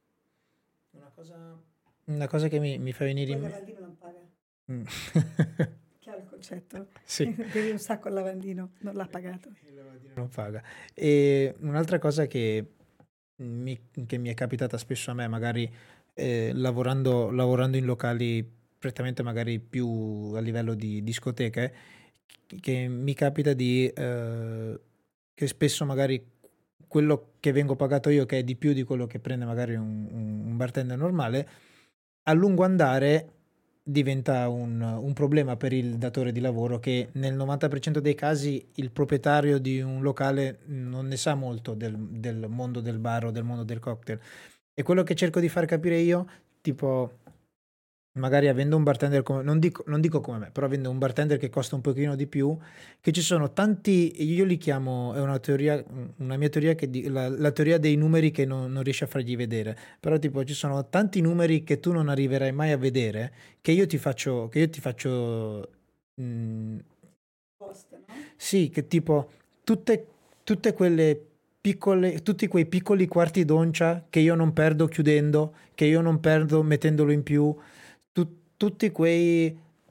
una cosa che mi fa venire Poi in il mente... lavandino non paga. Mm. Chiaro il concetto? Sì. Devi un sacco al lavandino, non l'ha pagato. Il lavandino non paga. E un'altra cosa che mi è capitata spesso a me, magari lavorando in locali prettamente magari più a livello di discoteche, che mi capita che spesso magari quello che vengo pagato io, che è di più di quello che prende magari un bartender normale, a lungo andare diventa un problema per il datore di lavoro, che nel 90% dei casi il proprietario di un locale non ne sa molto del mondo del bar o del mondo del cocktail. E quello che cerco di far capire io, tipo, magari avendo un bartender come, non dico come me, però avendo un bartender che costa un pochino di più, che ci sono tanti, io li chiamo, è una mia teoria, la teoria dei numeri che non riesci a fargli vedere, però tipo ci sono tanti numeri che tu non arriverai mai a vedere, che io ti faccio, mm, Post, no? sì, che tipo tutte quelle piccole, tutti quei piccoli quarti d'oncia che io non perdo chiudendo, che io non perdo mettendolo in più, tutti quei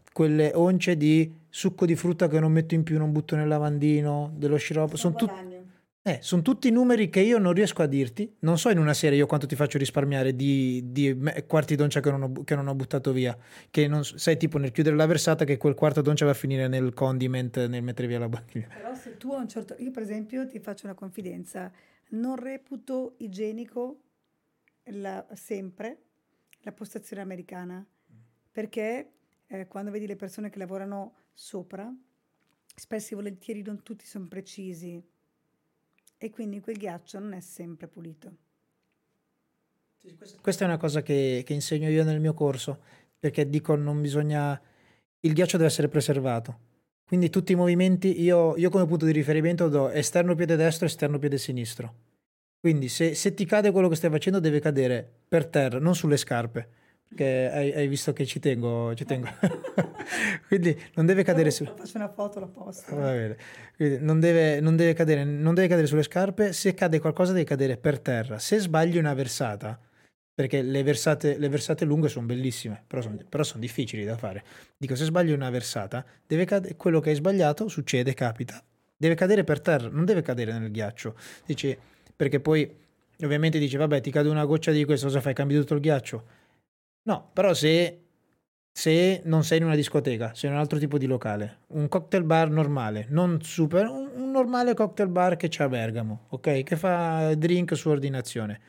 quelle once di succo di frutta che non metto in più, non butto nel lavandino, dello sciroppo, sono tutti numeri che io non riesco a dirti. Non so in una serie io quanto ti faccio risparmiare di quarti d'oncia che non ho buttato via. Che non sai, tipo nel chiudere la versata, che quel quarto d'oncia va a finire nel condiment, nel mettere via la bottiglia. Però se tu a un certo... Io per esempio ti faccio una confidenza. Non reputo igienico sempre la postazione americana. Perché quando vedi le persone che lavorano sopra, spesso e volentieri non tutti sono precisi. E quindi quel ghiaccio non è sempre pulito. Questa è una cosa che insegno io nel mio corso, perché dico non bisogna... Il ghiaccio deve essere preservato. Quindi tutti i movimenti, io come punto di riferimento do esterno piede destro, esterno piede sinistro. Quindi se ti cade quello che stai facendo deve cadere per terra, non sulle scarpe, perché hai visto che ci tengo. Quindi non deve cadere su... Faccio una foto, la posto. Va bene. Quindi non deve cadere sulle scarpe. Se cade qualcosa deve cadere per terra. Se sbagli una versata, perché le versate lunghe sono bellissime, però son difficili da fare. Dico, se sbagli una versata, quello che hai sbagliato succede, capita, deve cadere per terra, non deve cadere nel ghiaccio. Dici, perché poi ovviamente dici, vabbè, ti cade una goccia di questo, cosa fai? Cambi tutto il ghiaccio? No, però se non sei in una discoteca, sei in un altro tipo di locale, un cocktail bar normale, non super, un normale cocktail bar che c'è a Bergamo, ok? Che fa drink su ordinazione.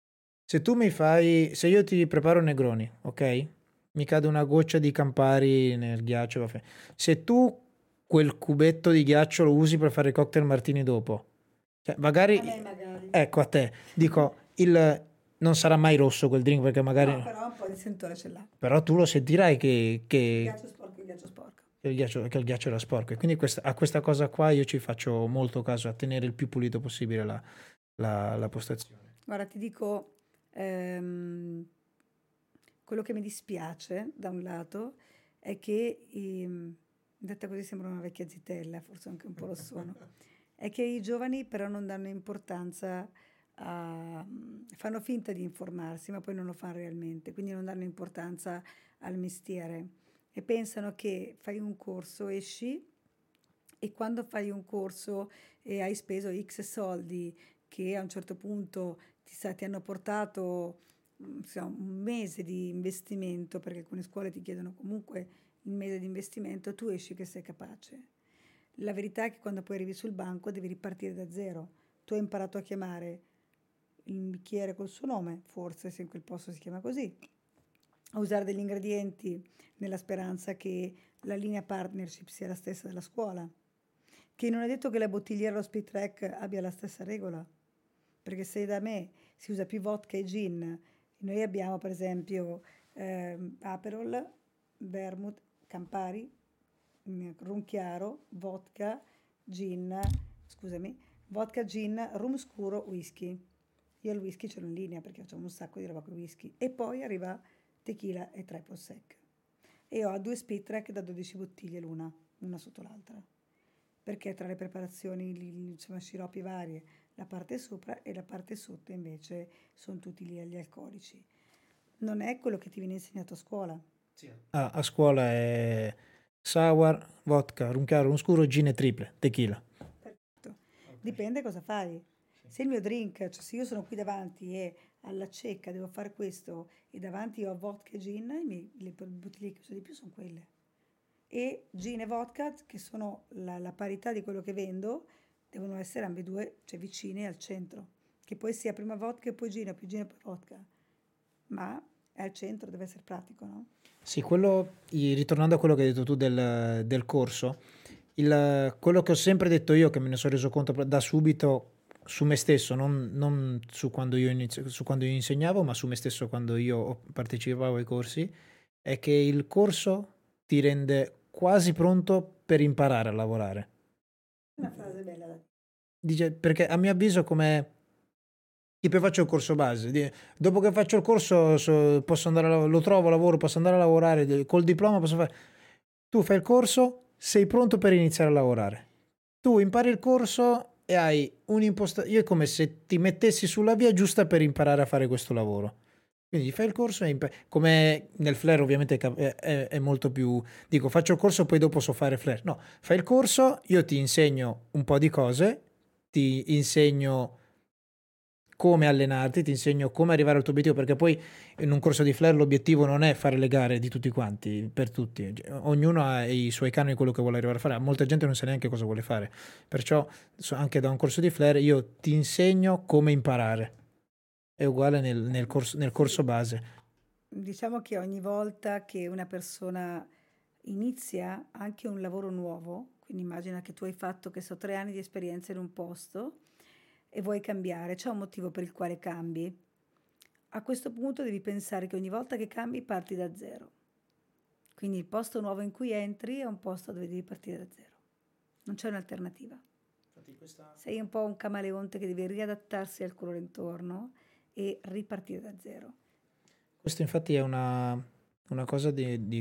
Se io ti preparo Negroni, ok? Mi cade una goccia di Campari nel ghiaccio, vabbè. Se tu quel cubetto di ghiaccio lo usi per fare cocktail martini dopo, cioè magari, ecco a te, dico, non sarà mai rosso quel drink perché magari... No, però un po' di sentore ce l'ha. Però tu lo sentirai Il ghiaccio sporco, il ghiaccio sporco. che il ghiaccio era sporco. E quindi a questa cosa qua io ci faccio molto caso, a tenere il più pulito possibile la postazione. Guarda, ti dico, quello che mi dispiace da un lato è che, detta così sembra una vecchia zitella, forse anche un po' lo sono, è che i giovani però non danno importanza fanno finta di informarsi, ma poi non lo fanno realmente, quindi non danno importanza al mestiere e pensano che fai un corso, esci e quando fai un corso e hai speso X soldi che a un certo punto ti hanno portato insomma, un mese di investimento, perché alcune scuole ti chiedono comunque il mese di investimento, tu esci che sei capace. La verità è che quando poi arrivi sul banco devi ripartire da zero. Tu hai imparato a chiamare il bicchiere col suo nome, forse se in quel posto si chiama così, a usare degli ingredienti nella speranza che la linea partnership sia la stessa della scuola, che non è detto che la bottigliera o lo speed track abbia la stessa regola, perché se da me si usa più vodka e gin, noi abbiamo per esempio Aperol, Vermouth, Campari, rum chiaro, vodka, gin, rum scuro, whisky. Io il whisky ce l'ho in linea perché facciamo un sacco di roba con whisky. E poi arriva tequila e triple sec. E ho 2 speed track da 12 bottiglie l'una, una sotto l'altra. Perché tra le preparazioni, insomma, sciroppi varie, la parte sopra e la parte sotto invece sono tutti lì agli alcolici. Non è quello che ti viene insegnato a scuola. Sì. A scuola è sour, vodka, rum chiaro, rum scuro, gin e triple, tequila. Perfetto. Dipende cosa fai. Se il mio drink, cioè se io sono qui davanti e alla cieca devo fare questo e davanti ho vodka e gin, le bottiglie che uso di più sono quelle. E gin e vodka, che sono la parità di quello che vendo, devono essere ambedue, cioè vicine al centro. Che poi sia prima vodka e poi gin, più gin e poi vodka. Ma è al centro, deve essere pratico, no? Sì, ritornando a quello che hai detto tu del corso, quello che ho sempre detto io, che me ne sono reso conto da subito su me stesso, non su quando io insegnavo, ma su me stesso quando io partecipavo ai corsi, è che il corso ti rende quasi pronto per imparare a lavorare. Una frase bella da dire. Dice, perché a mio avviso come tipo faccio il corso base, dopo che faccio il corso posso andare lo trovo lavoro, posso andare a lavorare col diploma, posso fare... Tu fai il corso, sei pronto per iniziare a lavorare. Tu impari il corso e hai un'impostazione. Io è come se ti mettessi sulla via giusta per imparare a fare questo lavoro. Quindi fai il corso e come nel flare ovviamente è molto più, dico faccio il corso poi dopo so fare flare. No, fai il corso, io ti insegno un po' di cose, ti insegno come allenarti, ti insegno come arrivare al tuo obiettivo, perché poi in un corso di flare l'obiettivo non è fare le gare di tutti quanti, per tutti. Ognuno ha i suoi canoni, quello che vuole arrivare a fare. Molta gente non sa neanche cosa vuole fare. Perciò anche da un corso di flare io ti insegno come imparare. È uguale nel corso Sì, base. diciamo che ogni volta che una persona inizia anche un lavoro nuovo, quindi immagina che tu hai fatto, che so, 3 anni di esperienza in un posto e vuoi cambiare, c'è un motivo per il quale cambi. A questo punto devi pensare che ogni volta che cambi parti da zero. Quindi il posto nuovo in cui entri è un posto dove devi partire da zero. Non c'è un'alternativa. Sei un po' un camaleonte che deve riadattarsi al colore intorno e ripartire da zero. Questo infatti è una cosa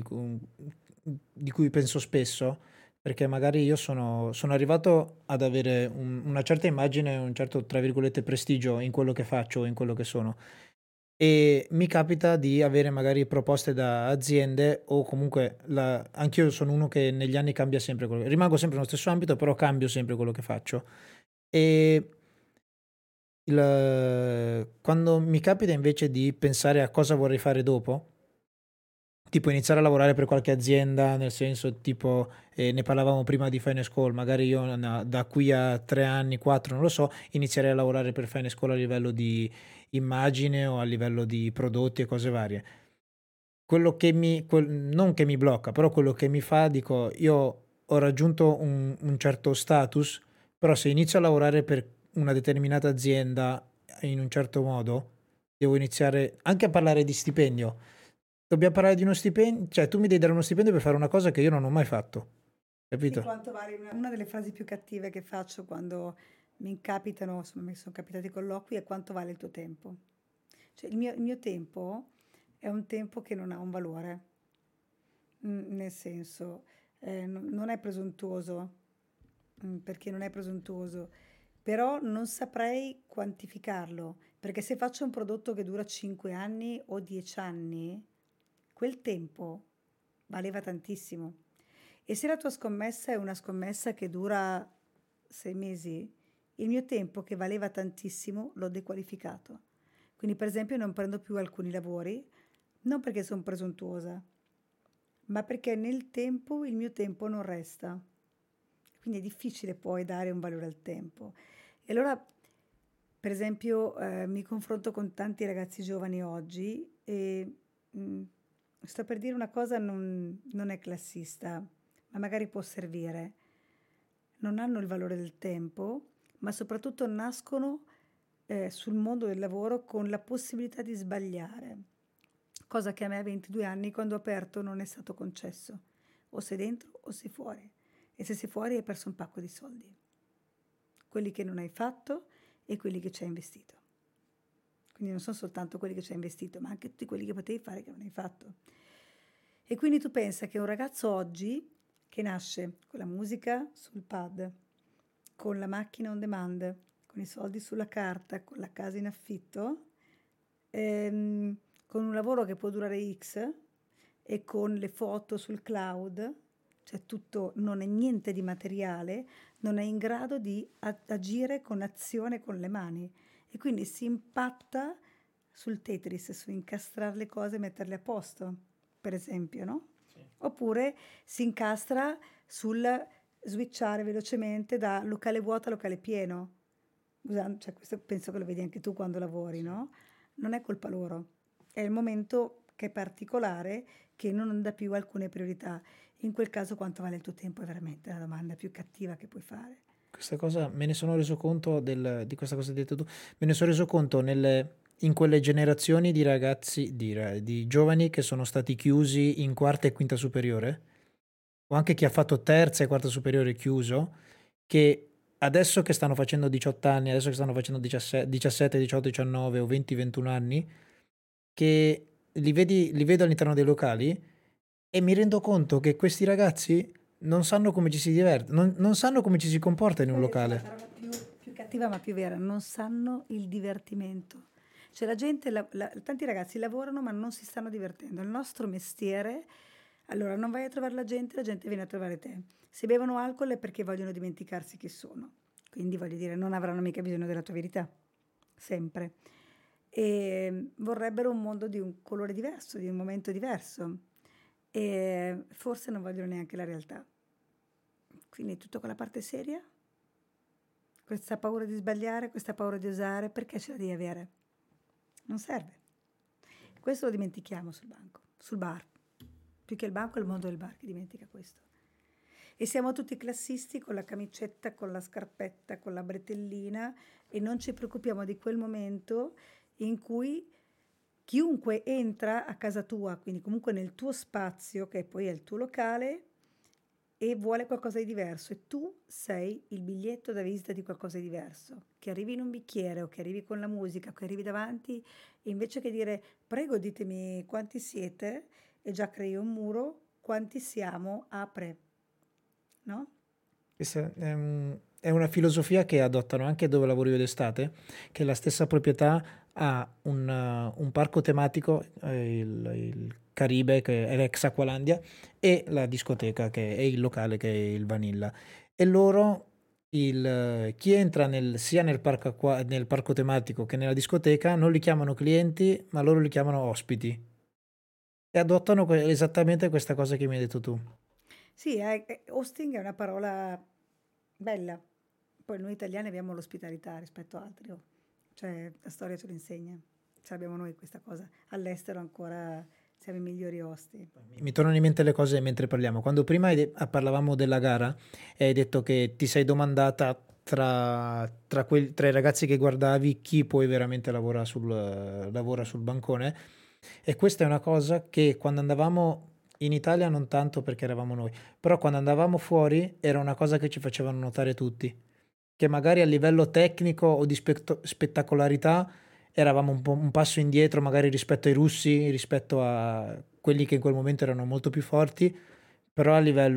di cui penso spesso, perché magari io sono arrivato ad avere una certa immagine, un certo, tra virgolette, prestigio in quello che faccio, in quello che sono. E mi capita di avere magari proposte da aziende o comunque anch'io sono uno che negli anni cambia sempre rimango sempre nello stesso ambito, però cambio sempre quello che faccio. E quando mi capita invece di pensare a cosa vorrei fare dopo, tipo iniziare a lavorare per qualche azienda, nel senso tipo, ne parlavamo prima di Finance Call, magari io da qui a 3 anni, 4, non lo so, inizierei a lavorare per Finance Call a livello di immagine o a livello di prodotti e cose varie. Quello che non che mi blocca, però quello che mi fa, dico, io ho raggiunto un certo status, però se inizio a lavorare per una determinata azienda in un certo modo, devo iniziare anche a parlare di stipendio. Dobbiamo parlare di uno stipendio, cioè tu mi devi dare uno stipendio per fare una cosa che io non ho mai fatto, Sì, capito? quanto vale una delle frasi più cattive che faccio quando mi capitano, insomma, mi sono capitati colloqui è quanto vale il tuo tempo. Cioè, il mio tempo è un tempo che non ha un valore. Nel senso, non è presuntuoso, perché non è presuntuoso, però non saprei quantificarlo, perché se faccio un prodotto che dura 5 anni o 10 anni, quel tempo valeva tantissimo. E se la tua scommessa è una scommessa che dura 6 mesi, il mio tempo che valeva tantissimo l'ho dequalificato. Quindi, per esempio, non prendo più alcuni lavori, non perché sono presuntuosa, ma perché nel tempo il mio tempo non resta. Quindi è difficile poi dare un valore al tempo. E allora, per esempio, mi confronto con tanti ragazzi giovani oggi e mh, sto per dire una cosa non è classista, ma magari può servire. Non hanno il valore del tempo, ma soprattutto nascono sul mondo del lavoro con la possibilità di sbagliare, cosa che a me a 22 anni, quando ho aperto, non è stato concesso. O sei dentro o sei fuori. E se sei fuori hai perso un pacco di soldi. Quelli che non hai fatto e quelli che ci hai investito. Quindi non sono soltanto quelli che ci hai investito, ma anche tutti quelli che potevi fare che non hai fatto. E quindi tu pensa che un ragazzo oggi che nasce con la musica sul pad, con la macchina on demand, con i soldi sulla carta, con la casa in affitto, con un lavoro che può durare X e con le foto sul cloud, cioè tutto, non è niente di materiale, non è in grado di agire con azione con le mani e quindi si impatta sul Tetris, su incastrare le cose e metterle a posto, per esempio, no? Sì. Oppure si incastra sul switchare velocemente da locale vuoto a locale pieno. Cioè, questo penso che lo vedi anche tu quando lavori, Sì. no? Non è colpa loro, è il momento che è particolare che non dà più alcune priorità. In quel caso quanto vale il tuo tempo è veramente la domanda più cattiva che puoi fare. Questa cosa me ne sono reso conto di questa cosa che hai detto tu, me ne sono reso conto in quelle generazioni di ragazzi, di giovani che sono stati chiusi in quarta e quinta superiore, o anche chi ha fatto terza e quarta superiore chiuso, che adesso che stanno facendo 18 anni, adesso che stanno facendo 17, 18, 19 o 20, 21 anni, che li vedo all'interno dei locali e mi rendo conto che questi ragazzi non sanno come ci si diverte, non sanno come ci si comporta in un Sai, la locale. parola più cattiva ma più vera, non sanno il divertimento. Cioè la gente, tanti ragazzi lavorano ma non si stanno divertendo. Il nostro mestiere, allora non vai a trovare la gente viene a trovare te. Se bevono alcol è perché vogliono dimenticarsi chi sono. Quindi voglio dire, non avranno mica bisogno della tua verità, sempre. E vorrebbero un mondo di un colore diverso, di un momento diverso. E forse non vogliono neanche la realtà. Quindi tutta quella parte seria, questa paura di sbagliare, questa paura di osare, perché ce la devi avere? Non serve. Questo lo dimentichiamo sul banco, sul bar. Più che il banco è il mondo del bar che dimentica questo. E siamo tutti classisti con la camicetta, con la scarpetta, con la bretellina e non ci preoccupiamo di quel momento in cui chiunque entra a casa tua, quindi comunque nel tuo spazio, che poi è il tuo locale, e vuole qualcosa di diverso e tu sei il biglietto da visita di qualcosa di diverso, che arrivi in un bicchiere o che arrivi con la musica, che arrivi davanti e invece che dire prego ditemi quanti siete e già crei un muro, quanti siamo, apre, no? Questa è una filosofia che adottano anche dove lavoro io d'estate, che la stessa proprietà ha un parco tematico, il Caribe, che è l'ex Aqualandia, e la discoteca, che è il locale, che è il Vanilla. E loro, chi entra sia nel nel parco tematico che nella discoteca, non li chiamano clienti, ma loro li chiamano ospiti. E adottano esattamente questa cosa che mi hai detto tu. Sì, hosting è una parola bella. Poi noi italiani abbiamo l'ospitalità rispetto a altri. Cioè, la storia ce lo insegna. Cioè, abbiamo noi questa cosa. All'estero ancora siamo i migliori osti. Mi tornano in mente le cose mentre parliamo. Quando prima parlavamo della gara e hai detto che ti sei domandata tra i ragazzi che guardavi chi poi veramente lavora sul bancone. E questa è una cosa che quando andavamo in Italia non tanto perché eravamo noi, però quando andavamo fuori era una cosa che ci facevano notare tutti, che magari a livello tecnico o di spettacolarità eravamo un passo indietro magari rispetto ai russi, rispetto a quelli che in quel momento erano molto più forti, però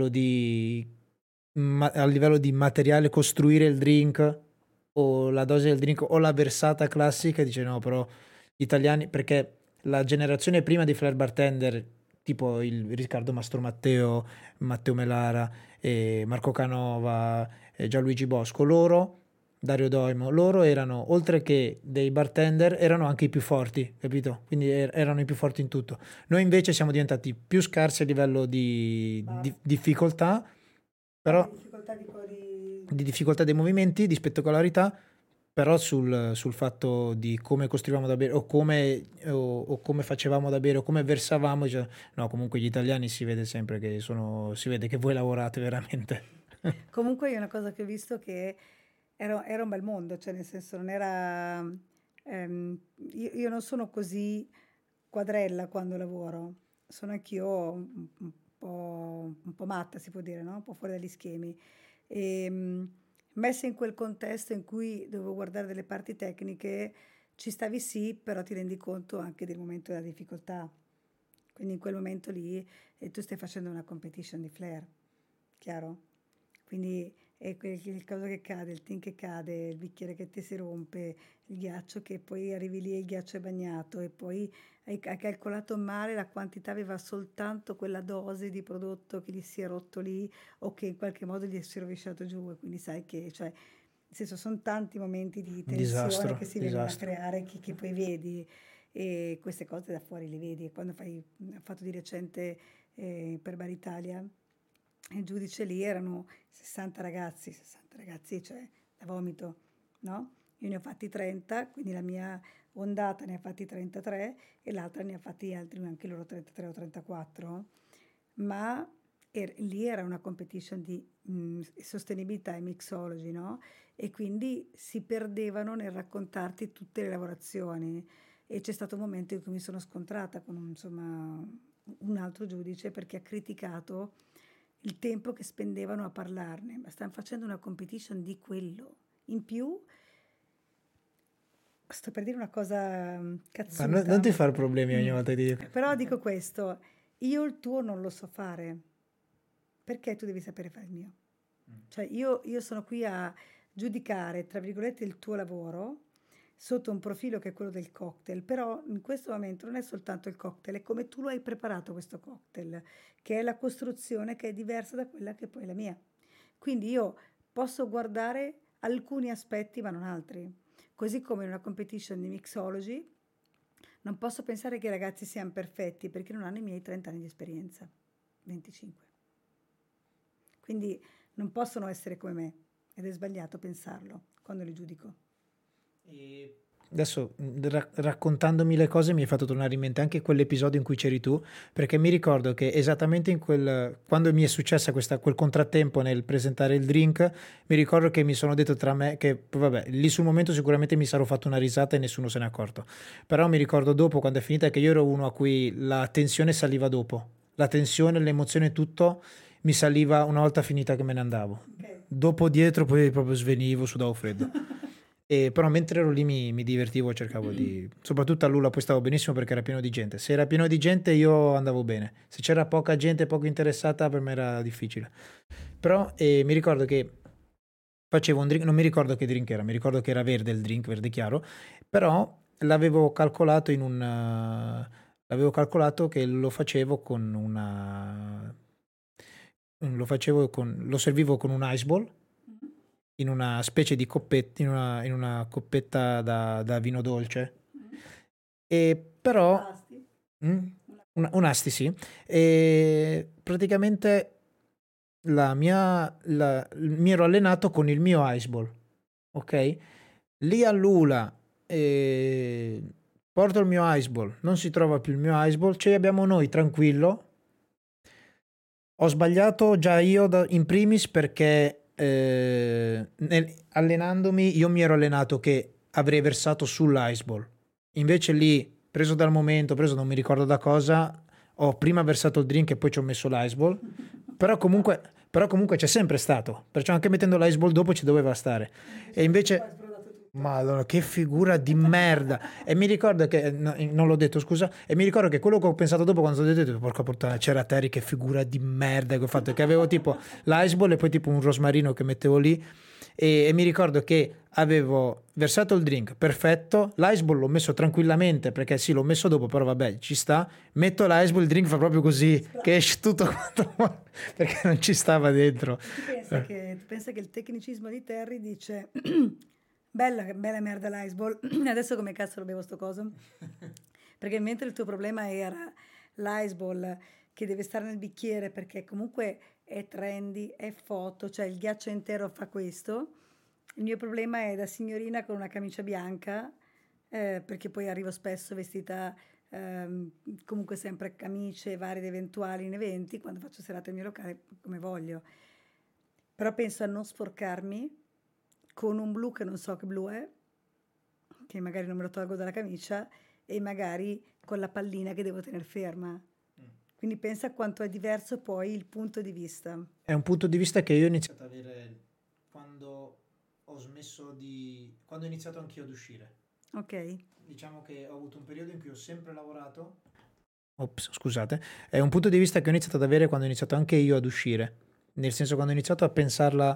a livello di materiale, costruire il drink o la dose del drink o la versata classica, dice no, però gli italiani, perché la generazione prima di Flair Bartender, tipo il Riccardo Mastromatteo, Matteo Melara, Marco Canova, Gianluigi Bosco, Dario Doimo, loro erano, oltre che dei bartender, erano anche i più forti, capito? Quindi erano i più forti in tutto. Noi invece siamo diventati più scarsi a livello di difficoltà, però difficoltà di difficoltà dei movimenti, di spettacolarità, però sul fatto di come costruivamo da bere o come facevamo da bere o come versavamo, cioè, no, comunque gli italiani si vede sempre si vede che voi lavorate veramente. Comunque io una cosa che ho visto che era un bel mondo, cioè nel senso non era... io non sono così quadrella quando lavoro, sono anch'io un po' matta, si può dire, no? Un po' fuori dagli schemi. E, messa in quel contesto in cui dovevo guardare delle parti tecniche, ci stavi sì, però ti rendi conto anche del momento della difficoltà. Quindi in quel momento lì tu stai facendo una competition di flair, chiaro? Quindi è il coso che cade, il tin che cade, il bicchiere che ti si rompe, il ghiaccio che poi arrivi lì e il ghiaccio è bagnato e poi hai calcolato male la quantità, aveva soltanto quella dose di prodotto che gli si è rotto lì o che in qualche modo gli si è rovesciato giù e quindi sai che, cioè, nel senso, sono tanti momenti di tensione che si vengono a Disastro. creare che poi vedi e queste cose da fuori le vedi. E quando ho fatto di recente per Bar Italia, il giudice lì erano 60 ragazzi, cioè da vomito, no? Io ne ho fatti 30, quindi la mia ondata ne ha fatti 33 e l'altra ne ha fatti altri, anche loro 33 o 34, ma lì era una competition di sostenibilità e mixology, no? E quindi si perdevano nel raccontarti tutte le lavorazioni e c'è stato un momento in cui mi sono scontrata con insomma, un altro giudice perché ha criticato il tempo che spendevano a parlarne, ma stanno facendo una competition di quello. In più, sto per dire una cosa Ma non ti cazzuta, fare problemi ogni volta che ti dico. però dico questo, io il tuo non lo so fare, perché tu devi sapere fare il mio? Cioè io sono qui a giudicare, tra virgolette, il tuo lavoro, sotto un profilo che è quello del cocktail, però in questo momento non è soltanto il cocktail, è come tu lo hai preparato questo cocktail, che è la costruzione che è diversa da quella che poi è la mia. Quindi io posso guardare alcuni aspetti ma non altri. Così come in una competition di mixology non posso pensare che i ragazzi siano perfetti perché non hanno i miei 30 anni di esperienza, 25. Quindi non possono essere come me ed è sbagliato pensarlo quando li giudico. Adesso raccontandomi le cose mi hai fatto tornare in mente anche quell'episodio in cui c'eri tu, perché mi ricordo che esattamente quando mi è successa quel contrattempo nel presentare il drink, mi ricordo che mi sono detto tra me che vabbè, lì sul momento sicuramente mi sarò fatto una risata e nessuno se n'è accorto, però mi ricordo dopo, quando è finita, che io ero uno a cui la tensione saliva dopo, la tensione, l'emozione, tutto mi saliva una volta finita che me ne andavo. Okay. Dopo dietro poi proprio svenivo, sudavo freddo. Però mentre ero lì mi divertivo, cercavo di... Soprattutto a Lula poi stavo benissimo perché era pieno di gente. Se era pieno di gente io andavo bene. Se c'era poca gente, poco interessata, per me era difficile. Però mi ricordo che facevo un drink, non mi ricordo che drink era, mi ricordo che era verde il drink, verde chiaro, però l'avevo calcolato l'avevo calcolato che lo facevo con lo servivo con un ice ball in una specie di coppetta, in una coppetta da vino dolce. E però Asti? mm, un asti, sì. E praticamente mi ero allenato con il mio ice ball, ok? Lì a Lula porto il mio ice ball, non si trova più il mio ice ball, ce l'abbiamo noi tranquillo. Ho sbagliato già io in primis perché allenandomi io mi ero allenato che avrei versato sull'ice ball. Invece lì, preso dal momento, preso non mi ricordo da cosa, ho prima versato il drink e poi ci ho messo l'ice ball. Però comunque c'è sempre stato. Perciò anche mettendo l'ice ball dopo ci doveva stare. E invece... Madonna, che figura di merda! E mi ricordo che, no, non l'ho detto scusa, e mi ricordo che quello che ho pensato dopo quando ho detto, porca puttana, c'era Terry, che figura di merda che ho fatto, che avevo tipo l'ice ball e poi tipo un rosmarino che mettevo lì, e mi ricordo che avevo versato il drink, perfetto, l'ice ball l'ho messo tranquillamente, perché sì, l'ho messo dopo, però vabbè, ci sta, metto l'ice ball, il drink fa proprio così, che esce tutto quanto, perché non ci stava dentro. Tu pensa che il tecnicismo di Terry dice bella merda l'ice ball, adesso come cazzo lo bevo sto coso? Perché mentre il tuo problema era l'ice ball che deve stare nel bicchiere perché comunque è trendy, è foto, cioè il ghiaccio intero fa questo, il mio problema è da signorina con una camicia bianca, perché poi arrivo spesso vestita comunque sempre camicie varie ed eventuali in eventi, quando faccio serate al mio locale come voglio. Però penso a non sporcarmi con un blu che non so che blu è, che magari non me lo tolgo dalla camicia, e magari con la pallina che devo tenere ferma. Quindi pensa a quanto è diverso poi il punto di vista. È un punto di vista che io ho iniziato ad avere quando ho smesso quando ho iniziato anch'io ad uscire. Ok. Diciamo che ho avuto un periodo in cui ho sempre lavorato. Ops, scusate. È un punto di vista che ho iniziato ad avere quando ho iniziato anche io ad uscire. Nel senso, quando ho iniziato a pensarla,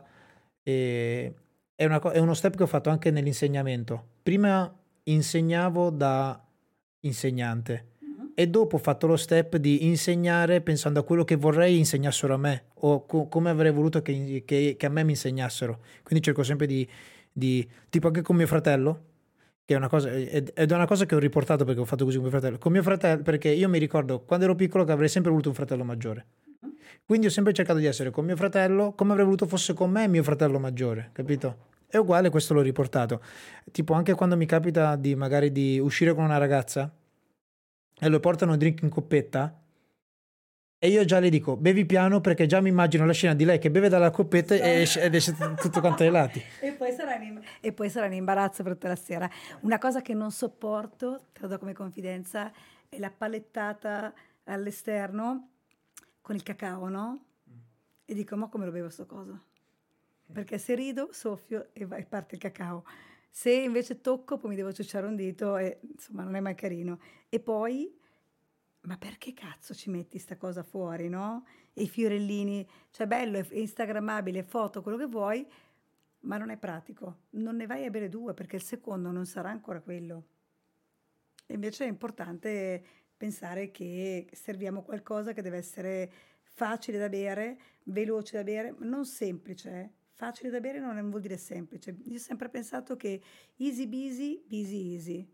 è uno step che ho fatto anche nell'insegnamento. Prima insegnavo da insegnante e dopo ho fatto lo step di insegnare pensando a quello che vorrei insegnassero a me o come avrei voluto che a me mi insegnassero. Quindi cerco sempre tipo anche con mio fratello, che è una cosa, ed è una cosa che ho riportato perché ho fatto così con mio fratello. Con mio fratello, perché io mi ricordo quando ero piccolo che avrei sempre voluto un fratello maggiore. Quindi ho sempre cercato di essere con mio fratello come avrei voluto fosse con me mio fratello maggiore, capito? È uguale, questo l'ho riportato. Tipo anche quando mi capita di magari di uscire con una ragazza e lo portano un drink in coppetta e io già le dico bevi piano perché già mi immagino la scena di lei che beve dalla coppetta ed esce tutto quanto ai lati. E poi sarà in imbarazzo per tutta la sera. Una cosa che non sopporto, te lo do come confidenza, è la palettata all'esterno con il cacao, no? E dico, ma come lo bevo sto coso? Perché se rido, soffio e parte il cacao. Se invece tocco, poi mi devo ciucciare un dito e insomma non è mai carino. E poi, ma perché cazzo ci metti sta cosa fuori, no? E i fiorellini, cioè bello, è instagrammabile, foto, quello che vuoi, ma non è pratico. Non ne vai a bere 2 perché il secondo non sarà ancora quello. E invece è importante pensare che serviamo qualcosa che deve essere facile da bere, veloce da bere, non semplice. Facile da bere non vuol dire semplice. Io ho sempre pensato che easy busy, busy easy.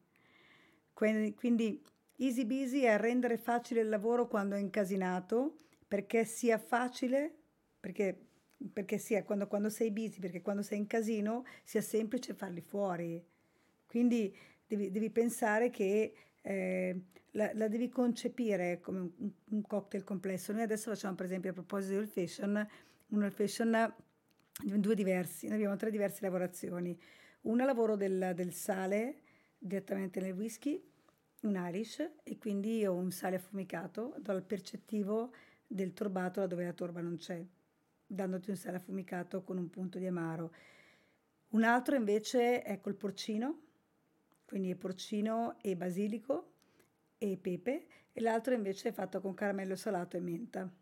Quindi easy busy è rendere facile il lavoro quando è incasinato, perché sia facile, perché, perché sia quando sei busy, perché quando sei in casino sia semplice farli fuori. Quindi devi pensare che la devi concepire come un cocktail complesso. Noi adesso facciamo, per esempio, a proposito del fashion, un fashion due diversi, noi abbiamo 3 diverse lavorazioni. Una lavoro del sale direttamente nel whisky, un Irish, e quindi ho un sale affumicato, do il percettivo del torbato laddove la torba non c'è, dandoti un sale affumicato con un punto di amaro. Un altro invece è col porcino, quindi è porcino e basilico e pepe, e l'altro invece è fatto con caramello salato e menta.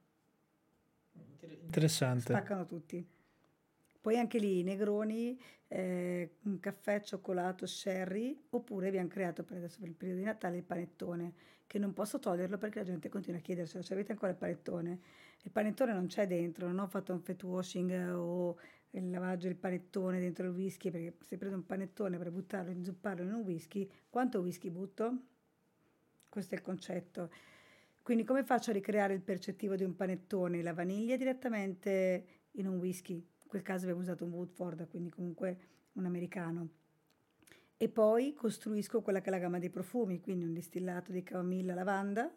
Interessante. Spaccano tutti. Poi anche lì i negroni, un caffè, cioccolato, sherry, oppure abbiamo creato per adesso per il periodo di Natale il panettone, che non posso toglierlo perché la gente continua a chiedercelo, cioè avete ancora il panettone? Il panettone non c'è dentro, non ho fatto un fat washing o il lavaggio del panettone dentro il whisky, perché se prendo un panettone per buttarlo, inzupparlo in un whisky, quanto whisky butto? Questo è il concetto. Quindi come faccio a ricreare il percettivo di un panettone? La vaniglia direttamente in un whisky, in quel caso abbiamo usato un Woodford, quindi comunque un americano. E poi costruisco quella che è la gamma dei profumi, quindi un distillato di camomilla lavanda,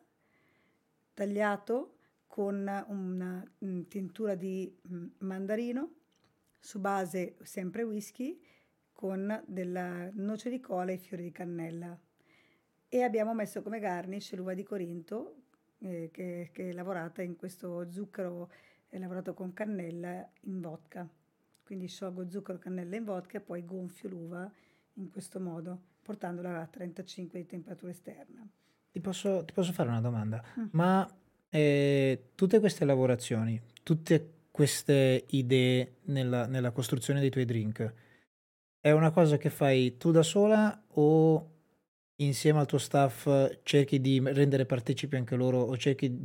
tagliato con una tintura di mandarino, su base sempre whisky, con della noce di cola e fiori di cannella. E abbiamo messo come garnish l'uva di Corinto, che è lavorata in questo zucchero, è lavorato con cannella in vodka. Quindi sciolgo zucchero, cannella in vodka e poi gonfio l'uva in questo modo, portandola a 35 di temperatura esterna. Ti posso fare una domanda? Mm. Ma tutte queste lavorazioni, tutte queste idee nella costruzione dei tuoi drink, è una cosa che fai tu da sola o insieme al tuo staff cerchi di rendere partecipi anche loro o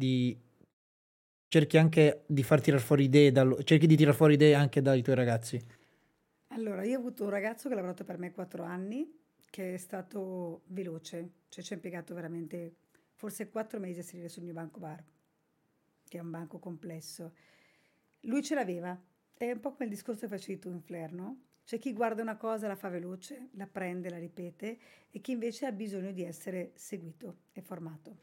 cerchi anche di far tirar fuori idee cerchi di tirar fuori idee anche dai tuoi ragazzi? Allora, io ho avuto un ragazzo che ha lavorato per me 4 anni, che è stato veloce, cioè ci ha impiegato veramente forse 4 mesi a salire sul mio banco bar, che è un banco complesso. Lui ce l'aveva, è un po' come il discorso che facevi tu in Flair, no? C'è chi guarda una cosa, la fa veloce, la prende, la ripete, e chi invece ha bisogno di essere seguito e formato.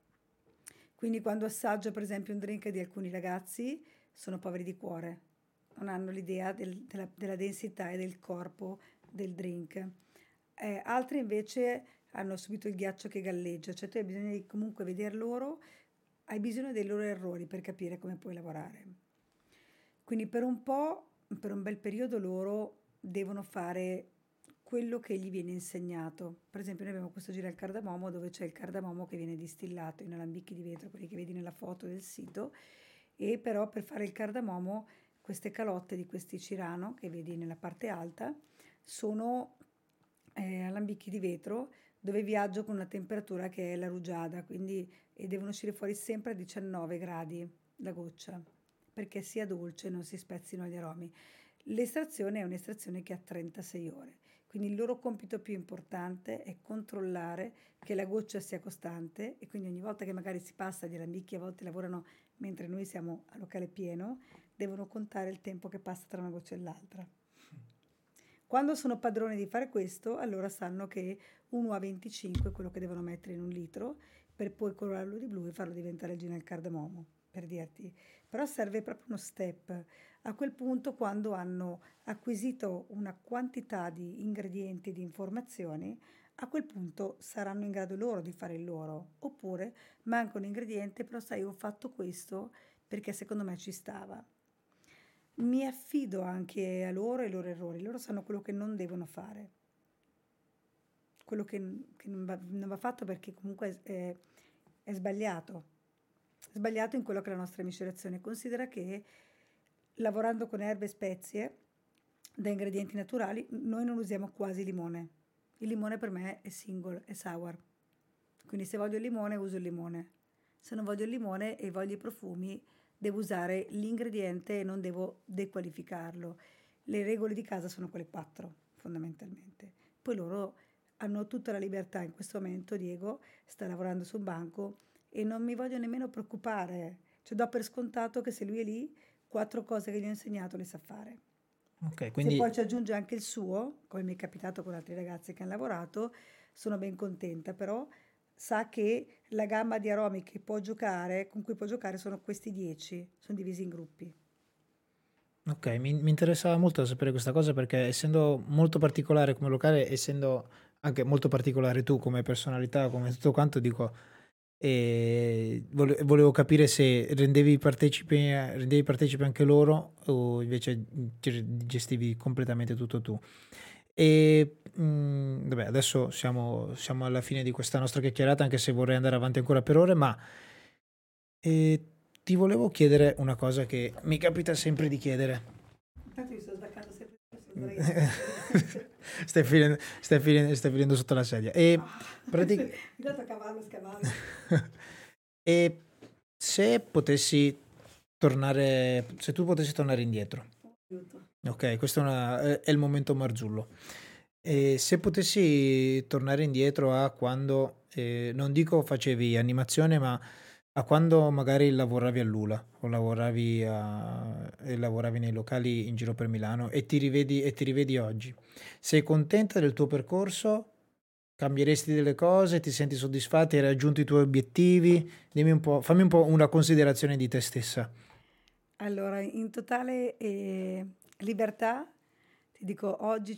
Quindi quando assaggio per esempio un drink di alcuni ragazzi, sono poveri di cuore, non hanno l'idea della densità e del corpo del drink. Altri invece hanno subito il ghiaccio che galleggia, cioè tu hai bisogno di comunque vedere loro, hai bisogno dei loro errori per capire come puoi lavorare. Quindi per un po', per un bel periodo loro devono fare quello che gli viene insegnato. Per esempio noi abbiamo questo giro al cardamomo dove c'è il cardamomo che viene distillato in alambichi di vetro, quelli che vedi nella foto del sito, e però per fare il cardamomo queste calotte di questi Cirano che vedi nella parte alta sono alambichi di vetro dove viaggio con una temperatura che è la rugiada, quindi e devono uscire fuori sempre a 19 gradi la goccia perché sia dolce e non si spezzino gli aromi. L'estrazione è un'estrazione che ha 36 ore, quindi il loro compito più importante è controllare che la goccia sia costante e quindi ogni volta che magari si passa gli alambicchi, a volte lavorano mentre noi siamo a locale pieno, devono contare il tempo che passa tra una goccia e l'altra. Quando sono padroni di fare questo, allora sanno che 1 a 25 è quello che devono mettere in un litro per poi colorarlo di blu e farlo diventare il gin al cardamomo, per dirti. Però serve proprio uno step. A quel punto, quando hanno acquisito una quantità di ingredienti e di informazioni, a quel punto saranno in grado loro di fare il loro. Oppure manca un ingrediente, però sai, ho fatto questo perché secondo me ci stava. Mi affido anche a loro e ai loro errori. Loro sanno quello che non devono fare, quello che non va fatto perché comunque è sbagliato. È sbagliato in quello che è la nostra miscelazione. Considera che lavorando con erbe e spezie da ingredienti naturali, noi non usiamo quasi limone. Il limone per me è single, è sour. Quindi se voglio il limone uso il limone. Se non voglio il limone e voglio i profumi, devo usare l'ingrediente e non devo dequalificarlo. Le regole di casa sono quelle 4, fondamentalmente. Poi loro hanno tutta la libertà in questo momento, Diego sta lavorando su un banco e non mi voglio nemmeno preoccupare. Cioè do per scontato che se lui è lì, 4 cose che gli ho insegnato le sa fare. Ok, Se quindi poi ci aggiunge anche il suo, come mi è capitato con altri ragazzi che hanno lavorato, sono ben contenta, però sa che la gamma di aromi che può giocare, con cui può giocare sono questi 10, sono divisi in gruppi. ok, mi interessava molto sapere questa cosa perché essendo molto particolare come locale, essendo anche molto particolare tu come personalità, come tutto quanto, dico, volevo capire se rendevi partecipi anche loro o invece gestivi completamente tutto tu. E vabbè, adesso siamo alla fine di questa nostra chiacchierata, anche se vorrei andare avanti ancora per ore, ma ti volevo chiedere una cosa che mi capita sempre di chiedere. Intanto mi sto sbaccando sempre Stai finendo sotto la sedia. E, Intanto a cavallo, scavallo. e se potessi se tu potessi tornare indietro, ok, questo è il momento Marzullo. E se potessi tornare indietro a quando, non dico facevi animazione, ma a quando magari lavoravi a Lula o lavoravi nei locali in giro per Milano e ti rivedi oggi, sei contenta del tuo percorso? Cambieresti delle cose? Ti senti soddisfatta? Hai raggiunto i tuoi obiettivi? Dimmi un po', fammi un po' una considerazione di te stessa. Allora, in totale libertà, ti dico oggi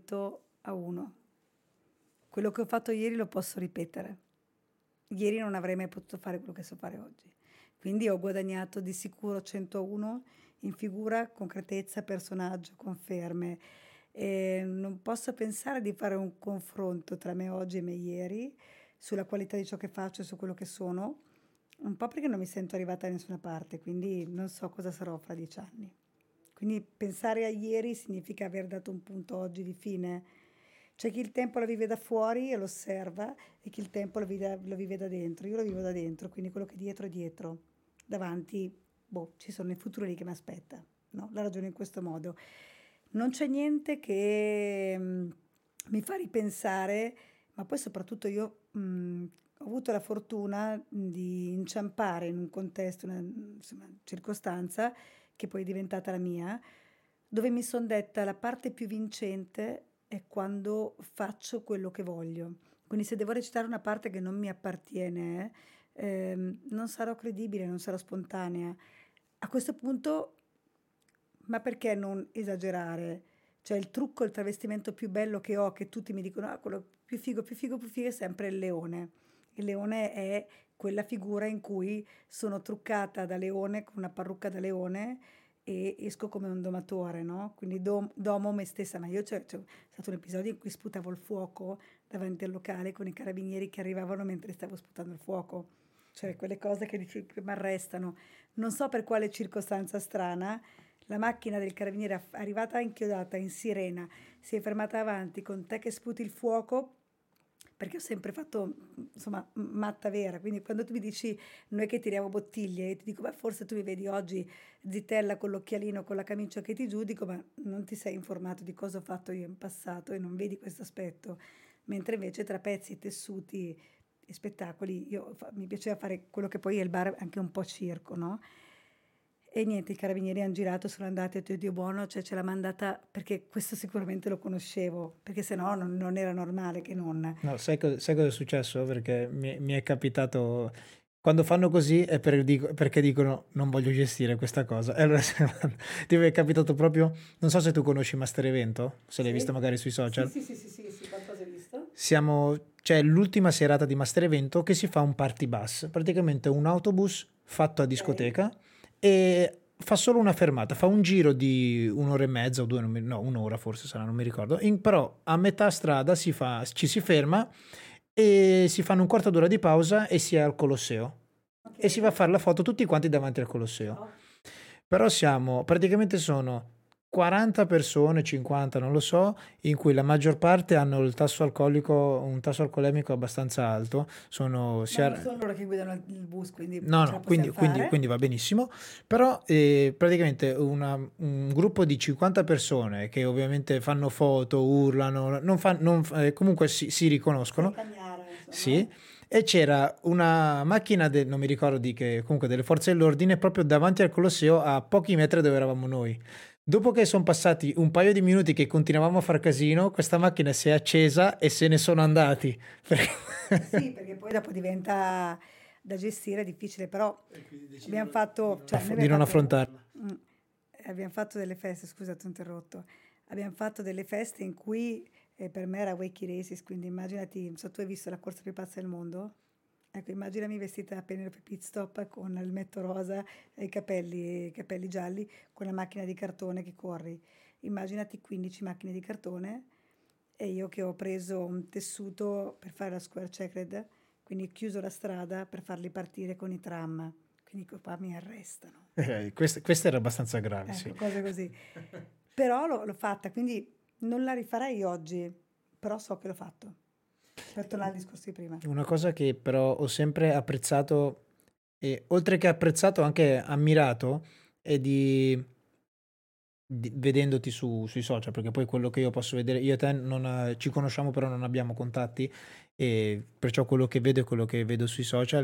100-1. Quello che ho fatto ieri lo posso ripetere. Ieri non avrei mai potuto fare quello che so fare oggi. Quindi ho guadagnato di sicuro 101 in figura, concretezza, personaggio, conferme. E non posso pensare di fare un confronto tra me oggi e me ieri sulla qualità di ciò che faccio e su quello che sono, un po' perché non mi sento arrivata da nessuna parte, quindi non so cosa sarò fra 10 anni. Quindi pensare a ieri significa aver dato un punto oggi di fine. C'è chi il tempo lo vive da fuori e lo osserva e chi il tempo lo vive da dentro. Io lo vivo da dentro, quindi quello che è dietro è dietro. Davanti, boh, ci sono il futuro lì che mi aspetta. No, la ragiono in questo modo. Non c'è niente che mi fa ripensare, ma poi soprattutto io ho avuto la fortuna di inciampare in un contesto, una insomma, circostanza che poi è diventata la mia, dove mi sono detta la parte più vincente è quando faccio quello che voglio. Quindi se devo recitare una parte che non mi appartiene, non sarò credibile, non sarò spontanea. A questo punto, ma perché non esagerare? Cioè il trucco, il travestimento più bello che ho, che tutti mi dicono, ah, quello più figo, più figo, più figo, è sempre il leone. Il leone è quella figura in cui sono truccata da leone, con una parrucca da leone, e esco come un domatore, no? Quindi domo me stessa, ma io c'è stato un episodio in cui sputavo il fuoco davanti al locale con i carabinieri che arrivavano mentre stavo sputando il fuoco. Cioè quelle cose che mi arrestano. Non so per quale circostanza strana, la macchina del carabiniere arrivata inchiodata in sirena, si è fermata avanti con te che sputi il fuoco, perché ho sempre fatto, insomma, matta vera. Quindi quando tu mi dici noi che tiriamo bottiglie, e ti dico, beh, forse tu mi vedi oggi zitella con l'occhialino, con la camicia che ti giudico, ma non ti sei informato di cosa ho fatto io in passato e non vedi questo aspetto. Mentre invece tra pezzi e tessuti e spettacoli, mi piaceva fare quello che poi è il bar, anche un po' circo, no? E niente, i carabinieri hanno girato, sono andati, ho detto, Dio buono, cioè ce l'ha mandata, perché questo sicuramente lo conoscevo, perché se no non era normale che non... No, sai cosa è successo? Perché mi è capitato. Quando fanno così è perché dicono non voglio gestire questa cosa. E allora ti è capitato proprio. Non so se tu conosci Master Evento, se l'hai visto Sì? magari sui social. Sì, qualcosa hai visto? C'è l'ultima serata di Master Evento che si fa un party bus, praticamente un autobus fatto a Ok. discoteca e fa solo una fermata, fa un giro di un'ora e mezza o due, no, un'ora forse sarà, non mi ricordo. Però a metà strada ci si ferma e si fanno un quarto d'ora di pausa e si è al Colosseo Ok. e si va a fare la foto tutti quanti davanti al Colosseo. Wow. Però praticamente sono 40 persone, 50, non lo so, in cui la maggior parte hanno il tasso alcolico, un tasso alcolemico abbastanza alto. Sono Ma sia... non sono loro che guidano il bus, quindi No, ce la no, possiamo fare. quindi va benissimo, però praticamente un gruppo di 50 persone che ovviamente fanno foto, urlano, comunque si Sì, riconoscono, cagnara, insomma. sì, e c'era una macchina, non mi ricordo di che, comunque delle forze dell'ordine, proprio davanti al Colosseo a pochi metri dove eravamo noi. Dopo che sono passati un paio di minuti che continuavamo a far casino, questa macchina si è accesa e se ne sono andati. Sì, perché poi dopo diventa da gestire difficile, però abbiamo fatto, cioè noi Di abbiamo non fatto, affrontarla. mm, abbiamo fatto delle feste, scusa, ti ho interrotto, abbiamo fatto delle feste in cui per me era Wakey Races, quindi immaginati, non so, tu hai visto la corsa più pazza del mondo? Ecco, immaginami vestita da Penelope Pitstop con il metto rosa e i capelli gialli, con la macchina di cartone che corri. Immaginati 15 macchine di cartone e io che ho preso un tessuto per fare la square checkered, quindi ho chiuso la strada per farli partire con i tram. Quindi qua mi arrestano. Questa era abbastanza grave, sì. Ecco, cose così. Però l'ho fatta, quindi non la rifarei oggi, però so che l'ho fatto. Per tornare al discorso di prima. Una cosa che però ho sempre apprezzato, e oltre che apprezzato anche ammirato, è vedendoti sui social, perché poi quello che io posso vedere, io e te ci conosciamo però non abbiamo contatti, e perciò quello che vedo è quello che vedo sui social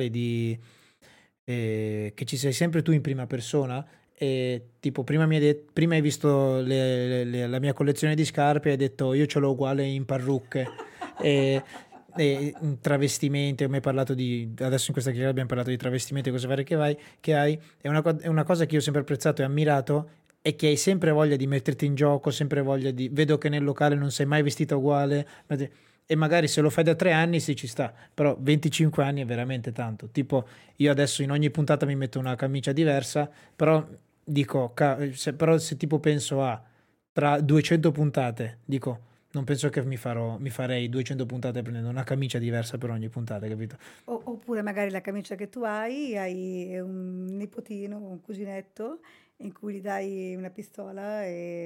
che ci sei sempre tu in prima persona. E tipo prima hai visto la mia collezione di scarpe e hai detto io ce l'ho uguale in parrucche e, e in travestimenti, mi hai parlato adesso in questa chiacchierata abbiamo parlato di travestimenti e cose varie che hai. È una cosa che io ho sempre apprezzato e ammirato, è che hai sempre voglia di metterti in gioco, sempre voglia vedo che nel locale non sei mai vestita uguale, e magari se lo fai da 3 anni sì ci sta, però 25 anni è veramente tanto. Tipo io adesso in ogni puntata mi metto una camicia diversa, però dico, però se tipo penso a tra 200 puntate, dico, non penso che mi farei 200 puntate prendendo una camicia diversa per ogni puntata, capito? Oppure magari la camicia che tu hai un nipotino, un cuginetto, in cui gli dai una pistola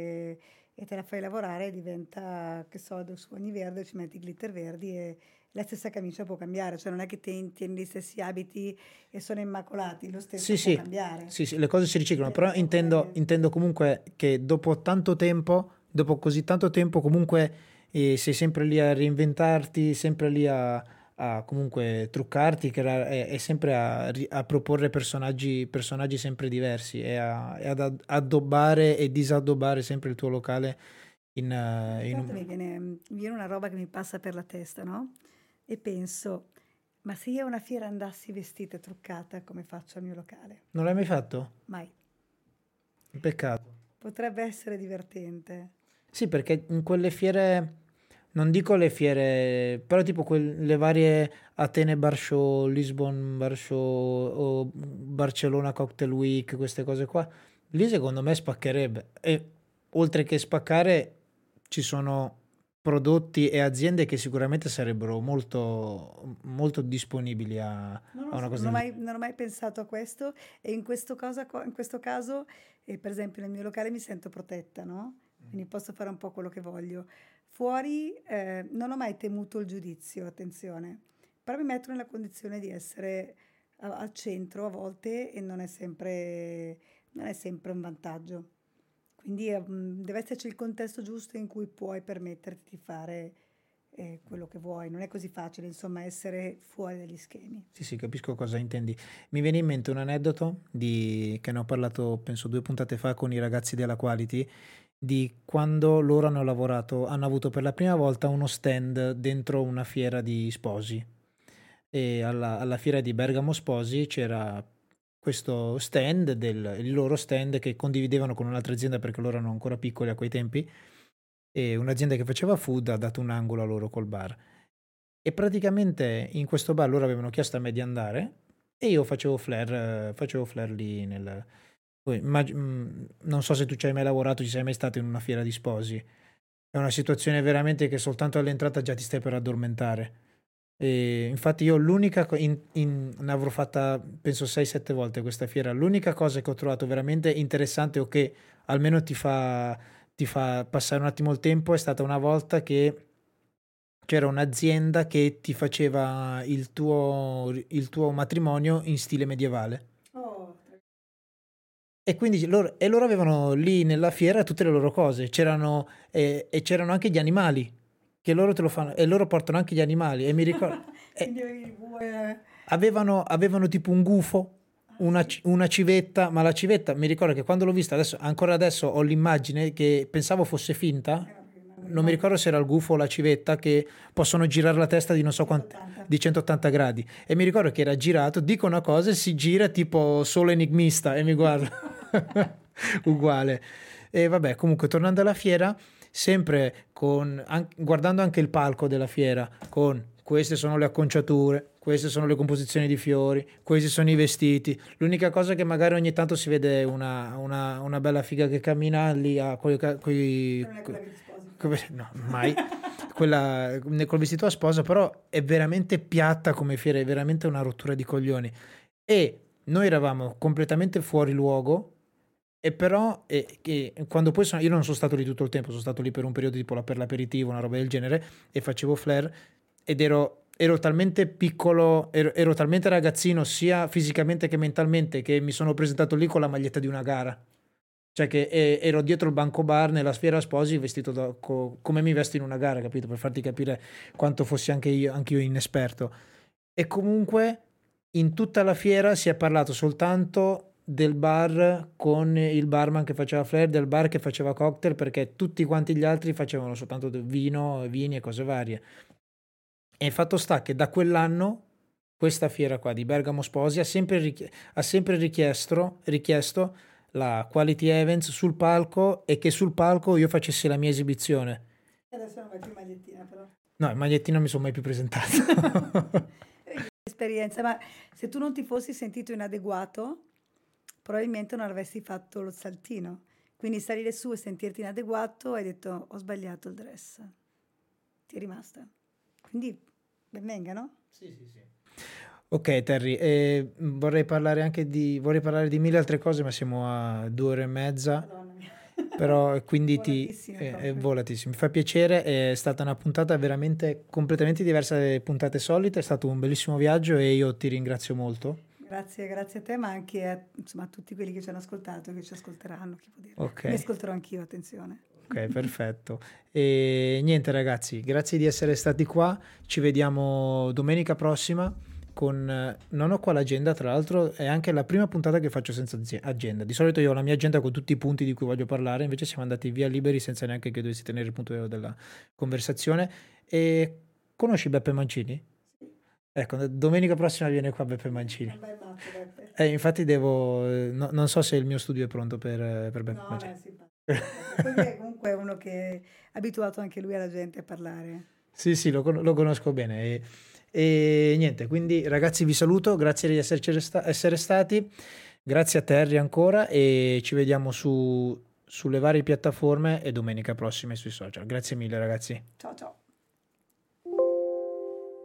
e te la fai lavorare e diventa, che so, su ogni verde ci metti glitter verdi e la stessa camicia può cambiare, cioè non è che tieni gli stessi abiti e sono immacolati, lo Sì, stesso può sì, cambiare. sì, sì, le cose si riciclano, Dipende però da come... intendo comunque che dopo tanto tempo, dopo così tanto tempo, comunque sei sempre lì a reinventarti, sempre lì a comunque truccarti, e sempre a proporre personaggi sempre diversi e ad addobbare e disaddobbare sempre il tuo locale Ogni in tanto un... mi viene una roba che mi passa per la testa, no? E penso, ma se io a una fiera andassi vestita e truccata come faccio al mio locale? Non l'hai mai fatto? Mai. Peccato. Potrebbe essere divertente. Sì, perché in quelle fiere, non dico le fiere, però tipo le varie Atene Bar Show, Lisbon Bar Show o Barcellona Cocktail Week, queste cose qua, lì secondo me spaccherebbe. E oltre che spaccare, ci sono prodotti e aziende che sicuramente sarebbero molto, molto disponibili Non a lo una so, cosa del genere. non ho mai pensato a questo e in questo caso, per esempio nel mio locale mi sento protetta, no? Quindi posso fare un po' quello che voglio. Fuori non ho mai temuto il giudizio, attenzione, però mi metto nella condizione di essere al centro a volte e non è sempre un vantaggio. Quindi deve esserci il contesto giusto in cui puoi permetterti di fare quello che vuoi. Non è così facile, insomma, essere fuori dagli schemi. Sì, sì, capisco cosa intendi. Mi viene in mente un aneddoto che ne ho parlato, penso 2 puntate fa con i ragazzi della Quality, di quando loro hanno avuto per la prima volta uno stand dentro una fiera di sposi. E alla fiera di Bergamo Sposi c'era questo stand, il loro stand che condividevano con un'altra azienda perché loro erano ancora piccoli a quei tempi, e un'azienda che faceva food ha dato un angolo a loro col bar. E praticamente in questo bar loro avevano chiesto a me di andare e io facevo flare lì poi non so se tu ci hai mai lavorato, ci sei mai stato in una fiera di sposi. È una situazione veramente che soltanto all'entrata già ti stai per addormentare. E infatti io ne avrò fatta penso 6-7 volte questa fiera. L'unica cosa che ho trovato veramente interessante o che almeno ti fa passare un attimo il tempo. È stata una volta che c'era un'azienda che ti faceva il tuo matrimonio in stile medievale. Oh, E quindi loro avevano lì nella fiera tutte le loro cose, e c'erano anche gli animali, che loro te lo fanno, e loro portano anche gli animali, e mi ricordo, quindi avevi due... avevano tipo un gufo, una civetta, ma la civetta, mi ricordo che quando l'ho vista, ancora adesso ho l'immagine che pensavo fosse finta, non mi ricordo se era il gufo o la civetta, che possono girare la testa di non so quanti, 180. di 180 gradi, e mi ricordo che era girato, dico una cosa e si gira tipo solo enigmista e mi guarda uguale. E vabbè, comunque tornando alla fiera, sempre guardando anche il palco della fiera, con queste sono le acconciature, queste sono le composizioni di fiori, questi sono i vestiti. L'unica cosa che magari ogni tanto si vede una bella figa che cammina lì a Non è quella che ti sposi. no, mai quella col vestito a sposa, però è veramente piatta come fiera, è veramente una rottura di coglioni. E noi eravamo completamente fuori luogo, e però quando poi io non sono stato lì tutto il tempo, sono stato lì per un periodo tipo per l'aperitivo, una roba del genere, e facevo flare, ed ero talmente piccolo, ero talmente ragazzino sia fisicamente che mentalmente, che mi sono presentato lì con la maglietta di una gara. Cioè che ero dietro il banco bar nella fiera sposi vestito come mi vesto in una gara, capito? Per farti capire quanto fossi anche io inesperto. E comunque in tutta la fiera si è parlato soltanto del bar con il barman che faceva flare, del bar che faceva cocktail, perché tutti quanti gli altri facevano soltanto vini e cose varie. E il fatto sta che da quell'anno questa fiera qua di Bergamo Sposi ha sempre richiesto la quality events sul palco, e che sul palco io facessi la mia esibizione. E adesso non vai più in magliettina, però. No, il magliettino non mi sono mai più presentato. Esperienza, ma se tu non ti fossi sentito inadeguato, probabilmente non avresti fatto lo saltino. Quindi salire su e sentirti inadeguato, hai detto ho sbagliato il dress. Ti è rimasta. Quindi ben venga, no? Sì, sì, sì. Ok, Terry, vorrei parlare di mille altre cose, ma siamo a 2 ore e mezza. Madonna mia. Però quindi Volatissime è proprio. volatissimo. Mi fa piacere, è stata una puntata veramente completamente diversa dalle puntate solite, è stato un bellissimo viaggio e io ti ringrazio molto. Grazie a te, ma anche insomma, a tutti quelli che ci hanno ascoltato e che ci ascolteranno, chi può dire. Ok, Mi ascolterò anch'io, attenzione. ok, perfetto. E niente ragazzi, grazie di essere stati qua, ci vediamo domenica prossima non ho qua l'agenda, tra l'altro è anche la prima puntata che faccio senza agenda. Di solito io ho la mia agenda con tutti i punti di cui voglio parlare, invece siamo andati via liberi senza neanche che dovessi tenere il punto della conversazione. E conosci Beppe Mancini? Ecco, domenica prossima viene qua Beppe Mancini. Un bel matto, Beppe. Infatti non so se il mio studio è pronto per Beppe No, Mancini. è simpatico. Comunque è uno che è abituato anche lui alla gente a parlare. Sì, lo conosco bene. E niente, quindi ragazzi vi saluto, grazie di essere stati, grazie a Terry ancora, e ci vediamo sulle varie piattaforme e domenica prossima sui social. Grazie mille ragazzi. Ciao ciao.